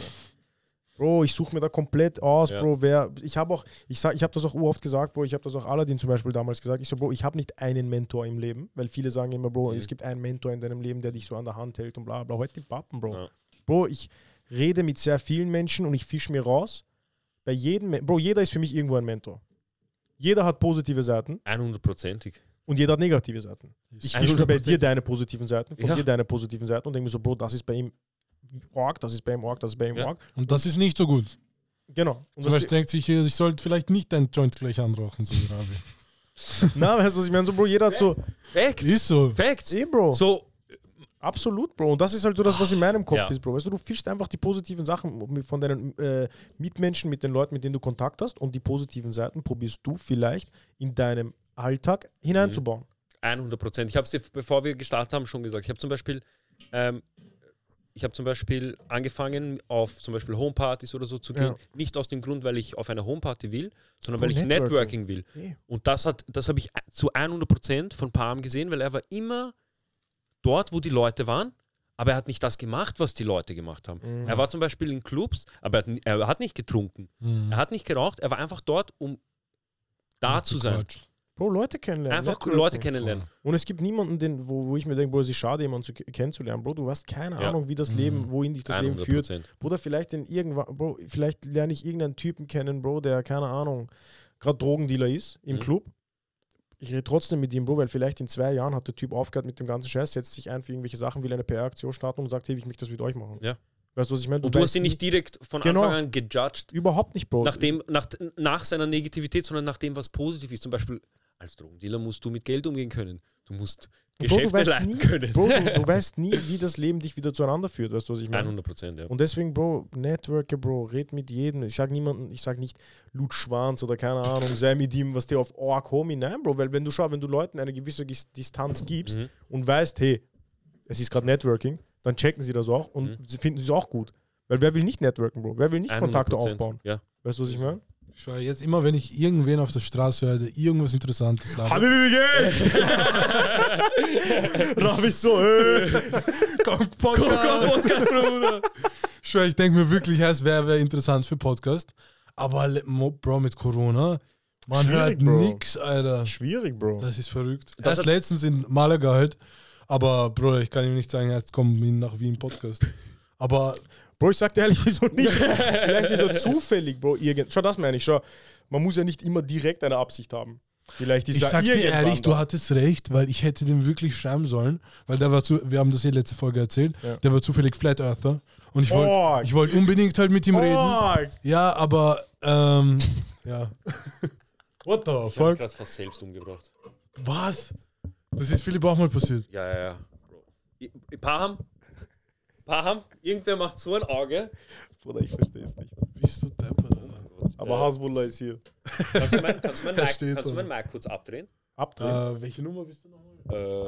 Speaker 3: Bro, ich suche mir da komplett aus, Bro. Ich habe das auch oft gesagt, Bro. Ich habe das auch Aladdin zum Beispiel damals gesagt. Ich so, Bro, ich habe nicht einen Mentor im Leben, weil viele sagen immer, Bro, es gibt einen Mentor in deinem Leben, der dich so an der Hand hält und bla bla. Heute die Pappen, Bro. Ja. Bro, ich rede mit sehr vielen Menschen und ich fische mir raus. Bei jedem, Bro, jeder ist für mich irgendwo ein Mentor. Jeder hat positive Seiten.
Speaker 2: 100%.
Speaker 3: Und jeder hat negative Seiten. Ich fische bei dir deine positiven Seiten, von dir deine positiven Seiten und denke mir so, Bro, das ist bei ihm Org, das ist bei ihm Org, das ist bei ihm Org.
Speaker 1: Und das ist nicht so gut.
Speaker 3: Genau. Und
Speaker 1: zum Beispiel denkt sich, ich sollte vielleicht nicht dein Joint gleich anrauchen, so wie Ravi.
Speaker 3: Na, weißt du, was ich meine? So, Bro, jeder hat so...
Speaker 2: Facts.
Speaker 1: Ist so.
Speaker 2: Facts.
Speaker 3: Bro.
Speaker 2: So...
Speaker 3: Absolut, Bro. Und das ist halt so das, was in meinem Kopf ist, Bro. Weißt du, du fischst einfach die positiven Sachen von deinen Mitmenschen, mit den Leuten, mit denen du Kontakt hast, und die positiven Seiten probierst du vielleicht in deinem Alltag hineinzubauen.
Speaker 2: 100%. Ich habe es dir, bevor wir gestartet haben, schon gesagt. Ich habe zum Beispiel angefangen, auf zum Beispiel Homepartys oder so zu gehen. Nicht aus dem Grund, weil ich auf einer Homeparty will, sondern weil ich Networking will. Und das habe ich zu 100% von Pam gesehen, weil er war immer dort, wo die Leute waren, aber er hat nicht das gemacht, was die Leute gemacht haben. Er war zum Beispiel in Clubs, aber er hat nicht getrunken. Er hat nicht geraucht, er war einfach dort, um da zu sein.
Speaker 3: Bro, Leute kennenlernen.
Speaker 2: Einfach Leute kennenlernen.
Speaker 3: Und es gibt niemanden, wo ich mir denke, Bro, es ist schade, jemanden kennenzulernen. Bro, du hast keine Ahnung, wie das Leben, wohin dich das 100%. Leben führt. Bruder, vielleicht vielleicht lerne ich irgendeinen Typen kennen, Bro, der, keine Ahnung, gerade Drogendealer ist im Club. Ich rede trotzdem mit ihm, Bro, weil vielleicht in 2 Jahren hat der Typ aufgehört mit dem ganzen Scheiß, setzt sich ein für irgendwelche Sachen, will eine PR-Aktion starten und sagt, hey, ich möchte das mit euch machen.
Speaker 2: Ja.
Speaker 3: Weißt du, was ich meine?
Speaker 2: Und du hast ihn nicht direkt von
Speaker 3: Genau.
Speaker 2: Anfang an gejudged,
Speaker 3: Überhaupt nicht, Bro.
Speaker 2: nach seiner Negativität, sondern nach dem, was positiv ist. Zum Beispiel, als Drogendealer musst du mit Geld umgehen können. Du musst Geschäfte leiten können.
Speaker 3: Bro, du weißt nie, wie das Leben dich wieder zueinander führt. Weißt du, was ich meine?
Speaker 2: 100%, ja.
Speaker 3: Und deswegen, Bro, networke, Bro, red mit jedem. Ich sag nicht Lutz Schwanz oder keine Ahnung, sei mit ihm, was der auf Org Homie. Nein, Bro, weil wenn du Leuten eine gewisse Distanz gibst und weißt, hey, es ist gerade Networking, dann checken sie das auch und sie finden es auch gut. Weil wer will nicht networken, Bro? Wer will nicht Kontakte
Speaker 2: 100%,
Speaker 3: aufbauen?
Speaker 2: Ja.
Speaker 3: Weißt du, was ich meine?
Speaker 1: Ich schwör, jetzt immer, wenn ich irgendwen auf der Straße höre, der irgendwas Interessantes labert.
Speaker 3: Habibi, wie geht's? Raff ich so,
Speaker 1: Komm, Podcast, Bruder. Ich schwör, ich denke mir wirklich, es wäre interessant für Podcast. Aber, Bro, mit Corona, man
Speaker 3: Schwierig,
Speaker 1: hört
Speaker 3: Bro.
Speaker 1: nix, Alter.
Speaker 3: Schwierig, Bro.
Speaker 1: Das ist verrückt.
Speaker 2: Das
Speaker 1: Erst letztens in Malaga halt. Aber, Bro, ich kann ihm nicht sagen, jetzt kommen wir nach Wien Podcast. Aber
Speaker 3: Bro, ich sag dir ehrlich, wieso nicht? Vielleicht ist er zufällig, Bro. Schau, das meine ich. Schau, man muss ja nicht immer direkt eine Absicht haben. Vielleicht ist
Speaker 1: ich
Speaker 3: ja
Speaker 1: sag dir
Speaker 3: irgendwann
Speaker 1: ehrlich,
Speaker 3: da.
Speaker 1: du hattest recht, weil ich hätte dem wirklich schreiben sollen, weil der war wir haben das ja letzte Folge erzählt,
Speaker 3: Ja.
Speaker 1: der war zufällig Flat Earther und ich
Speaker 3: Oh.
Speaker 1: wollte unbedingt halt mit ihm reden.
Speaker 3: Oh,
Speaker 1: Ja, aber ja. What the
Speaker 2: Ich habe
Speaker 1: fuck?
Speaker 2: gerade fast selbst umgebracht.
Speaker 1: Was? Das ist Philipp auch mal passiert.
Speaker 2: Ja. Bro. Paham, irgendwer macht so ein Auge.
Speaker 3: Bruder, ich verstehe es nicht.
Speaker 1: Bist du deppert, Alter.
Speaker 3: Aber Hasbullah ist hier.
Speaker 2: Kannst du mein
Speaker 1: Da
Speaker 2: Mic,
Speaker 1: steht
Speaker 2: kannst du
Speaker 1: er.
Speaker 2: mein Mic kurz abdrehen?
Speaker 3: Abdrehen.
Speaker 1: Welche Nummer bist du nochmal?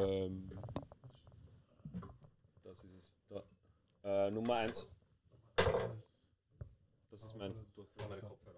Speaker 2: Das ist es. Da. Nummer 1. Das ist mein. Du hast meine Kopfhörer.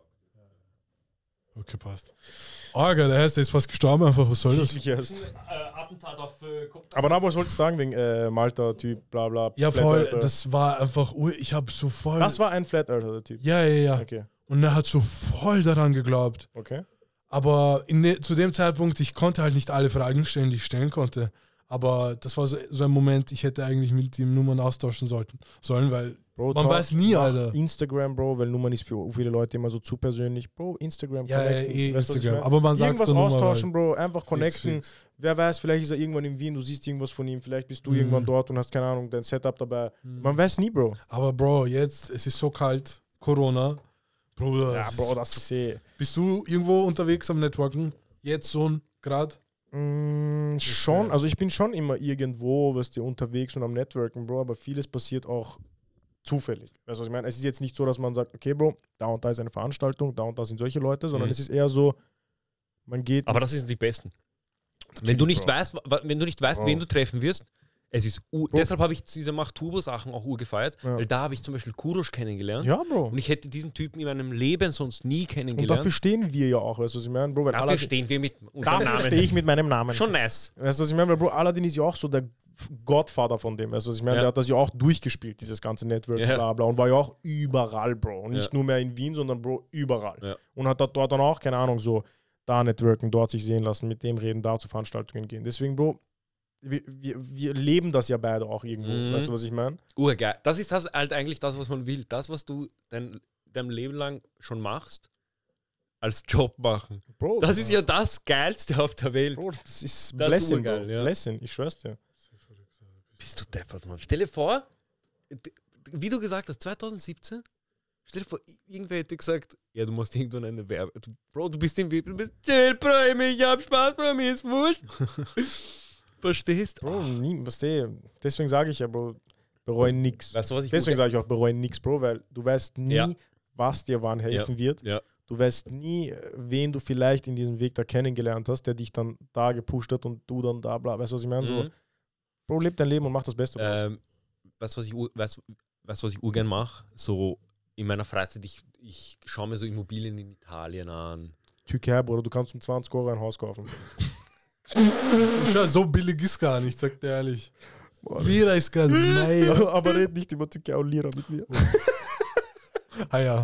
Speaker 1: Okay, passt. Orga, der heißt, der ist fast gestorben einfach, was soll das?
Speaker 3: Wirklich erst.
Speaker 2: Attentat auf Kopf.
Speaker 3: Aber na, was wolltest du sagen wegen Malta-Typ, bla bla.
Speaker 1: Ja,
Speaker 3: Flat
Speaker 1: voll,
Speaker 3: Earther?
Speaker 1: das war einfach, ich habe so voll...
Speaker 3: Das war ein Flat Earther, der Typ.
Speaker 1: Ja.
Speaker 3: Okay.
Speaker 1: Und er hat so voll daran geglaubt.
Speaker 3: Okay.
Speaker 1: Aber zu dem Zeitpunkt, ich konnte halt nicht alle Fragen stellen, die ich stellen konnte. Aber das war so ein Moment, ich hätte eigentlich mit ihm Nummern austauschen sollen, weil
Speaker 3: Bro,
Speaker 1: man weiß nie,
Speaker 3: mach
Speaker 1: Alter.
Speaker 3: Instagram, Bro, weil Nummern ist für viele Leute immer so zu persönlich. Bro, Instagram,
Speaker 1: Ja,
Speaker 3: connecten. Weißt du, was ich
Speaker 1: Instagram.
Speaker 3: meine?
Speaker 1: Aber man sagt
Speaker 3: irgendwas
Speaker 1: so Nummer,
Speaker 3: austauschen,
Speaker 1: weil-
Speaker 3: Bro, einfach connecten.
Speaker 1: Fix.
Speaker 3: Wer weiß, vielleicht ist er irgendwann in Wien, du siehst irgendwas von ihm, vielleicht bist du irgendwann dort und hast, keine Ahnung, dein Setup dabei. Man weiß nie, Bro.
Speaker 1: Aber Bro, jetzt, es ist so kalt, Corona. Bruder,
Speaker 3: Ja, Bro, das ist
Speaker 1: bist du irgendwo unterwegs am Networken? Jetzt so ein Grad?
Speaker 3: schon, also ich bin schon immer irgendwo, was dir unterwegs und am Networken, Bro, aber vieles passiert auch zufällig. Weißt du, was ich meine? Es ist jetzt nicht so, dass man sagt, okay, Bro, da und da ist eine Veranstaltung, da und da sind solche Leute, sondern es ist eher so, man geht.
Speaker 2: Aber das sind die Besten. Wenn du nicht
Speaker 3: Bro.
Speaker 2: weißt, wen du treffen wirst, es ist deshalb habe ich diese Macht-Turbo-Sachen auch urgefeiert,
Speaker 3: Ja.
Speaker 2: weil da habe ich zum Beispiel Kurosch kennengelernt.
Speaker 3: Ja, Bro.
Speaker 2: Und ich hätte diesen Typen in meinem Leben sonst nie
Speaker 3: Und
Speaker 2: kennengelernt.
Speaker 3: dafür stehen wir ja auch, weißt du, was ich meine, Bro? Weil
Speaker 2: Dafür stehen wir mit unserem
Speaker 3: dafür
Speaker 2: Namen.
Speaker 3: stehe ich mit meinem Namen.
Speaker 2: Schon nice.
Speaker 3: Weißt du, was ich meine? Weil, Bro, Aladdin ist ja auch so der Godfather von dem. Weißt du, was ich meine?
Speaker 2: Ja.
Speaker 3: Der hat das ja auch durchgespielt, dieses ganze Network,
Speaker 2: Ja.
Speaker 3: bla bla. Und war ja auch überall, Bro. Und nicht nur mehr in Wien, sondern, Bro, überall.
Speaker 2: Ja.
Speaker 3: Und hat dort dann auch, keine Ahnung, so da networken, dort sich sehen lassen, mit dem reden, da zu Veranstaltungen gehen. Deswegen, Bro, wir leben das ja beide auch irgendwo. Weißt du, was ich meine?
Speaker 2: Urgeil. Das ist halt eigentlich das, was man will. Das, was du dein Leben lang schon machst, als Job machen.
Speaker 3: Bro,
Speaker 2: Das ist ja das Geilste auf der Welt.
Speaker 3: Bro, das ist
Speaker 2: Das ist
Speaker 3: Blessing,
Speaker 2: urgeil,
Speaker 3: Bro.
Speaker 2: ja.
Speaker 3: Blessing, ich schwör's dir.
Speaker 2: Bist du deppert, Mann. Stell dir vor, wie du gesagt hast, 2017, stell dir vor, irgendwer hätte gesagt, ja, du machst irgendwann eine Werbe. Bro, du bist im Web, du bist chill, Bro, ich hab Spaß, Bro, mir ist wurscht. Verstehst?
Speaker 3: Bro, deswegen sage ich ja, Bro, bereue nix.
Speaker 2: Weißt du, was ich
Speaker 3: Deswegen sage ich auch, bereue nix, Bro, weil du weißt nie,
Speaker 2: Ja.
Speaker 3: was dir wann helfen wird.
Speaker 2: Ja.
Speaker 3: Du weißt nie, wen du vielleicht in diesem Weg da kennengelernt hast, der dich dann da gepusht hat und du dann da, bla. Weißt du, was ich meine? So, Bro, leb dein Leben und mach das Beste draus.
Speaker 2: Weißt du, was ich urgern mache? So in meiner Freizeit, ich schaue mir so Immobilien in Italien an.
Speaker 3: Türkei, Bruder, du kannst um 20 Euro ein Haus kaufen.
Speaker 1: Schau, so billig ist gar nicht, sagt er ehrlich. Lira ist gerade nein.
Speaker 3: Aber red nicht über Türkei und Lira mit mir.
Speaker 1: Ah ja.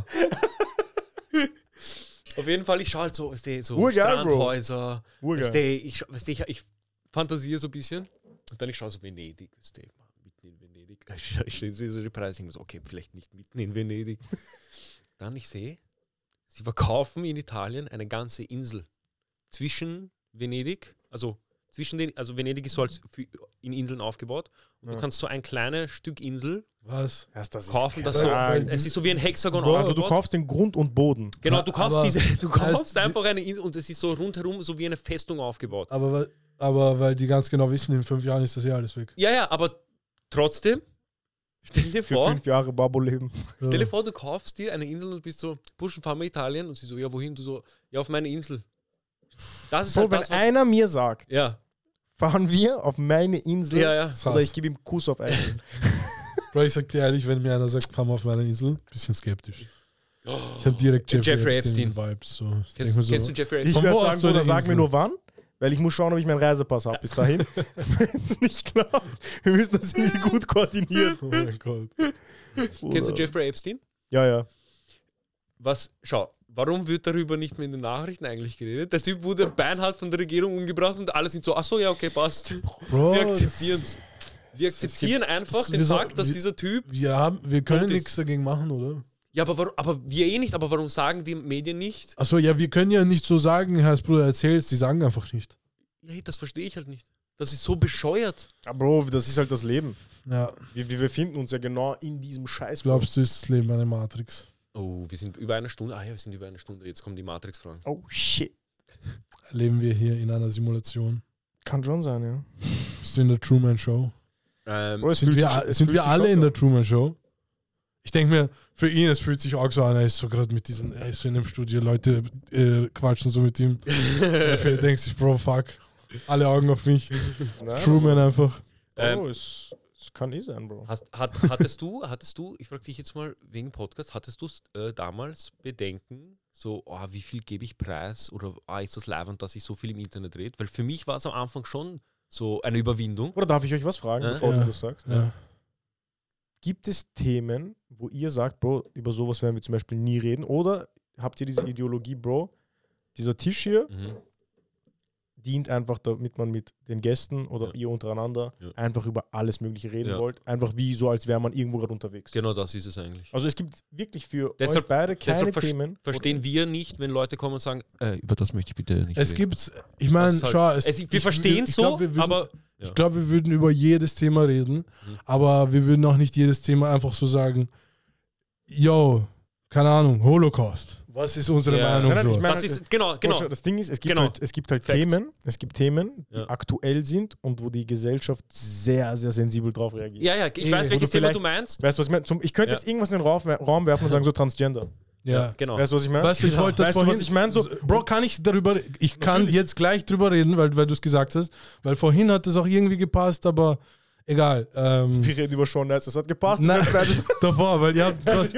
Speaker 2: Auf jeden Fall, ich schaue halt so, so
Speaker 3: Urgeil, Bro.
Speaker 2: Strandhäuser.
Speaker 3: Urgeil.
Speaker 2: Ich fantasiere so ein bisschen. Und dann ich schaue so Venedig, mitten in Venedig. Ich sehe so die Preise, ich denke so, okay, vielleicht nicht mitten in Venedig. Dann ich sehe, sie verkaufen in Italien eine ganze Insel zwischen Venedig, also zwischen den, also Venedig ist so als in Inseln aufgebaut und du kannst so ein kleines Stück Insel
Speaker 1: Was?
Speaker 2: kaufen, das so,
Speaker 1: krank.
Speaker 2: es ist so wie ein Hexagon
Speaker 3: Bro,
Speaker 2: aufgebaut.
Speaker 3: also du kaufst den Grund und Boden.
Speaker 2: Genau, du kaufst
Speaker 1: aber
Speaker 2: du kaufst
Speaker 1: heißt,
Speaker 2: einfach eine Insel und es ist so rundherum so wie eine Festung aufgebaut.
Speaker 1: Aber weil die ganz genau wissen, in 5 Jahren ist das alles weg.
Speaker 2: Ja, aber trotzdem, stell dir
Speaker 3: Für
Speaker 2: vor,
Speaker 3: 5 Jahre Babo-Leben.
Speaker 2: stell dir vor, du kaufst dir eine Insel und bist so, Burschen, fahren wir Italien? Und sie so, ja, wohin? Du so, ja, auf meine Insel. Das ist
Speaker 3: So,
Speaker 2: halt
Speaker 3: wenn
Speaker 2: das, was...
Speaker 3: einer mir sagt,
Speaker 2: Ja,
Speaker 3: fahren wir auf meine Insel,
Speaker 2: ja.
Speaker 3: oder
Speaker 1: Sass.
Speaker 3: ich gebe ihm einen Kuss auf einen.
Speaker 1: Bro, ich sag dir ehrlich, wenn mir einer sagt, fahr mal auf meine Insel, bisschen skeptisch. Ich habe direkt
Speaker 2: Jeffrey
Speaker 1: Epstein-Vibes. So. Ich denk mir so,
Speaker 2: Kennst du Jeffrey
Speaker 3: Ich
Speaker 2: Epstein?
Speaker 3: werde
Speaker 1: wo
Speaker 3: sagen,
Speaker 1: hast du
Speaker 3: Bruder,
Speaker 1: eine
Speaker 3: sag
Speaker 1: Insel?
Speaker 3: mir nur wann, weil ich muss schauen, ob ich meinen Reisepass habe bis dahin. Wenn es nicht klappt, wir müssen das irgendwie gut koordinieren.
Speaker 1: oh mein Gott.
Speaker 2: Kennst du Jeffrey Epstein?
Speaker 3: Ja.
Speaker 2: Schau, warum wird darüber nicht mehr in den Nachrichten eigentlich geredet? Der Typ wurde beinhart von der Regierung umgebracht und alle sind so, ach so, ja, okay, passt.
Speaker 1: Bro,
Speaker 2: Wir akzeptieren es. Wir akzeptieren einfach den Fakt, dass dieser Typ...
Speaker 1: wir können
Speaker 2: Tot ist.
Speaker 1: nichts dagegen machen, oder?
Speaker 2: Ja, aber wir eh nicht, aber warum sagen die Medien nicht?
Speaker 1: Achso, ja, wir können ja nicht so sagen, Herr Bruder, erzähl's, die sagen einfach nicht.
Speaker 2: Ja, das verstehe ich halt nicht. Das ist so bescheuert.
Speaker 3: Aber Bro, das ist halt das Leben.
Speaker 1: Ja,
Speaker 3: Wir befinden uns ja genau in diesem Scheiß.
Speaker 1: glaubst du, ist das Leben eine Matrix?
Speaker 2: Oh, wir sind über eine Stunde. Ah ja, wir sind über eine Stunde. Jetzt kommen die Matrix-Fragen.
Speaker 3: Oh shit.
Speaker 1: Leben wir hier in einer Simulation?
Speaker 3: Kann schon sein, ja.
Speaker 1: Bist du in der Truman Show?
Speaker 3: Bro, es
Speaker 1: Sind
Speaker 3: fühlt
Speaker 1: wir,
Speaker 3: sich- es
Speaker 1: sind
Speaker 3: fühlt
Speaker 1: wir
Speaker 3: sich
Speaker 1: alle
Speaker 3: schon
Speaker 1: in
Speaker 3: so
Speaker 1: der Truman Show? Ich denke mir, für ihn, es fühlt sich auch so an, er ist so gerade mit diesen, er ist so in dem Studio, Leute quatschen so mit ihm. Er denkt sich, Bro, fuck, alle Augen auf mich.
Speaker 3: Nein,
Speaker 1: Truman einfach.
Speaker 3: Bro, es kann eh sein, Bro.
Speaker 2: Hattest du, ich frage dich jetzt mal wegen Podcast, hattest du damals Bedenken, so, wie viel gebe ich preis oder ist das leibend, dass ich so viel im Internet rede? Weil für mich war es am Anfang schon so eine Überwindung.
Speaker 3: Oder darf ich euch was fragen,
Speaker 2: Ja.
Speaker 3: bevor
Speaker 1: Ja.
Speaker 3: du das sagst?
Speaker 1: Ja.
Speaker 3: Gibt es Themen, wo ihr sagt, Bro, über sowas werden wir zum Beispiel nie reden? Oder habt ihr diese Ideologie, Bro, dieser Tisch hier dient einfach, damit man mit den Gästen oder
Speaker 2: Ja.
Speaker 3: ihr untereinander
Speaker 2: Ja.
Speaker 3: einfach über alles Mögliche reden
Speaker 2: Ja.
Speaker 3: wollt? Einfach wie so, als wäre man irgendwo gerade unterwegs.
Speaker 2: Genau das ist es eigentlich.
Speaker 3: Also es gibt wirklich für
Speaker 2: Deshalb-
Speaker 3: euch beide keine
Speaker 2: deshalb
Speaker 3: Themen.
Speaker 2: Verstehen wir nicht, wenn Leute kommen und sagen, über das möchte ich bitte nicht
Speaker 1: Es
Speaker 2: reden.
Speaker 1: gibt, ich meine,
Speaker 2: Das ist halt-
Speaker 1: schau,
Speaker 2: wir verstehen es so,
Speaker 1: glaub, wir würden,
Speaker 2: aber
Speaker 1: ich glaube, wir würden über jedes Thema reden,
Speaker 2: Mhm.
Speaker 1: aber wir würden auch nicht jedes Thema einfach so sagen, yo, keine Ahnung, Holocaust. Was ist unsere
Speaker 2: Ja.
Speaker 1: Meinung
Speaker 3: Nein,
Speaker 1: so?
Speaker 3: ich meine,
Speaker 2: das ist, genau.
Speaker 3: Das Ding ist, es gibt
Speaker 2: Genau.
Speaker 3: halt
Speaker 2: Facts.
Speaker 3: Themen, die
Speaker 2: Ja.
Speaker 3: aktuell sind und wo die Gesellschaft sehr, sehr sensibel drauf reagiert.
Speaker 2: Ja, ich
Speaker 1: Eh,
Speaker 2: weiß,
Speaker 3: wo
Speaker 2: welches
Speaker 3: du
Speaker 2: Thema
Speaker 3: vielleicht-
Speaker 2: du meinst.
Speaker 3: Weißt du, was ich meine? Ich könnte
Speaker 2: Ja.
Speaker 3: jetzt irgendwas in den Raum werfen und sagen, so Transgender.
Speaker 1: Ja.
Speaker 2: Genau.
Speaker 3: Weißt du, was ich meine?
Speaker 1: Weißt du, ich wollte das
Speaker 3: Weißt du,
Speaker 1: vorhin.
Speaker 3: was ich meine? So,
Speaker 1: Bro, ich kann jetzt gleich drüber reden, weil du es gesagt hast, weil vorhin hat es auch irgendwie gepasst, aber egal.
Speaker 3: Wir reden über Sean Nice, das hat gepasst.
Speaker 1: Nein,
Speaker 3: Das heißt,
Speaker 1: davor, weil ihr habt was.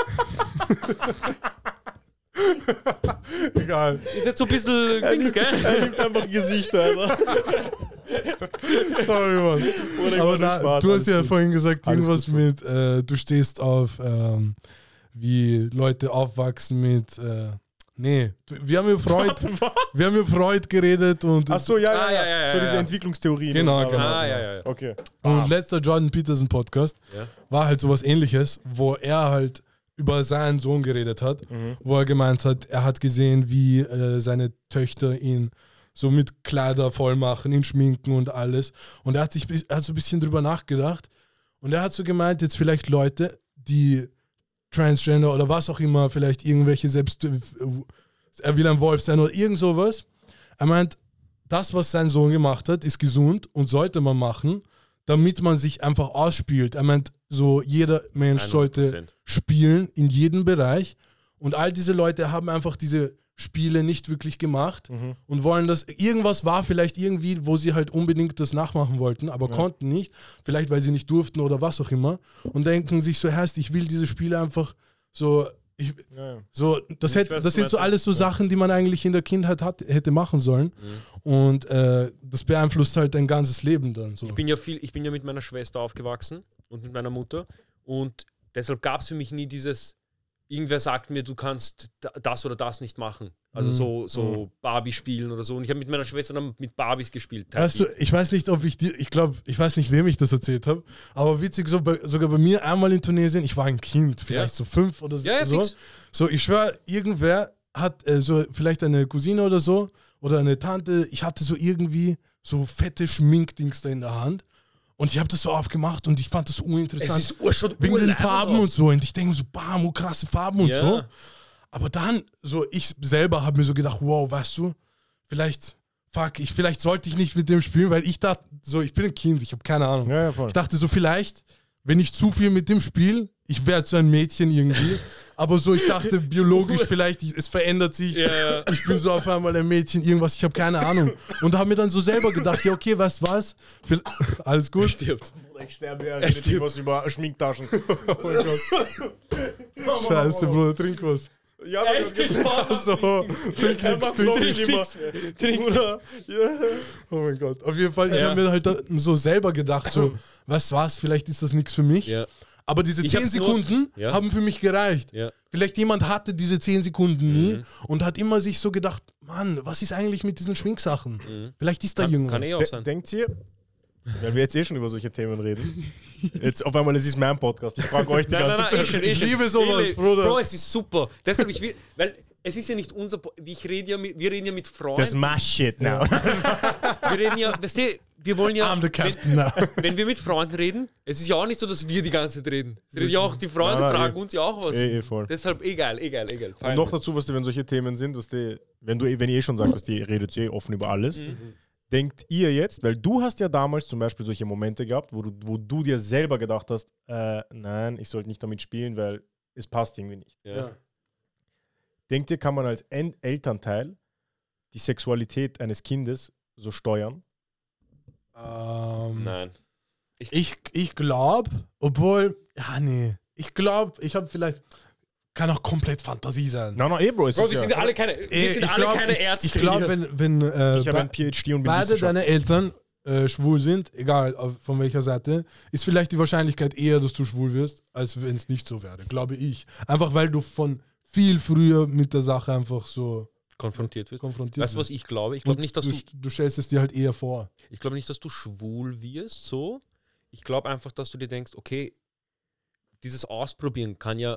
Speaker 1: Egal.
Speaker 2: Ist jetzt so ein bisschen Dings, gell?
Speaker 3: er nimmt einfach Gesichter, Alter.
Speaker 1: Sorry, Mann.
Speaker 3: Oder
Speaker 1: Aber
Speaker 3: ich mach Spaß,
Speaker 1: du hast
Speaker 3: alles
Speaker 1: ja
Speaker 3: gut.
Speaker 1: vorhin gesagt,
Speaker 3: Alles
Speaker 1: irgendwas
Speaker 3: gut,
Speaker 1: mit, du stehst auf, wie Leute aufwachsen mit, wir haben über Freud, wir haben über Freud geredet und,
Speaker 3: Ach so, ja.
Speaker 2: Ja,
Speaker 3: So diese
Speaker 2: ja.
Speaker 3: Entwicklungstheorien.
Speaker 1: Genau,
Speaker 3: und bla, bla,
Speaker 1: genau.
Speaker 3: bla.
Speaker 2: Ja.
Speaker 3: Okay.
Speaker 1: und letzter Jordan Peterson Podcast
Speaker 2: Ja.
Speaker 1: war halt sowas ähnliches, wo er halt über seinen Sohn geredet hat, wo er gemeint hat, er hat gesehen, wie seine Töchter ihn so mit Kleider voll machen, ihn schminken und alles. Und er hat so ein bisschen drüber nachgedacht und er hat so gemeint, jetzt vielleicht Leute, die Transgender oder was auch immer, vielleicht irgendwelche er will ein Wolf sein oder irgend sowas. Er meint, das, was sein Sohn gemacht hat, ist gesund und sollte man machen, damit man sich einfach ausspielt. Er meint, so jeder Mensch
Speaker 2: 100%.
Speaker 1: sollte spielen in jedem Bereich und all diese Leute haben einfach diese Spiele nicht wirklich gemacht und wollen das, irgendwas war vielleicht irgendwie, wo sie halt unbedingt das nachmachen wollten, aber konnten nicht, vielleicht weil sie nicht durften oder was auch immer und denken sich so, Herrst, ich will diese Spiele einfach so, so, das
Speaker 3: Ich weiß,
Speaker 1: sind
Speaker 3: was
Speaker 1: so
Speaker 3: du
Speaker 1: alles so
Speaker 3: meinst.
Speaker 1: Sachen, die man eigentlich in der Kindheit hätte machen sollen und das beeinflusst halt dein ganzes Leben dann so.
Speaker 2: Ich bin ja mit meiner Schwester aufgewachsen und mit meiner Mutter und deshalb gab es für mich nie dieses, irgendwer sagt mir, du kannst das oder das nicht machen. Also so Barbie spielen oder so. Und ich habe mit meiner Schwester dann mit Barbies gespielt.
Speaker 1: Weißt du, ich weiß nicht, ob ich weiß nicht, wem ich das erzählt habe, aber witzig, sogar bei mir einmal in Tunesien, ich war ein Kind, vielleicht so 5 oder so.
Speaker 2: Ja, fix.
Speaker 1: So, ich schwöre, irgendwer hat so vielleicht eine Cousine oder so oder eine Tante, ich hatte so irgendwie so fette Schminkdings da in der Hand. Und ich habe das so aufgemacht und ich fand das so uninteressant.
Speaker 2: Es ist schon
Speaker 1: wegen den
Speaker 2: urleibend
Speaker 1: Farben
Speaker 2: aus.
Speaker 1: und so. Und ich denke so, bam, krasse Farben und
Speaker 2: Ja.
Speaker 1: so. Aber dann, so ich selber habe mir so gedacht, wow, weißt du, vielleicht sollte ich nicht mit dem spielen, weil ich dachte, so, ich bin ein Kind, ich habe keine Ahnung.
Speaker 3: Ja, voll.
Speaker 1: Ich dachte so, vielleicht, wenn ich zu viel mit dem spiele, ich werde so ein Mädchen irgendwie. Aber so, ich dachte biologisch vielleicht, es verändert sich.
Speaker 2: Ja.
Speaker 1: Ich bin so auf einmal ein Mädchen, irgendwas, ich habe keine Ahnung. Und habe mir dann so selber gedacht, ja, okay, weißt du was? Alles gut.
Speaker 2: Stirbt.
Speaker 3: Ich sterbe, er redet irgendwas über Schminktaschen.
Speaker 1: Scheiße, Bruder, trink was.
Speaker 3: Ja, aber das gibt
Speaker 1: So, trink nix.
Speaker 3: Bruder. Ja.
Speaker 1: Oh mein Gott. Auf jeden Fall, ich habe mir halt so selber gedacht, so, weißt du was, vielleicht ist das nichts für mich.
Speaker 2: Ja.
Speaker 1: Aber diese
Speaker 2: Ich
Speaker 1: 10
Speaker 2: hab's nur-
Speaker 1: Sekunden
Speaker 2: Ja.
Speaker 1: haben für mich gereicht.
Speaker 2: Ja.
Speaker 1: Vielleicht jemand hatte diese 10 Sekunden nie und hat immer sich so gedacht, Mann, was ist eigentlich mit diesen Schminksachen? Vielleicht ist da irgendwas.
Speaker 2: Kann eh auch sein.
Speaker 3: Denkt ihr, weil wir jetzt schon über solche Themen reden, jetzt auf einmal, es ist mein Podcast, ich frage euch die ganze Zeit.
Speaker 1: Ich liebe sowas, Bruder.
Speaker 2: Bro, es ist super. Deshalb, weil es ist ja nicht unser, wir reden ja mit Freunden.
Speaker 3: Das ist my shit now.
Speaker 2: Wir reden ja, weißt du, wir wollen ja,
Speaker 1: I'm the captain now.
Speaker 2: wenn wir mit Freunden reden, es ist ja auch nicht so, dass wir die ganze Zeit reden. Es reden ja auch die Freunde,
Speaker 3: Nein,
Speaker 2: fragen uns ja auch was.
Speaker 3: Voll.
Speaker 2: Deshalb egal.
Speaker 3: Und noch dazu, was wenn solche Themen sind, wenn ihr schon sagt, dass die redet offen über alles, denkt ihr jetzt, weil du hast ja damals zum Beispiel solche Momente gehabt, wo du dir selber gedacht hast, nein, ich sollte nicht damit spielen, weil es passt irgendwie nicht.
Speaker 2: Ja.
Speaker 3: Denkt ihr, kann man als Elternteil die Sexualität eines Kindes so steuern?
Speaker 2: Nein.
Speaker 1: Ich glaube, obwohl, ich glaube, ich habe vielleicht, kann auch komplett Fantasie sein.
Speaker 3: Nein, Bro.
Speaker 2: Bro, wir sind alle keine Ärzte.
Speaker 1: Ich glaube, wenn
Speaker 3: Ich habe ein PhD und bin
Speaker 1: beide
Speaker 3: Wissenschaftler.
Speaker 1: deine Eltern schwul sind, egal von welcher Seite, ist vielleicht die Wahrscheinlichkeit eher, dass du schwul wirst, als wenn es nicht so wäre, glaube ich. Einfach weil du von viel früher mit der Sache einfach so
Speaker 2: konfrontiert wirst.
Speaker 1: konfrontiert
Speaker 2: Weißt du, was
Speaker 1: wirst.
Speaker 2: ich glaube? Ich glaube nicht, dass
Speaker 1: du stellst es dir halt eher vor.
Speaker 2: Ich glaube nicht, dass du schwul wirst, so. Ich glaube einfach, dass du dir denkst, okay, dieses Ausprobieren kann ja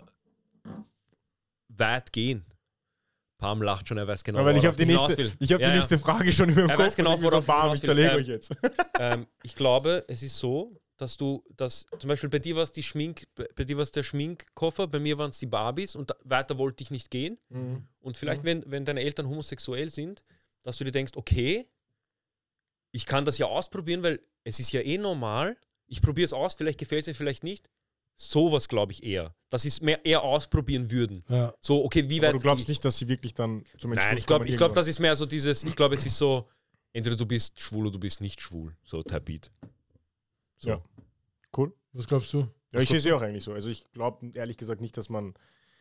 Speaker 2: weit gehen. Pam lacht schon, er weiß genau,
Speaker 3: Ja, weil ich
Speaker 2: worauf
Speaker 3: habe die
Speaker 2: hinaus will.
Speaker 3: die nächste Frage schon über dem
Speaker 2: Er
Speaker 3: Kopf.
Speaker 2: weiß genau,
Speaker 3: und ich
Speaker 2: worauf
Speaker 3: so, bam,
Speaker 2: hinaus
Speaker 3: ich
Speaker 2: will.
Speaker 3: zerlege euch jetzt.
Speaker 2: Ich glaube, es ist so, dass zum Beispiel bei dir war es der Schminkkoffer, bei mir waren es die Barbies und weiter wollte ich nicht gehen. Und vielleicht, wenn deine Eltern homosexuell sind, dass du dir denkst, okay, ich kann das ja ausprobieren, weil es ist ja eh normal. Ich probiere es aus, vielleicht gefällt es mir, vielleicht nicht. Sowas glaube ich eher. Dass sie es eher ausprobieren würden.
Speaker 1: Ja.
Speaker 2: So, okay, wie weit.
Speaker 3: Aber du glaubst nicht, dass sie wirklich dann zum Entschluss
Speaker 2: Nein, ich
Speaker 3: kommen?
Speaker 2: glaube, das ist mehr so dieses, ich glaube, es ist so, entweder du bist schwul oder du bist nicht schwul. So Tabit. So.
Speaker 3: Ja. Cool.
Speaker 1: Was glaubst du?
Speaker 3: Ja, ich sehe es auch eigentlich so. Also ich glaube ehrlich gesagt nicht, dass man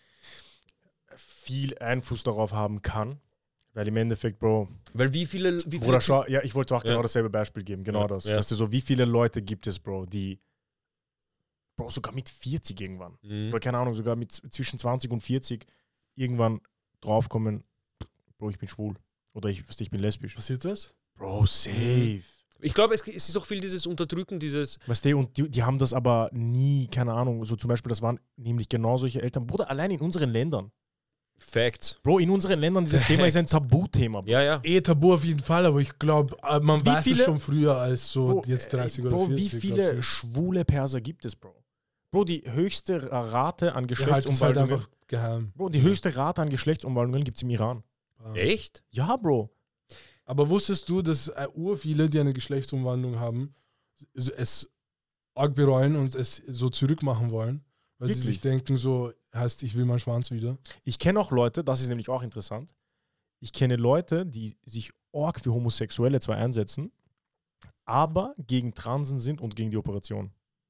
Speaker 3: viel Einfluss darauf haben kann. Weil im Endeffekt, Bro,
Speaker 2: Weil wie viele
Speaker 3: oder schau, ja, ich wollte auch
Speaker 2: Ja.
Speaker 3: genau dasselbe Beispiel geben, genau
Speaker 2: Ja,
Speaker 3: das.
Speaker 2: ja.
Speaker 3: Weißt du, so wie viele Leute gibt es, Bro, die, Bro, sogar mit 40 irgendwann, oder keine Ahnung, sogar mit zwischen 20 und 40 irgendwann draufkommen, Bro, ich bin schwul. Oder ich bin lesbisch.
Speaker 1: Passiert das?
Speaker 3: Bro, safe.
Speaker 2: Ich glaube, es ist auch viel dieses Unterdrücken, dieses.
Speaker 3: Weißt du, und die haben das aber nie, keine Ahnung, so zum Beispiel, das waren nämlich genau solche Eltern. Bruder, allein in unseren Ländern.
Speaker 2: Facts.
Speaker 3: Bro, in unseren Ländern, dieses Thema ist ein Tabuthema. Bro.
Speaker 2: Ja.
Speaker 1: Tabu auf jeden Fall, aber ich glaube, man
Speaker 3: Wie
Speaker 1: weiß
Speaker 3: viele-
Speaker 1: es schon früher als so
Speaker 3: Bro,
Speaker 1: jetzt 30 oder
Speaker 3: Bro,
Speaker 1: 40.
Speaker 3: wie viele schwule Perser gibt es, Bro? Bro, die höchste Rate an
Speaker 1: Wir halten es halt
Speaker 3: Geschlechtsumwandlungen.
Speaker 1: einfach geheim.
Speaker 3: Bro, die höchste Rate an Geschlechtsumwandlungen gibt es im Iran.
Speaker 2: Echt?
Speaker 3: Ja, Bro.
Speaker 1: Aber wusstest du, dass viele, die eine Geschlechtsumwandlung haben, es arg bereuen und es so zurückmachen wollen? Weil sie
Speaker 3: Wirklich?
Speaker 1: sich denken, so heißt, ich will meinen Schwanz wieder.
Speaker 3: Ich kenne auch Leute, das ist nämlich auch interessant. Ich kenne Leute, die sich arg für Homosexuelle zwar einsetzen, aber gegen Transen sind und gegen die Operation.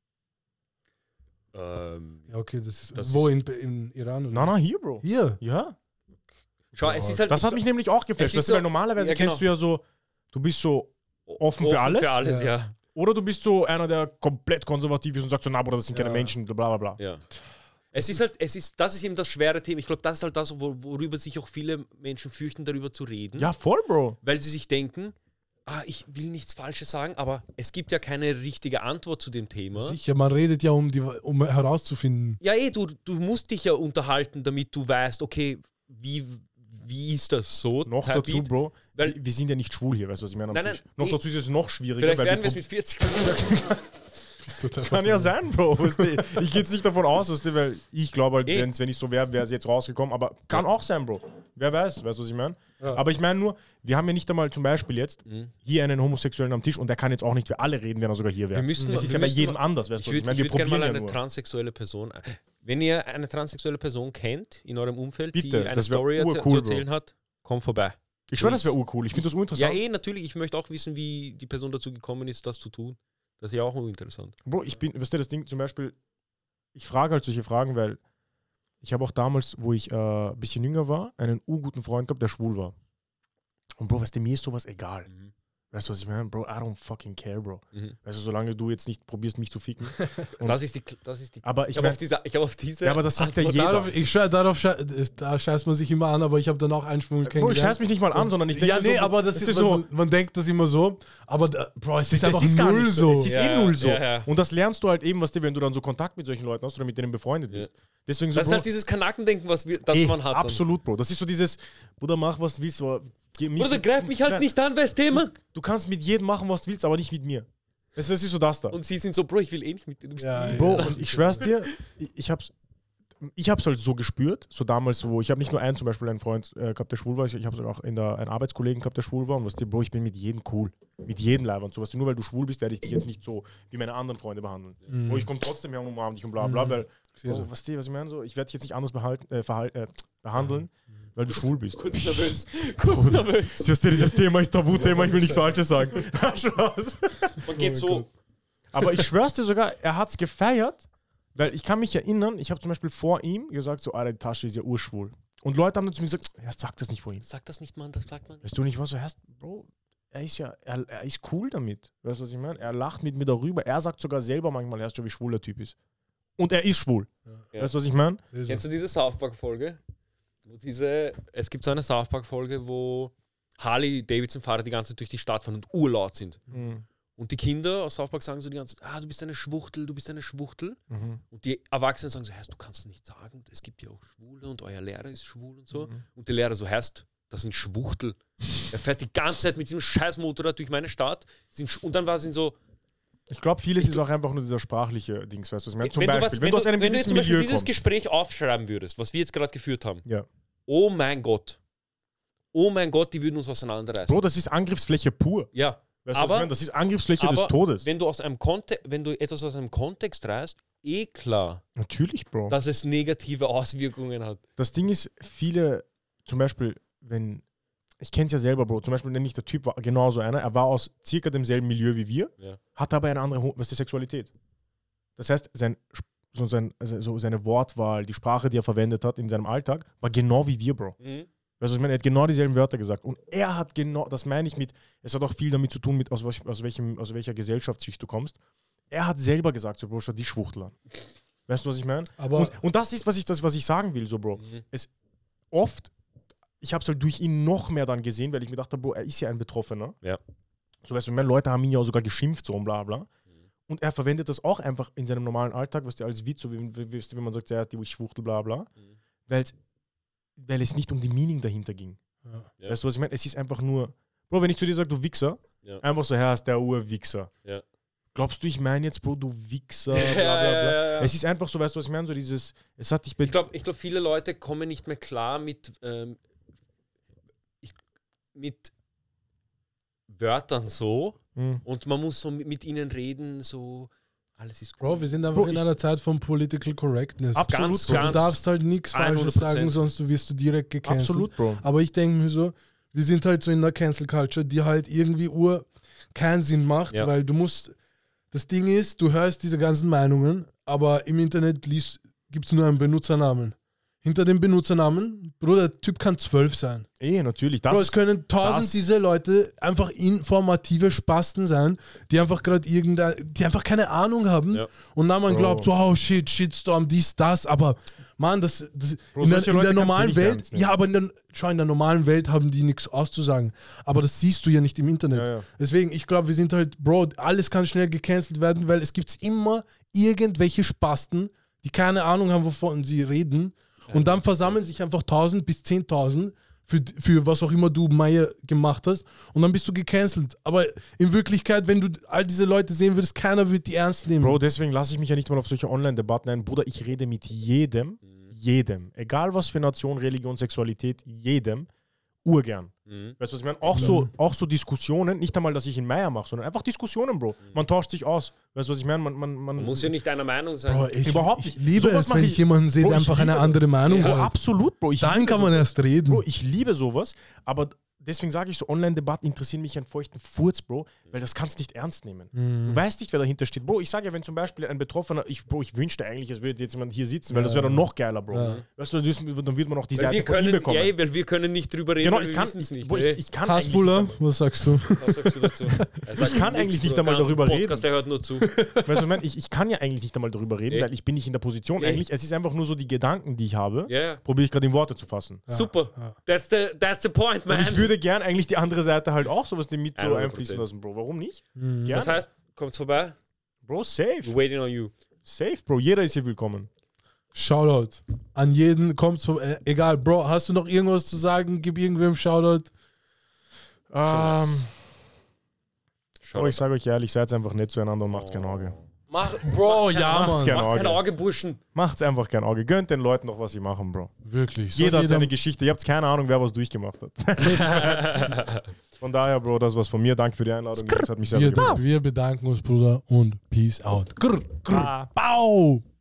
Speaker 1: Ja, okay, das ist.
Speaker 2: Das
Speaker 1: Wo? In Iran? Oder?
Speaker 3: Na, hier, Bro.
Speaker 1: Hier.
Speaker 3: Ja.
Speaker 2: Schau, es ist halt.
Speaker 3: Das hat mich nämlich auch geflasht.
Speaker 2: Es ist
Speaker 3: Weißt du, weil
Speaker 2: so-
Speaker 3: normalerweise
Speaker 2: ja, genau.
Speaker 3: kennst du ja so, du bist so offen für alles.
Speaker 2: Für alles,
Speaker 1: Ja.
Speaker 2: ja.
Speaker 3: Oder du bist so einer, der komplett konservativ ist und sagt so, na Bruder, das sind keine
Speaker 1: Ja.
Speaker 3: Menschen, bla bla bla.
Speaker 2: Ja. Es ist halt, das ist eben das schwere Thema. Ich glaube, das ist halt das, worüber sich auch viele Menschen fürchten, darüber zu reden.
Speaker 3: Ja, voll, Bro.
Speaker 2: Weil sie sich denken, ich will nichts Falsches sagen, aber es gibt ja keine richtige Antwort zu dem Thema.
Speaker 1: Sicher, man redet ja, um herauszufinden.
Speaker 2: Ja, du musst dich ja unterhalten, damit du weißt, okay, wie wie ist das so?
Speaker 3: Noch
Speaker 2: per
Speaker 3: dazu,
Speaker 2: Beat?
Speaker 3: Bro,
Speaker 2: Weil-
Speaker 3: wir sind ja nicht schwul hier, weißt du, was ich meine? am
Speaker 2: Nein,
Speaker 3: Tisch.
Speaker 2: nein,
Speaker 3: Noch
Speaker 2: eh.
Speaker 3: dazu ist es noch schwieriger,
Speaker 2: Vielleicht
Speaker 3: weil
Speaker 2: werden wir
Speaker 3: wir
Speaker 2: es mit 40.
Speaker 3: Kann ja sein, Bro. Weißt du? Ich gehe jetzt nicht davon aus, weißt du, weil ich glaube halt,
Speaker 2: Eh.
Speaker 3: wenn ich so wäre, wäre es jetzt rausgekommen. Aber kann auch sein, Bro. Wer weiß, weißt du, was ich meine? Aber ich meine nur, wir haben ja nicht einmal zum Beispiel jetzt hier einen Homosexuellen am Tisch und der kann jetzt auch nicht für alle reden, wenn er sogar hier wäre. Das ist ja bei jedem anders, weißt du, was ich meine?
Speaker 2: Ich
Speaker 3: Wir
Speaker 2: würde gerne mal
Speaker 3: probieren ja
Speaker 2: eine
Speaker 3: nur.
Speaker 2: transsexuelle Person. Wenn ihr eine transsexuelle Person kennt in eurem Umfeld,
Speaker 3: Bitte,
Speaker 2: die eine
Speaker 3: das wär
Speaker 2: Story
Speaker 3: urcool,
Speaker 2: zu
Speaker 3: Bro.
Speaker 2: erzählen hat, kommt vorbei.
Speaker 3: Ich schwöre, das wäre urcool. Ich finde das
Speaker 2: Ja,
Speaker 3: uninteressant.
Speaker 2: natürlich. Ich möchte auch wissen, wie die Person dazu gekommen ist, das zu tun. Das ist ja auch uninteressant.
Speaker 3: Bro, weißt du, das Ding zum Beispiel, ich frage halt solche Fragen, weil ich habe auch damals, wo ich ein bisschen jünger war, einen urguten Freund gehabt, der schwul war. Und Bro, weißt du, mir ist sowas egal. Weißt du, was ich meine? Bro, I don't fucking care, Bro. Weißt du, solange du jetzt nicht probierst, mich zu ficken. Und
Speaker 2: Das ist die.
Speaker 3: aber
Speaker 2: Ich
Speaker 3: ich
Speaker 2: habe
Speaker 3: meine,
Speaker 2: auf diese.
Speaker 3: ja, aber das sagt ja
Speaker 2: Antwort-
Speaker 3: jeder.
Speaker 1: Ich schwör, da scheißt man sich immer an, aber ich habe dann auch einen Schwulen
Speaker 3: Bro, ich
Speaker 1: kennengelernt.
Speaker 3: scheiß mich nicht mal an, sondern ich denke
Speaker 1: Ja, nee,
Speaker 3: so,
Speaker 1: aber das ist
Speaker 3: so.
Speaker 1: man denkt das immer so, aber Bro, es ist
Speaker 3: Das
Speaker 1: einfach
Speaker 3: ist gar
Speaker 1: null
Speaker 3: nicht
Speaker 1: so.
Speaker 3: Es ist
Speaker 2: Ja,
Speaker 3: null so.
Speaker 2: ja, ja.
Speaker 3: Und das lernst du halt eben, was wenn du dann so Kontakt mit solchen Leuten hast oder mit denen befreundet bist. Deswegen so,
Speaker 2: Das ist
Speaker 3: Bro,
Speaker 2: halt dieses Kanakendenken, das man hat.
Speaker 3: absolut, Bro. Das ist so dieses, Bruder, mach was du willst, aber
Speaker 2: Oder greif mich halt
Speaker 3: Nein.
Speaker 2: nicht an, wer ist Thema?
Speaker 3: Du kannst mit jedem machen, was du willst, aber nicht mit mir. Das ist so das da.
Speaker 2: Und sie sind so, Bro, ich will eh nicht mit dir. Du bist
Speaker 1: Ja,
Speaker 2: die-
Speaker 3: Bro, und ich schwör's dir, ich hab's halt so gespürt, so damals, wo ich habe nicht nur einen, zum Beispiel einen Freund gehabt, der schwul war, ich habe auch einen Arbeitskollegen gehabt, der schwul war und was dir, Bro, ich bin mit jedem cool, mit jedem Leib und sowas. Nur weil du schwul bist, werde ich dich jetzt nicht so wie meine anderen Freunde behandeln. Bro, ich komme trotzdem her und umarm dich und bla bla, weil, Bro, was ich meine, so, ich werde dich jetzt nicht anders behandeln, weil du schwul bist.
Speaker 2: Kurz nervös. Kurz nervös.
Speaker 3: Dieses Thema ist Tabuthema, ich will nichts Falsches sagen. Spaß.
Speaker 2: Man geht so.
Speaker 3: Aber ich schwör's dir sogar, er hat's gefeiert, weil ich kann mich erinnern, ich habe zum Beispiel vor ihm gesagt, so, Alter, die Tasche ist ja urschwul. Und Leute haben dann zu mir gesagt, ja, sag das nicht vor ihm.
Speaker 2: Sag das nicht, Mann, das sagt man nicht.
Speaker 3: Weißt du nicht, was du hast? Bro, er ist cool damit. Weißt du, was ich meine? Er lacht mit mir darüber. Er sagt sogar selber manchmal erst schon, wie schwul der Typ ist. Und er ist schwul.
Speaker 2: Ja.
Speaker 3: Weißt du, was ich meine?
Speaker 2: Kennst du diese South Park-Folge? Es gibt so eine South Park-Folge, wo Harley-Davidson-Fahrer die ganze Zeit durch die Stadt fahren und urlaut sind. Und die Kinder aus South Park sagen so die ganze Zeit, du bist eine Schwuchtel, du bist eine Schwuchtel. Und die Erwachsenen sagen so, du kannst es nicht sagen, es gibt ja auch Schwule und euer Lehrer ist schwul und so. Und der Lehrer so, das sind Schwuchtel. Er fährt die ganze Zeit mit diesem scheiß Motorrad durch meine Stadt. Und dann war es so,
Speaker 3: Ich glaube, vieles ist auch einfach nur dieser sprachliche Dings, weißt du, was ich meine? Zum
Speaker 2: wenn
Speaker 3: Beispiel, wenn du aus einem
Speaker 2: wenn du jetzt
Speaker 3: gewissen
Speaker 2: zum Beispiel
Speaker 3: Milieu
Speaker 2: dieses
Speaker 3: kommst.
Speaker 2: Gespräch aufschreiben würdest, was wir jetzt gerade geführt haben,
Speaker 3: Ja.
Speaker 2: oh mein Gott, die würden uns auseinanderreißen.
Speaker 3: Bro, das ist Angriffsfläche pur.
Speaker 2: Ja,
Speaker 3: Weißt du, was ich meine? Das ist Angriffsfläche des Todes.
Speaker 2: wenn du etwas aus einem Kontext reißt, klar,
Speaker 3: Natürlich, Bro.
Speaker 2: dass es negative Auswirkungen hat.
Speaker 3: Das Ding ist, viele, zum Beispiel, ich kenne es ja selber, Bro, zum Beispiel, nämlich der Typ war genauso einer, er war aus circa demselben Milieu wie wir,
Speaker 2: Ja.
Speaker 3: hat aber eine andere Sexualität. Das heißt, seine Wortwahl, die Sprache, die er verwendet hat in seinem Alltag, war genau wie wir, Bro. Weißt du, ich meine, er hat genau dieselben Wörter gesagt. Und er hat genau, das meine ich mit, es hat auch viel damit zu tun, aus welcher Gesellschaftsschicht du kommst. Er hat selber gesagt, so, Bro, schau die Schwuchtel an. Weißt du, was ich meine? Und das ist, was ich sagen will, so, Bro. Ich habe es halt durch ihn noch mehr dann gesehen, weil ich mir dachte, Bro, er ist ja ein Betroffener.
Speaker 2: Ja.
Speaker 3: So, weißt du, mehr Leute haben ihn ja auch sogar geschimpft, so und bla bla. Und er verwendet das auch einfach in seinem normalen Alltag, was der als Witz, so wie man sagt, ja, die Schwuchtel, bla bla. Weil es nicht um die Meaning dahinter ging.
Speaker 2: Ja.
Speaker 3: Weißt du, was ich meine? Es ist einfach nur, Bro, wenn ich zu dir sage, du Wichser,
Speaker 2: Ja.
Speaker 3: einfach so, Herr, ist der Urwichser.
Speaker 2: Ja.
Speaker 3: Glaubst du, ich meine jetzt, Bro, du Wichser, bla bla bla.
Speaker 2: Ja.
Speaker 3: Es ist einfach so, weißt du, was ich meine? So dieses, es hat dich
Speaker 2: Ich glaube, viele Leute kommen nicht mehr klar mit Wörtern so und man muss so mit ihnen reden, so alles ist gut.
Speaker 1: Bro, wir sind einfach in einer Zeit von Political Correctness.
Speaker 3: Absolut,
Speaker 1: So, du darfst halt nichts Falsches
Speaker 2: 100%.
Speaker 1: sagen, sonst wirst du direkt gecancelt.
Speaker 3: Absolut, Bro.
Speaker 1: Aber ich denke mir so, wir sind halt so in der Cancel Culture, die halt irgendwie keinen Sinn macht,
Speaker 2: Ja.
Speaker 1: weil das Ding ist, du hörst diese ganzen Meinungen, aber im Internet gibt es nur einen Benutzernamen. Hinter dem Benutzernamen, Bro, der Typ kann 12 sein.
Speaker 3: Natürlich.
Speaker 1: Bro, es können 1000 diese Leute einfach informative Spasten sein, die einfach gerade die einfach keine Ahnung haben.
Speaker 2: Ja.
Speaker 1: Und dann man
Speaker 3: Bro.
Speaker 1: glaubt, so, oh shit, Shitstorm, dies, das. Aber, Mann,
Speaker 3: Bro,
Speaker 1: in
Speaker 3: solche
Speaker 1: der
Speaker 3: Leute kannst du
Speaker 1: normalen
Speaker 3: nicht
Speaker 1: Welt,
Speaker 3: ernst nehmen.
Speaker 1: ja, aber in der normalen Welt haben die nichts auszusagen. Aber das siehst du ja nicht im Internet.
Speaker 3: Ja, ja.
Speaker 1: Deswegen, ich glaube, wir sind halt, Bro, alles kann schnell gecancelt werden, weil es gibt immer irgendwelche Spasten, die keine Ahnung haben, wovon sie reden. Und dann versammeln sich einfach 1000 bis 10.000 für was auch immer du Meier gemacht hast und dann bist du gecancelt. Aber in Wirklichkeit, wenn du all diese Leute sehen würdest, keiner wird die ernst nehmen.
Speaker 3: Bro, deswegen lasse ich mich ja nicht mal auf solche Online-Debatten ein. Bruder, ich rede mit jedem, egal was für Nation, Religion, Sexualität, jedem, urgern. Weißt du, was ich meine? Auch so Diskussionen, nicht einmal, dass ich in Meier mache, sondern einfach Diskussionen, Bro. Man tauscht sich aus. Weißt du, was ich meine? Man
Speaker 2: Muss ja nicht einer Meinung sein.
Speaker 1: Bro,
Speaker 3: Überhaupt
Speaker 1: ich
Speaker 3: nicht.
Speaker 1: liebe
Speaker 3: Sowas
Speaker 1: es,
Speaker 3: mach
Speaker 1: wenn
Speaker 3: ich-
Speaker 1: ich jemanden sehe,
Speaker 3: Bro,
Speaker 1: der
Speaker 3: ich
Speaker 1: einfach eine
Speaker 3: liebe-
Speaker 1: andere Meinung
Speaker 3: Bro,
Speaker 1: hat.
Speaker 3: absolut, Bro. Ich
Speaker 1: Dann
Speaker 3: liebe
Speaker 1: kann man
Speaker 3: sowas.
Speaker 1: erst reden.
Speaker 3: Bro, ich liebe sowas, aber deswegen sage ich so, Online-Debatten interessieren mich einen feuchten Furz, Bro, weil das kannst du nicht ernst nehmen. Du weißt nicht, wer dahinter steht. Bro, ich sage ja, wenn zum Beispiel ein Betroffener, ich wünschte eigentlich, es würde jetzt jemand hier sitzen, weil das wäre dann noch geiler, Bro. Weißt du, dann wird man auch die
Speaker 2: Weil
Speaker 3: Seite
Speaker 2: wir
Speaker 3: von ihm
Speaker 2: können,
Speaker 3: bekommen.
Speaker 2: weil wir können nicht drüber reden,
Speaker 3: Genau,
Speaker 2: weil
Speaker 3: ich
Speaker 2: wir
Speaker 3: kann,
Speaker 2: wissen es nicht.
Speaker 3: Bro,
Speaker 2: ey.
Speaker 3: ich kann eigentlich
Speaker 1: Hassbuller,
Speaker 3: nicht
Speaker 1: was sagst du?
Speaker 2: Was sagst du dazu? Er sagt
Speaker 3: kann
Speaker 2: nichts,
Speaker 3: eigentlich nicht
Speaker 2: Bruder.
Speaker 3: einmal
Speaker 2: Ganzen
Speaker 3: darüber
Speaker 2: Podcast, der hört nur zu.
Speaker 3: Weißt du, ich meine, ich kann ja eigentlich nicht einmal darüber reden,
Speaker 2: Nee.
Speaker 3: weil ich bin nicht in der Position
Speaker 2: Nee.
Speaker 3: eigentlich. Es ist einfach nur so die Gedanken, die ich habe,
Speaker 2: Ja, ja.
Speaker 3: probiere ich gerade in Worte zu fassen.
Speaker 2: Super. That's the point, man.
Speaker 3: Und ich würde gern eigentlich die andere Seite halt auch sowas mit so
Speaker 2: 100%.
Speaker 3: einfließen lassen, Bro. Warum nicht? Gerne.
Speaker 2: Das heißt, kommt's vorbei?
Speaker 3: Bro, safe.
Speaker 2: We're waiting on you.
Speaker 3: Safe, Bro. Jeder ist hier willkommen.
Speaker 1: Shoutout an jeden, kommt egal, Bro, hast du noch irgendwas zu sagen? Gib irgendwem Shoutout.
Speaker 3: Bro,
Speaker 2: Schau
Speaker 3: ich sage euch ehrlich, seid einfach nett zueinander und macht's kein Auge.
Speaker 1: Bro, ja,
Speaker 3: Macht's
Speaker 1: Mann.
Speaker 3: kein
Speaker 2: Macht kein
Speaker 3: Auge.
Speaker 2: Auge, Burschen.
Speaker 3: Macht's einfach kein Auge. Gönnt den Leuten doch, was sie machen, Bro.
Speaker 1: Wirklich. Soll
Speaker 3: Jeder hat seine Geschichte. Ihr habt keine Ahnung, wer was durchgemacht hat. Von daher, Bro, das war's von mir. Danke für die Einladung. Das hat mich sehr gefreut.
Speaker 1: wir bedanken uns, Bruder, und peace out. Grr, grr,
Speaker 3: Ah.
Speaker 1: Bau!